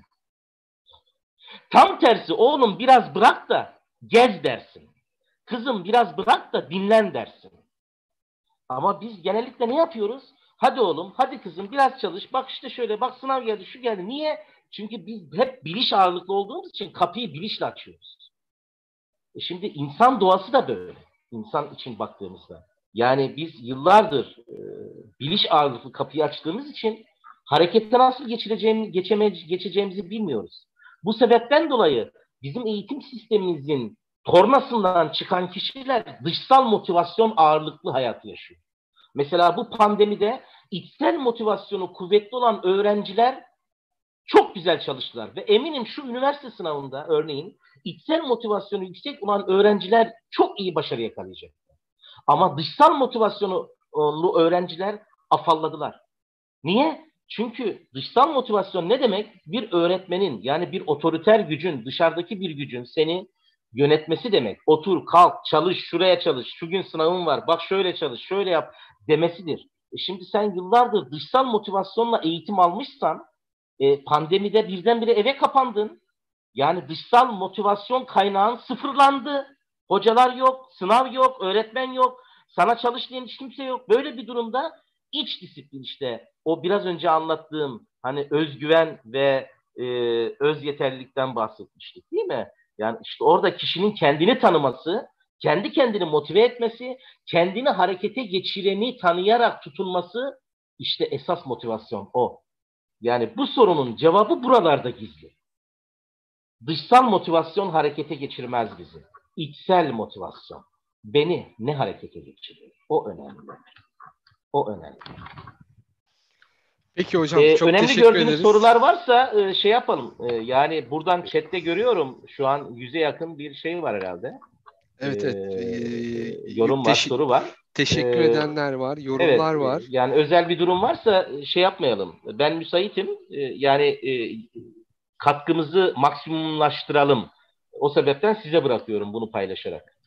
B: Tam tersi oğlum biraz bırak da gez dersin. Kızım biraz bırak da dinlen dersin. Ama biz genellikle ne yapıyoruz? Hadi oğlum, hadi kızım biraz çalış. Bak işte şöyle, bak sınav geldi, şu geldi. Niye? Çünkü biz hep biliş ağırlıklı olduğumuz için kapıyı bilişle açıyoruz. E şimdi insan doğası da böyle. İnsan için baktığımızda. Yani biz yıllardır e, biliş ağırlıklı kapıyı açtığımız için harekete nasıl geçireceğimiz, geçeme, geçeceğimizi bilmiyoruz. Bu sebepten dolayı bizim eğitim sistemimizin tornasından çıkan kişiler dışsal motivasyon ağırlıklı hayat yaşıyor. Mesela bu pandemide içsel motivasyonu kuvvetli olan öğrenciler çok güzel çalıştılar. Ve eminim şu üniversite sınavında örneğin içsel motivasyonu yüksek olan öğrenciler çok iyi başarı yakalayacak. Ama dışsal motivasyonu öğrenciler afalladılar. Niye? Çünkü dışsal motivasyon ne demek? Bir öğretmenin yani bir otoriter gücün, dışarıdaki bir gücün seni Yönetmesi demek. Otur, kalk, çalış, şuraya çalış, şu gün sınavın var, bak şöyle çalış, şöyle yap demesidir. E şimdi sen yıllardır dışsal motivasyonla eğitim almışsan, e, pandemide birdenbire eve kapandın. Yani dışsal motivasyon kaynağın sıfırlandı. Hocalar yok, sınav yok, öğretmen yok, sana çalış diyen hiç kimse yok. Böyle bir durumda iç disiplin, işte o biraz önce anlattığım hani özgüven ve e, öz yeterlilikten bahsetmiştik, değil mi? Yani işte orada kişinin kendini tanıması, kendi kendini motive etmesi, kendini harekete geçireni tanıyarak tutunması, işte esas motivasyon o. Yani bu sorunun cevabı buralarda gizli. Dışsal motivasyon harekete geçirmez bizi. İçsel motivasyon. Beni ne harekete geçiriyor? O önemli. O önemli.
A: Peki hocam,
B: Ee,
A: çok
B: önemli
A: teşekkür
B: gördüğünüz
A: ederiz.
B: sorular varsa e, şey yapalım. E, yani buradan chatte görüyorum. Şu an yüze yakın bir şey var herhalde. Ee,
A: Evet, evet. Ee,
B: yorum var,
A: teşi-
B: soru var.
A: teşekkür
B: Ee,
A: edenler var,
B: evet,
A: yorumlar
B: e,
A: var.
B: yani özel bir durum varsa e, şey yapmayalım. Ben müsaitim. E, yani e, katkımızı maksimumlaştıralım. O sebepten size bırakıyorum bunu paylaşarak.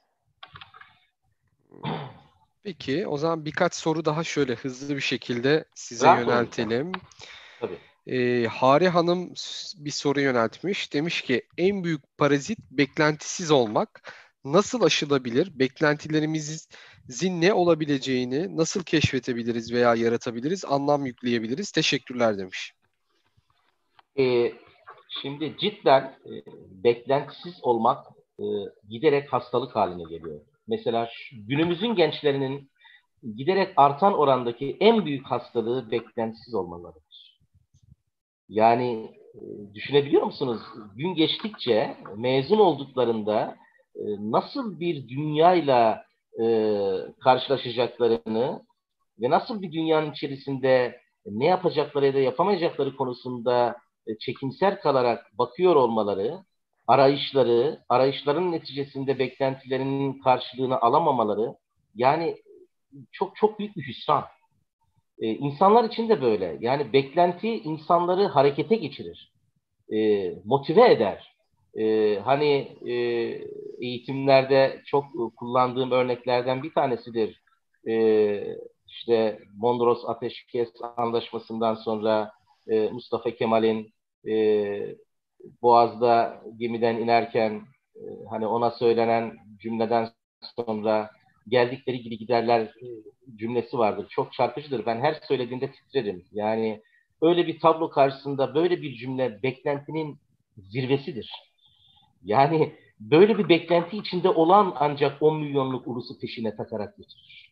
A: Peki, o zaman birkaç soru daha şöyle hızlı bir şekilde size
B: Rahat olun lütfen.
A: yöneltelim.
B: Tabii.
A: Ee, Hari Hanım bir soru yöneltmiş. Demiş ki en büyük parazit beklentisiz olmak. Nasıl aşılabilir? Beklentilerimizin ne olabileceğini nasıl keşfedebiliriz veya yaratabiliriz? Anlam yükleyebiliriz. Teşekkürler demiş.
B: Ee, şimdi cidden e, beklentisiz olmak e, giderek hastalık haline geliyor. Mesela şu- günümüzün gençlerinin giderek artan orandaki en büyük hastalığı beklentisiz olmalarıdır. Yani e, düşünebiliyor musunuz? Gün geçtikçe mezun olduklarında e, nasıl bir dünyayla e, karşılaşacaklarını ve nasıl bir dünyanın içerisinde ne yapacakları ya da yapamayacakları konusunda e, çekimser kalarak bakıyor olmaları, arayışları, arayışların neticesinde beklentilerinin karşılığını alamamaları, yani çok çok büyük bir hüsran. E, insanlar için de böyle. Yani beklenti insanları harekete geçirir, e, motive eder. E, hani e, eğitimlerde çok kullandığım örneklerden bir tanesidir. E, işte Mondros Ateşkes Anlaşması'ndan sonra e, Mustafa Kemal'in e, Boğaz'da gemiden inerken e, hani ona söylenen cümleden sonra geldikleri gibi giderler e, cümlesi vardır. Çok çarpıcıdır. Ben her söylediğinde titrerim. Yani öyle bir tablo karşısında böyle bir cümle beklentinin zirvesidir. Yani böyle bir beklenti içinde olan ancak on milyonluk ulusu peşine takarak götürür.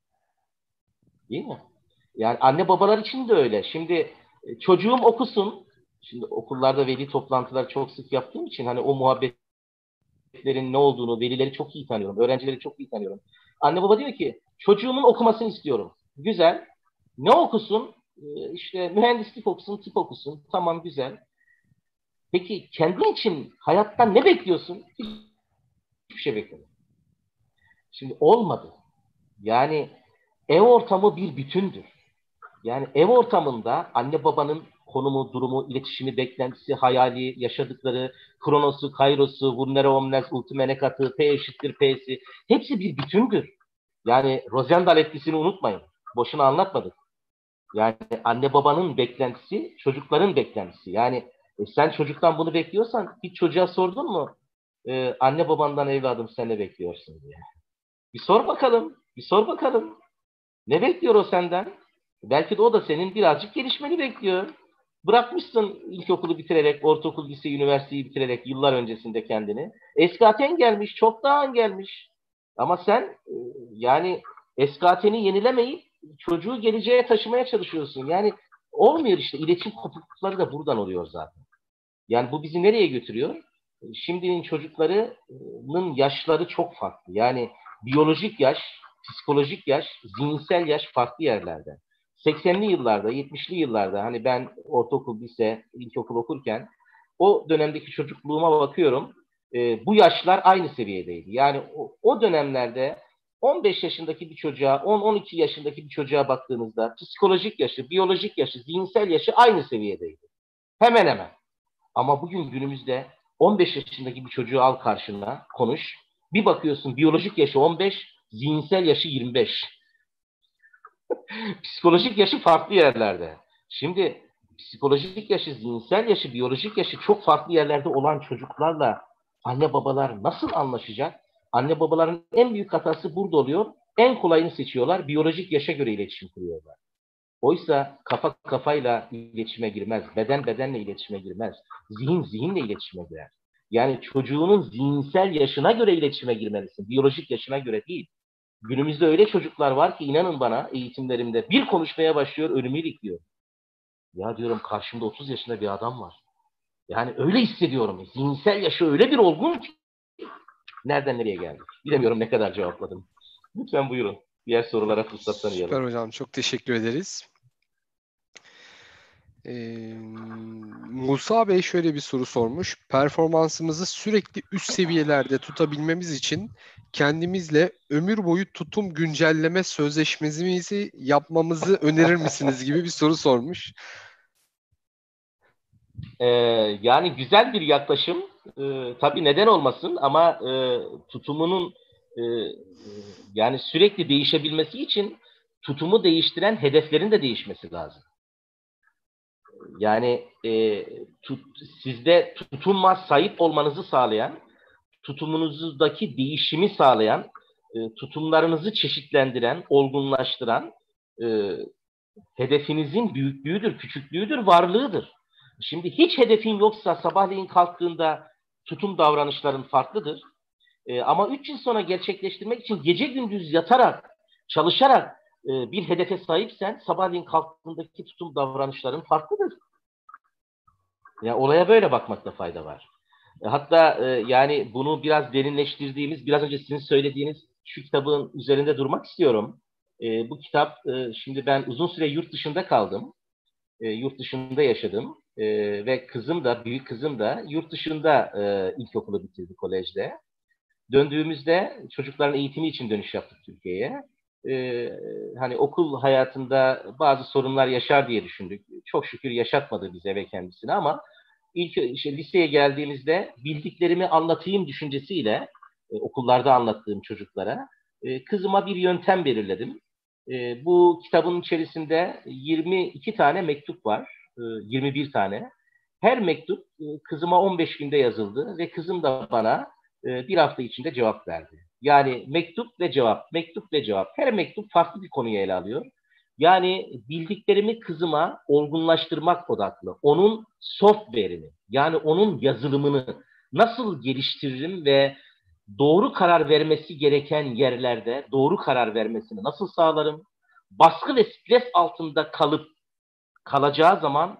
B: Değil mi? Yani anne babalar için de öyle. Şimdi e, çocuğum okusun. Şimdi okullarda veli toplantılar çok sık yaptığım için hani o muhabbetlerin ne olduğunu, velileri çok iyi tanıyorum. Öğrencileri çok iyi tanıyorum. Anne baba diyor ki çocuğumun okumasını istiyorum. Güzel. Ne okusun? E, işte mühendislik okusun, tıp okusun. Tamam, güzel. Peki kendin için hayattan ne bekliyorsun? Hiçbir şey beklemiyorum. Şimdi olmadı. Yani ev ortamı bir bütündür. Yani ev ortamında anne babanın konumu, durumu, iletişimi, beklentisi, hayali, yaşadıkları, kronosu, kairosu, vulnere omnes, ultime nekatı, P eşittir P'si hepsi bir bütündür. Yani Rosendal etkisini unutmayın. Boşuna anlatmadık. Yani anne babanın beklentisi, çocukların beklentisi. Yani e, sen çocuktan bunu bekliyorsan hiç çocuğa sordun mu? E, anne babandan evladım sen ne bekliyorsun diye. Bir sor bakalım. Bir sor bakalım. Ne bekliyor o senden? Belki de o da senin birazcık gelişmeni bekliyor. Bırakmışsın ilkokulu bitirerek, ortaokul, lise, üniversiteyi bitirerek yıllar öncesinde kendini. Eskaten gelmiş, çoktan gelmiş. Ama sen e, yani eskateni yenilemeyip çocuğu geleceğe taşımaya çalışıyorsun. Yani olmuyor işte. İletişim kopuklukları da buradan oluyor zaten. Yani bu bizi nereye götürüyor? Şimdinin çocuklarının yaşları çok farklı. Yani biyolojik yaş, psikolojik yaş, zihinsel yaş farklı yerlerde. seksenli yıllarda, yetmişli yıllarda hani ben ortaokul, lise, ilkokul okurken o dönemdeki çocukluğuma bakıyorum. E, bu yaşlar aynı seviyedeydi. Yani o, o dönemlerde on beş yaşındaki bir çocuğa, on on iki yaşındaki bir çocuğa baktığınızda psikolojik yaşı, biyolojik yaşı, zihinsel yaşı aynı seviyedeydi. Hemen hemen. Ama bugün günümüzde on beş yaşındaki bir çocuğu al karşına, konuş. Bir bakıyorsun biyolojik yaşı on beş, zihinsel yaşı yirmi beş. Psikolojik yaşı farklı yerlerde. Şimdi psikolojik yaşı, zihinsel yaşı, biyolojik yaşı çok farklı yerlerde olan çocuklarla anne babalar nasıl anlaşacak? Anne babaların en büyük hatası burada oluyor. En kolayını seçiyorlar. Biyolojik yaşa göre iletişim kuruyorlar. Oysa kafa kafayla iletişime girmez. Beden bedenle iletişime girmez. Zihin zihinle iletişime girer. Yani çocuğunun zihinsel yaşına göre iletişime girmelisin. Biyolojik yaşına göre değil. Günümüzde öyle çocuklar var ki inanın bana eğitimlerimde bir konuşmaya başlıyor, önümü ilikliyor. Ya diyorum karşımda otuz yaşında bir adam var. Yani öyle hissediyorum. Zihinsel yaşı öyle bir olgun ki. Nereden nereye geldik? Bilemiyorum ne kadar cevapladım. Lütfen buyurun. Diğer sorulara fırsat tanıyalım.
A: Süper hocam. Çok teşekkür ederiz. Ee, Musa Bey şöyle bir soru sormuş. Performansımızı sürekli üst seviyelerde tutabilmemiz için kendimizle ömür boyu tutum güncelleme sözleşmemizi yapmamızı önerir misiniz gibi bir soru sormuş.
B: Ee, yani güzel bir yaklaşım. Ee, tabii neden olmasın ama e, tutumunun e, yani sürekli değişebilmesi için tutumu değiştiren hedeflerin de değişmesi lazım. Yani e, tut, sizde tutuma sahip olmanızı sağlayan, tutumunuzdaki değişimi sağlayan, e, tutumlarınızı çeşitlendiren, olgunlaştıran e, hedefinizin büyüklüğüdür, küçüklüğüdür, varlığıdır. Şimdi hiç hedefin yoksa sabahleyin kalktığında tutum davranışların farklıdır. E, ama üç yıl sonra gerçekleştirmek için gece gündüz yatarak, çalışarak e, bir hedefe sahipsen sabahleyin kalktığındaki tutum davranışların farklıdır. Yani olaya böyle bakmakta fayda var. E, hatta e, yani bunu biraz derinleştirdiğimiz, biraz önce sizin söylediğiniz şu kitabın üzerinde durmak istiyorum. E, bu kitap, e, şimdi ben uzun süre yurt dışında kaldım. E, yurt dışında yaşadım. E, ve kızım da, büyük kızım da yurt dışında e, ilkokulu bitirdi kolejde. Döndüğümüzde çocukların eğitimi için dönüş yaptık Türkiye'ye. Ee, hani okul hayatında bazı sorunlar yaşar diye düşündük. Çok şükür yaşatmadı bize ve kendisine ama ilk işte liseye geldiğimizde bildiklerimi anlatayım düşüncesiyle e, okullarda anlattığım çocuklara e, kızıma bir yöntem belirledim. E, bu kitabın içerisinde yirmi iki tane mektup var. E, yirmi bir tane. Her mektup e, kızıma on beş günde yazıldı ve kızım da bana bir hafta içinde cevap verdi. Yani mektup ve cevap, mektup ve cevap. Her mektup farklı bir konuyu ele alıyor. Yani bildiklerimi kızıma olgunlaştırmak odaklı. Onun software'ini, yani onun yazılımını nasıl geliştiririm ve doğru karar vermesi gereken yerlerde doğru karar vermesini nasıl sağlarım? Baskı ve stres altında kalıp kalacağı zaman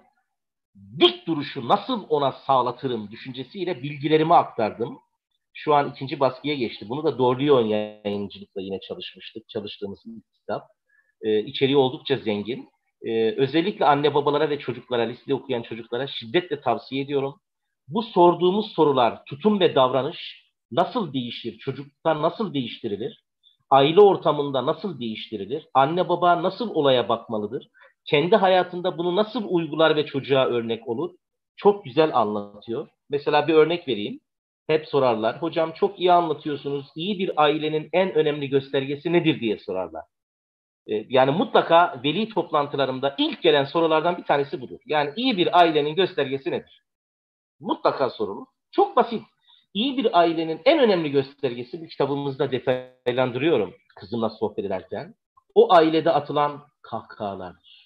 B: dik duruşu nasıl ona sağlatırım düşüncesiyle bilgilerimi aktardım. Şu an ikinci baskıya geçti. Bunu da Dorleon yayıncılıkla yine çalışmıştık. Çalıştığımız bir kitap. Ee, içeriği oldukça zengin. Ee, özellikle anne babalara ve çocuklara, lisede okuyan çocuklara şiddetle tavsiye ediyorum. Bu sorduğumuz sorular, tutum ve davranış nasıl değişir? Çocukta nasıl değiştirilir? Aile ortamında nasıl değiştirilir? Anne baba nasıl olaya bakmalıdır? Kendi hayatında bunu nasıl uygular ve çocuğa örnek olur? Çok güzel anlatıyor. Mesela bir örnek vereyim. Hep sorarlar. Hocam çok iyi anlatıyorsunuz. İyi bir ailenin en önemli göstergesi nedir diye sorarlar. Ee, yani mutlaka veli toplantılarımda ilk gelen sorulardan bir tanesi budur. Yani iyi bir ailenin göstergesi nedir? Mutlaka sorulur. Çok basit. İyi bir ailenin en önemli göstergesi bu kitabımızda detaylandırıyorum kızımla sohbet ederken. O ailede atılan kahkahalardır.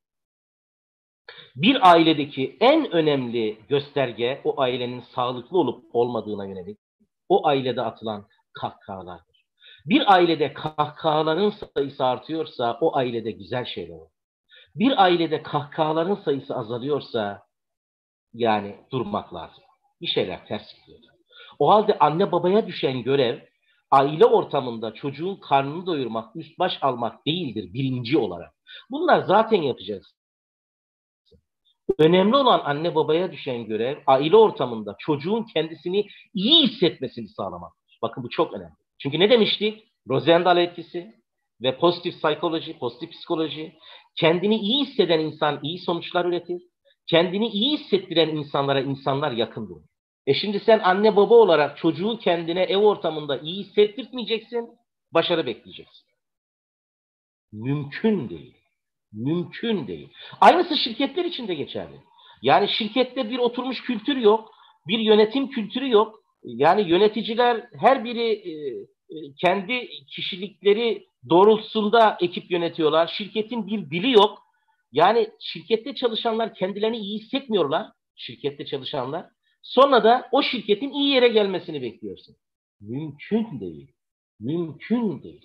B: Bir ailedeki en önemli gösterge o ailenin sağlıklı olup olmadığına yönelik o ailede atılan kahkahalardır. Bir ailede kahkahaların sayısı artıyorsa o ailede güzel şeyler olur. Bir ailede kahkahaların sayısı azalıyorsa yani durmak lazım. Bir şeyler ters gidiyor. O halde anne babaya düşen görev aile ortamında çocuğun karnını doyurmak, üst baş almak değildir birinci olarak. Bunlar zaten yapacağız. Önemli olan anne babaya düşen görev aile ortamında çocuğun kendisini iyi hissetmesini sağlamak. Bakın bu çok önemli. Çünkü ne demiştik? Rosendahl etkisi ve pozitif psikoloji, pozitif psikoloji. Kendini iyi hisseden insan iyi sonuçlar üretir. Kendini iyi hissettiren insanlara insanlar yakın durur. E şimdi sen anne baba olarak çocuğu kendine ev ortamında iyi hissettirmeyeceksin, başarı bekleyeceksin. Mümkün değil. Mümkün değil. Aynısı şirketler için de geçerli. Yani şirkette bir oturmuş kültür yok, bir yönetim kültürü yok. Yani yöneticiler her biri e, e, kendi kişilikleri doğrultusunda ekip yönetiyorlar. Şirketin bir dili yok. Yani şirkette çalışanlar kendilerini iyi hissetmiyorlar. Şirkette çalışanlar. Sonra da o şirketin iyi yere gelmesini bekliyorsun. Mümkün değil. Mümkün değil.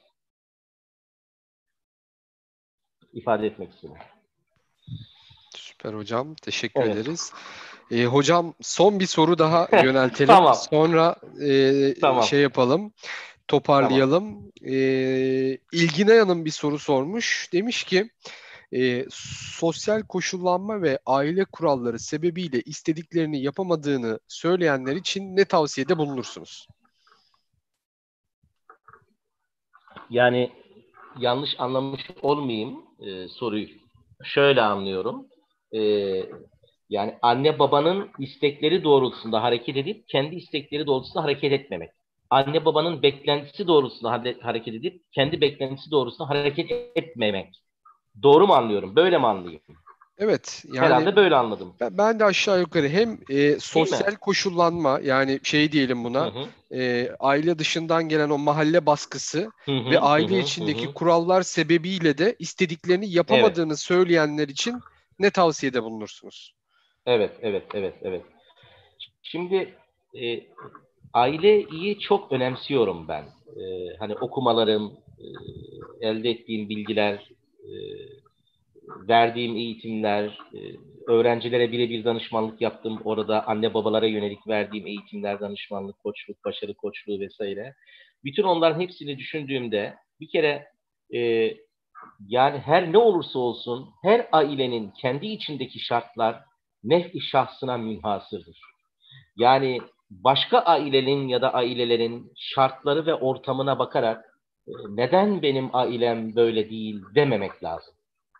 B: İfade etmek istiyorum.
A: Süper hocam. Teşekkür
B: Evet.
A: ederiz. E, hocam son bir soru daha yöneltelim.
B: Tamam.
A: Sonra e,
B: Tamam.
A: şey yapalım.
B: Tamam.
A: Toparlayalım. E, İlginay Hanım bir soru sormuş. Demiş ki e, sosyal koşullanma ve aile kuralları sebebiyle istediklerini yapamadığını söyleyenler için ne tavsiyede bulunursunuz?
B: Yani yanlış anlamış olmayayım e, soruyu. Şöyle anlıyorum. E, yani anne babanın istekleri doğrultusunda hareket edip kendi istekleri doğrultusunda hareket etmemek. Anne babanın beklentisi doğrultusunda hareket edip kendi beklentisi doğrultusunda hareket etmemek. Doğru mu anlıyorum? Böyle mi anlayayım?
A: Evet, yani
B: Herhalde böyle anladım.
A: ben, ben de aşağı yukarı hem e,
B: Değil mi?
A: sosyal koşullanma, yani şey diyelim
B: Hı
A: buna,
B: hı.
A: e, aile dışından gelen o mahalle baskısı
B: Hı
A: ve
B: hı. Hı
A: aile
B: hı. Hı
A: içindeki
B: hı.
A: kurallar sebebiyle de istediklerini
B: Evet.
A: yapamadığını söyleyenler için ne tavsiyede bulunursunuz?
B: Evet. Evet. Evet. Evet. Şimdi e, aileyi çok önemsiyorum ben. E, hani okumalarım, e, elde ettiğim bilgiler, e, verdiğim eğitimler, e, öğrencilere birebir danışmanlık yaptım. Orada anne babalara yönelik verdiğim eğitimler, danışmanlık, koçluk, başarı koçluğu vesaire. Bütün onların hepsini düşündüğümde bir kere e, yani her ne olursa olsun her ailenin kendi içindeki şartlar nef-i şahsına münhasırdır. Yani başka ailenin ya da ailelerin şartları ve ortamına bakarak e, neden benim ailem böyle değil dememek lazım.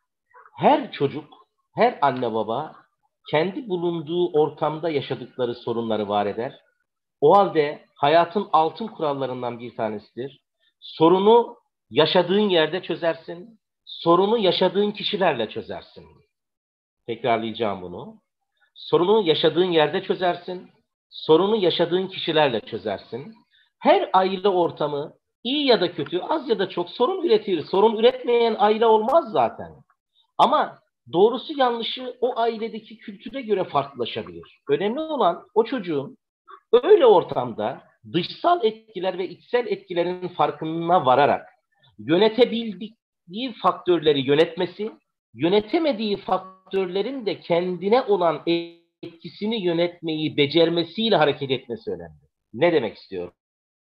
B: Her çocuk, her anne baba kendi bulunduğu ortamda yaşadıkları sorunları var eder. O halde hayatın altın kurallarından bir tanesidir. Sorunu yaşadığın yerde çözersin, sorunu yaşadığın kişilerle çözersin. Tekrarlayacağım bunu. Sorunu yaşadığın yerde çözersin, sorunu yaşadığın kişilerle çözersin. Her aile ortamı iyi ya da kötü, az ya da çok sorun üretir. Sorun üretmeyen aile olmaz zaten. Ama doğrusu yanlışı o ailedeki kültüre göre farklılaşabilir. Önemli olan o çocuğun öyle ortamda dışsal etkiler ve içsel etkilerin farkına vararak yönetebildiği faktörleri yönetmesi, yönetemediği faktörlerin de kendine olan etkisini yönetmeyi becermesiyle hareket etmesi önemli. Ne demek istiyorum?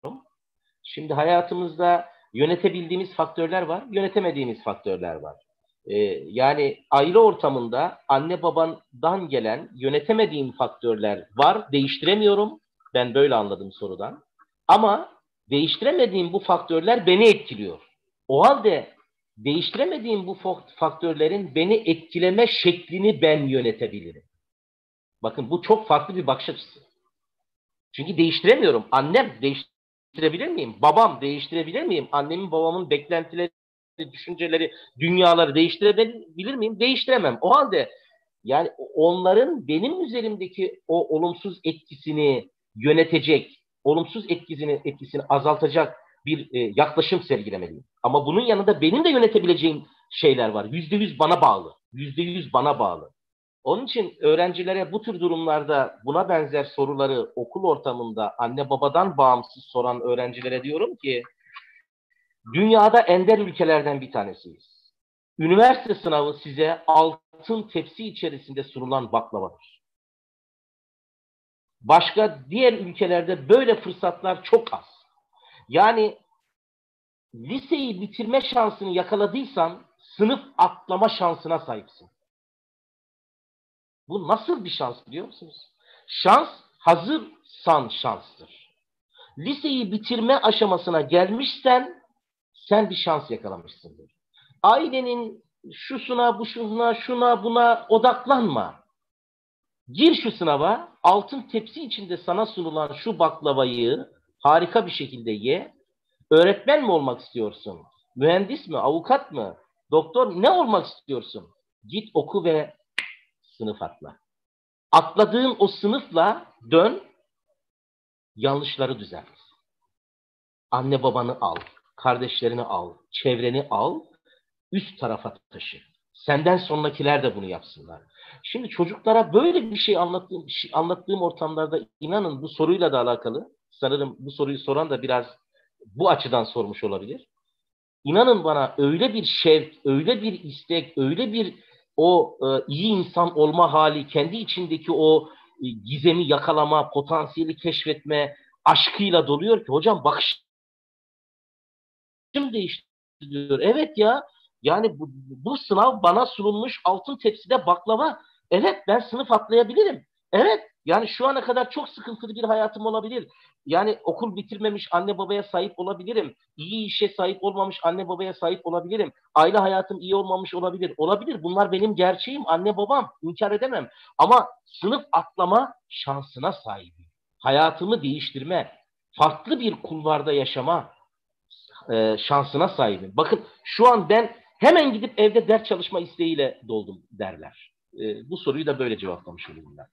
B: Şimdi hayatımızda yönetebildiğimiz faktörler var, yönetemediğimiz faktörler var. Ee, yani aile ortamında anne babandan gelen yönetemediğim faktörler var, değiştiremiyorum. Ben böyle anladım sorudan. Ama değiştiremediğim bu faktörler beni etkiliyor. O halde değiştiremediğim bu faktörlerin beni etkileme şeklini ben yönetebilirim. Bakın bu çok farklı bir bakış açısı. Çünkü değiştiremiyorum. Annem değiştirebilir miyim? Babam değiştirebilir miyim? Annemin babamın beklentileri, düşünceleri, dünyaları değiştirebilir miyim? Değiştiremem. O halde yani onların benim üzerimdeki o olumsuz etkisini yönetecek, olumsuz etkisini, etkisini azaltacak bir e, yaklaşım sergilemeliyim. Ama bunun yanında benim de yönetebileceğim şeyler var. Yüzde yüz bana bağlı. Yüzde yüz bana bağlı. Onun için öğrencilere bu tür durumlarda buna benzer soruları okul ortamında anne babadan bağımsız soran öğrencilere diyorum ki dünyada ender ülkelerden bir tanesiyiz. Üniversite sınavı size altın tepsi içerisinde sunulan baklavadır. Başka diğer ülkelerde böyle fırsatlar çok az. Yani liseyi bitirme şansını yakaladıysan sınıf atlama şansına sahipsin. Bu nasıl bir şans biliyor musunuz? Şans hazırsan şanstır. Liseyi bitirme aşamasına gelmişsen sen bir şans yakalamışsındır. Ailenin şusuna, bu şuna, şuna, buna odaklanma. Gir şu sınava, altın tepsi içinde sana sunulan şu baklavayı harika bir şekilde ye. Öğretmen mi olmak istiyorsun? Mühendis mi? Avukat mı? Doktor ne olmak istiyorsun? Git oku ve sınıf atla. Atladığın o sınıfla dön, yanlışları düzelt. Anne babanı al, kardeşlerini al, çevreni al, üst tarafa taşı. Senden sonrakiler de bunu yapsınlar. Şimdi çocuklara böyle bir şey anlattığım, anlattığım ortamlarda inanın bu soruyla da alakalı. Sanırım bu soruyu soran da biraz bu açıdan sormuş olabilir. İnanın bana öyle bir şevk, öyle bir istek, öyle bir o e, iyi insan olma hali, kendi içindeki o e, gizemi yakalama, potansiyeli keşfetme aşkıyla doluyor ki hocam bakışım değişti diyor. Evet ya, yani bu, bu sınav bana sunulmuş altın tepside baklava. Evet, ben sınıf atlayabilirim. Evet, yani şu ana kadar çok sıkıntılı bir hayatım olabilir. Yani okul bitirmemiş anne babaya sahip olabilirim. İyi işe sahip olmamış anne babaya sahip olabilirim. Aile hayatım iyi olmamış olabilir. Olabilir. Bunlar benim gerçeğim. Anne babam. İnkar edemem. Ama sınıf atlama şansına sahibim. Hayatımı değiştirme, farklı bir kulvarda yaşama e, şansına sahibim. Bakın şu an ben hemen gidip evde ders çalışma isteğiyle doldum derler. E, bu soruyu da böyle cevaplamış olayım ben.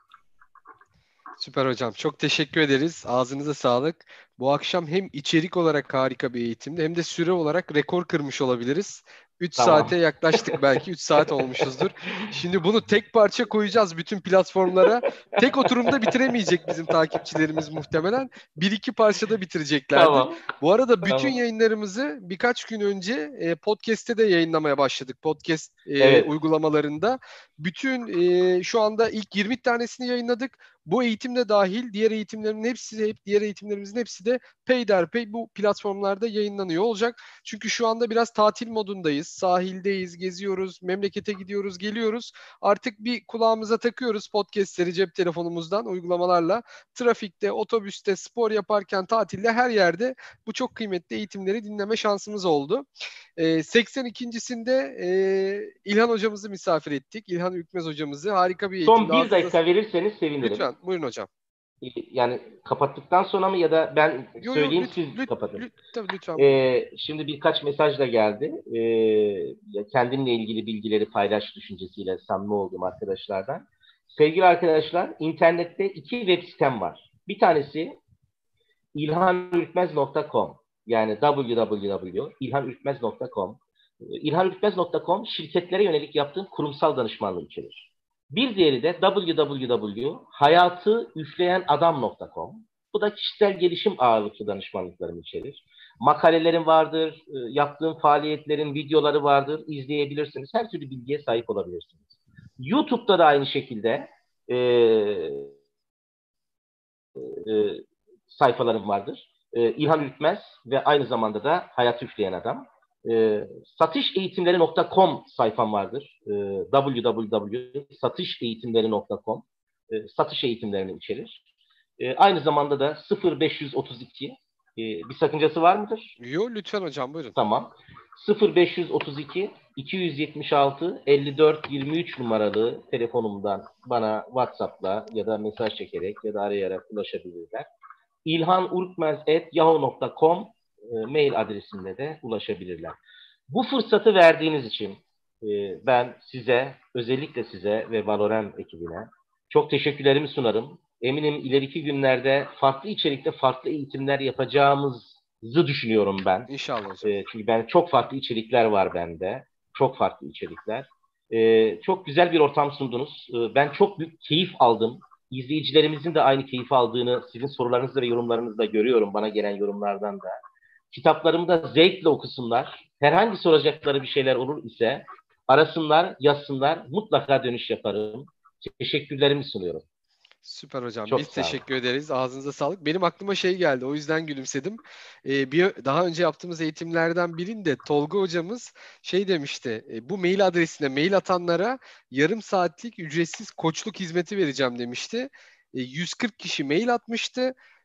A: Süper hocam. Çok teşekkür ederiz. Ağzınıza sağlık. Bu akşam hem içerik olarak harika bir eğitimdi hem de süre olarak rekor kırmış olabiliriz. üç
B: Tamam.
A: saate yaklaştık belki. üç saat olmuşuzdur. Şimdi bunu tek parça koyacağız bütün platformlara. Tek oturumda bitiremeyecek bizim takipçilerimiz muhtemelen. Bir iki parçada bitireceklerdir.
B: Tamam.
A: Bu arada bütün
B: Tamam.
A: yayınlarımızı birkaç gün önce e, podcast'te de yayınlamaya başladık. Podcast e,
B: Evet.
A: uygulamalarında. Bütün e, şu anda ilk yirmi tanesini yayınladık. Bu eğitim de dahil diğer eğitimlerin hepsi, hep diğer eğitimlerimizin hepsi de peyderpey bu platformlarda yayınlanıyor olacak. Çünkü şu anda biraz tatil modundayız. Sahildeyiz, geziyoruz, memlekete gidiyoruz, geliyoruz. Artık bir kulağımıza takıyoruz podcastleri cep telefonumuzdan uygulamalarla. Trafikte, otobüste, spor yaparken, tatilde her yerde bu çok kıymetli eğitimleri dinleme şansımız oldu. E, seksen ikincisinde e, İlhan hocamızı misafir ettik. İlhan Ürkmez hocamızı. Harika bir
B: Son
A: eğitimdi.
B: bir
A: Ağzınıza
B: dakika verirseniz sevinirim.
A: lütfen buyurun hocam.
B: Yani kapattıktan sonra mı ya da ben
A: Yo yo
B: söyleyeyim
A: lüt,
B: siz
A: lüt,
B: kapatın.
A: lüt, tabii lütfen buyurun.
B: Ee, şimdi birkaç mesaj da geldi. Ee, kendimle ilgili bilgileri paylaş düşüncesiyle samimi olduğum arkadaşlardan. Sevgili arkadaşlar, internette iki web sitem var. Bir tanesi ilhanürkmez nokta com, yani double-u double-u double-u nokta ilhanürkmez nokta com. ilhanürkmez nokta com şirketlere yönelik yaptığım kurumsal danışmanlığı içerir. Bir diğeri de double-u double-u double-u nokta hayatı üfleyen adam nokta com. Bu da kişisel gelişim ağırlıklı danışmanlıklarımı içerir. Makalelerim vardır, yaptığım faaliyetlerin videoları vardır, izleyebilirsiniz. Her türlü bilgiye sahip olabilirsiniz. YouTube'da da aynı şekilde e, e, sayfalarım vardır. E, İlhan Ürkmez ve aynı zamanda da Hayat Üfleyen Adam. E, satışeğitimleri nokta com sayfam vardır. E, double-u double-u double-u nokta satışeğitimleri nokta com e, satış eğitimlerini içerir. E, aynı zamanda da sıfır beş otuz iki e, bir sakıncası var mıdır?
A: Yo lütfen hocam buyurun.
B: Tamam. sıfır beş otuz iki iki yüz yetmiş altı elli dört yirmi üç numaralı telefonumdan bana WhatsApp'la ya da mesaj çekerek ya da arayarak ulaşabilirler. ilhanurkmez at yahoo nokta com e, mail adresinde de ulaşabilirler. Bu fırsatı verdiğiniz için e, ben size, özellikle size ve Valorem ekibine çok teşekkürlerimi sunarım. Eminim ileriki günlerde farklı içerikte farklı eğitimler yapacağımızı düşünüyorum ben.
A: İnşallah hocam.
B: E, çünkü ben çok farklı içerikler var bende. Çok farklı içerikler. E, çok güzel bir ortam sundunuz. E, ben çok büyük keyif aldım. İzleyicilerimizin de aynı keyif aldığını sizin sorularınızda ve yorumlarınızda görüyorum, bana gelen yorumlardan da. Kitaplarımı da zevkle okusunlar. Herhangi soracakları bir şeyler olur ise arasınlar, yazsınlar. Mutlaka dönüş yaparım. Teşekkürlerimi sunuyorum.
A: Süper hocam.
B: Çok
A: Biz
B: sağ olun.
A: teşekkür ederiz. Ağzınıza sağlık. Benim aklıma şey geldi. O yüzden gülümsedim. Ee, bir daha önce yaptığımız eğitimlerden birinde Tolga hocamız şey demişti. E, bu mail adresine mail atanlara yarım saatlik ücretsiz koçluk hizmeti vereceğim demişti. E, yüz kırk kişi mail atmıştı.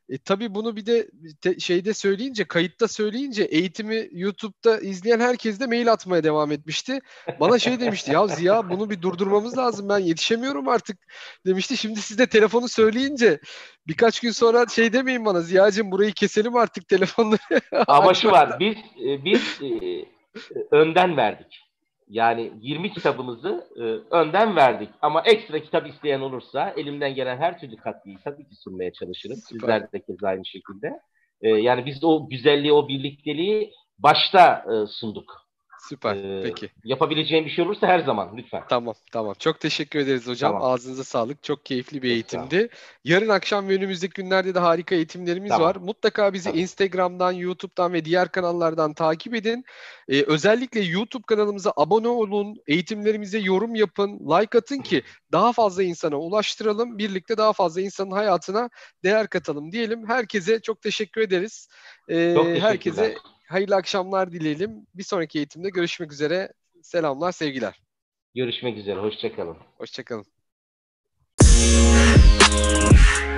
A: E, tabii bunu bir de te- şeyde söyleyince, kayıtta söyleyince eğitimi YouTube'da izleyen herkes de mail atmaya devam etmişti. Bana şey demişti, ya Ziya bunu bir durdurmamız lazım, ben yetişemiyorum artık demişti. Şimdi siz de telefonu söyleyince birkaç gün sonra şey demeyin bana, Ziya'cığım burayı keselim artık telefonları
B: Ama şu
A: açmakta.
B: var, biz e, biz e, önden verdik. Yani yirmi kitabımızı e, önden verdik. Ama ekstra kitap isteyen olursa elimden gelen her türlü katkıyı tabii ki sunmaya çalışırım.
A: Süper,
B: Sizler de keza aynı şekilde. E, yani biz o güzelliği, o birlikteliği başta e, sunduk.
A: süper.
B: E,
A: Peki.
B: Yapabileceğim bir şey olursa her zaman lütfen.
A: Tamam, tamam. Çok teşekkür ederiz hocam.
B: Tamam.
A: Ağzınıza sağlık. Çok keyifli bir
B: Çok sağ ol.
A: eğitimdi. Yarın akşam ve önümüzdeki günlerde de harika eğitimlerimiz var.
B: Tamam.
A: Mutlaka bizi
B: Tabii.
A: Instagram'dan, YouTube'dan ve diğer kanallardan takip edin. Ee, özellikle YouTube kanalımıza abone olun, eğitimlerimize yorum yapın, like atın ki daha fazla insana ulaştıralım. Birlikte daha fazla insanın hayatına değer katalım diyelim. Herkese çok teşekkür ederiz.
B: Çok
A: Ee,
B: teşekkürler.
A: herkese hayırlı akşamlar dileyelim. Bir sonraki eğitimde görüşmek üzere. Selamlar, sevgiler.
B: Görüşmek üzere. Hoşça kalın.
A: Hoşçakalın.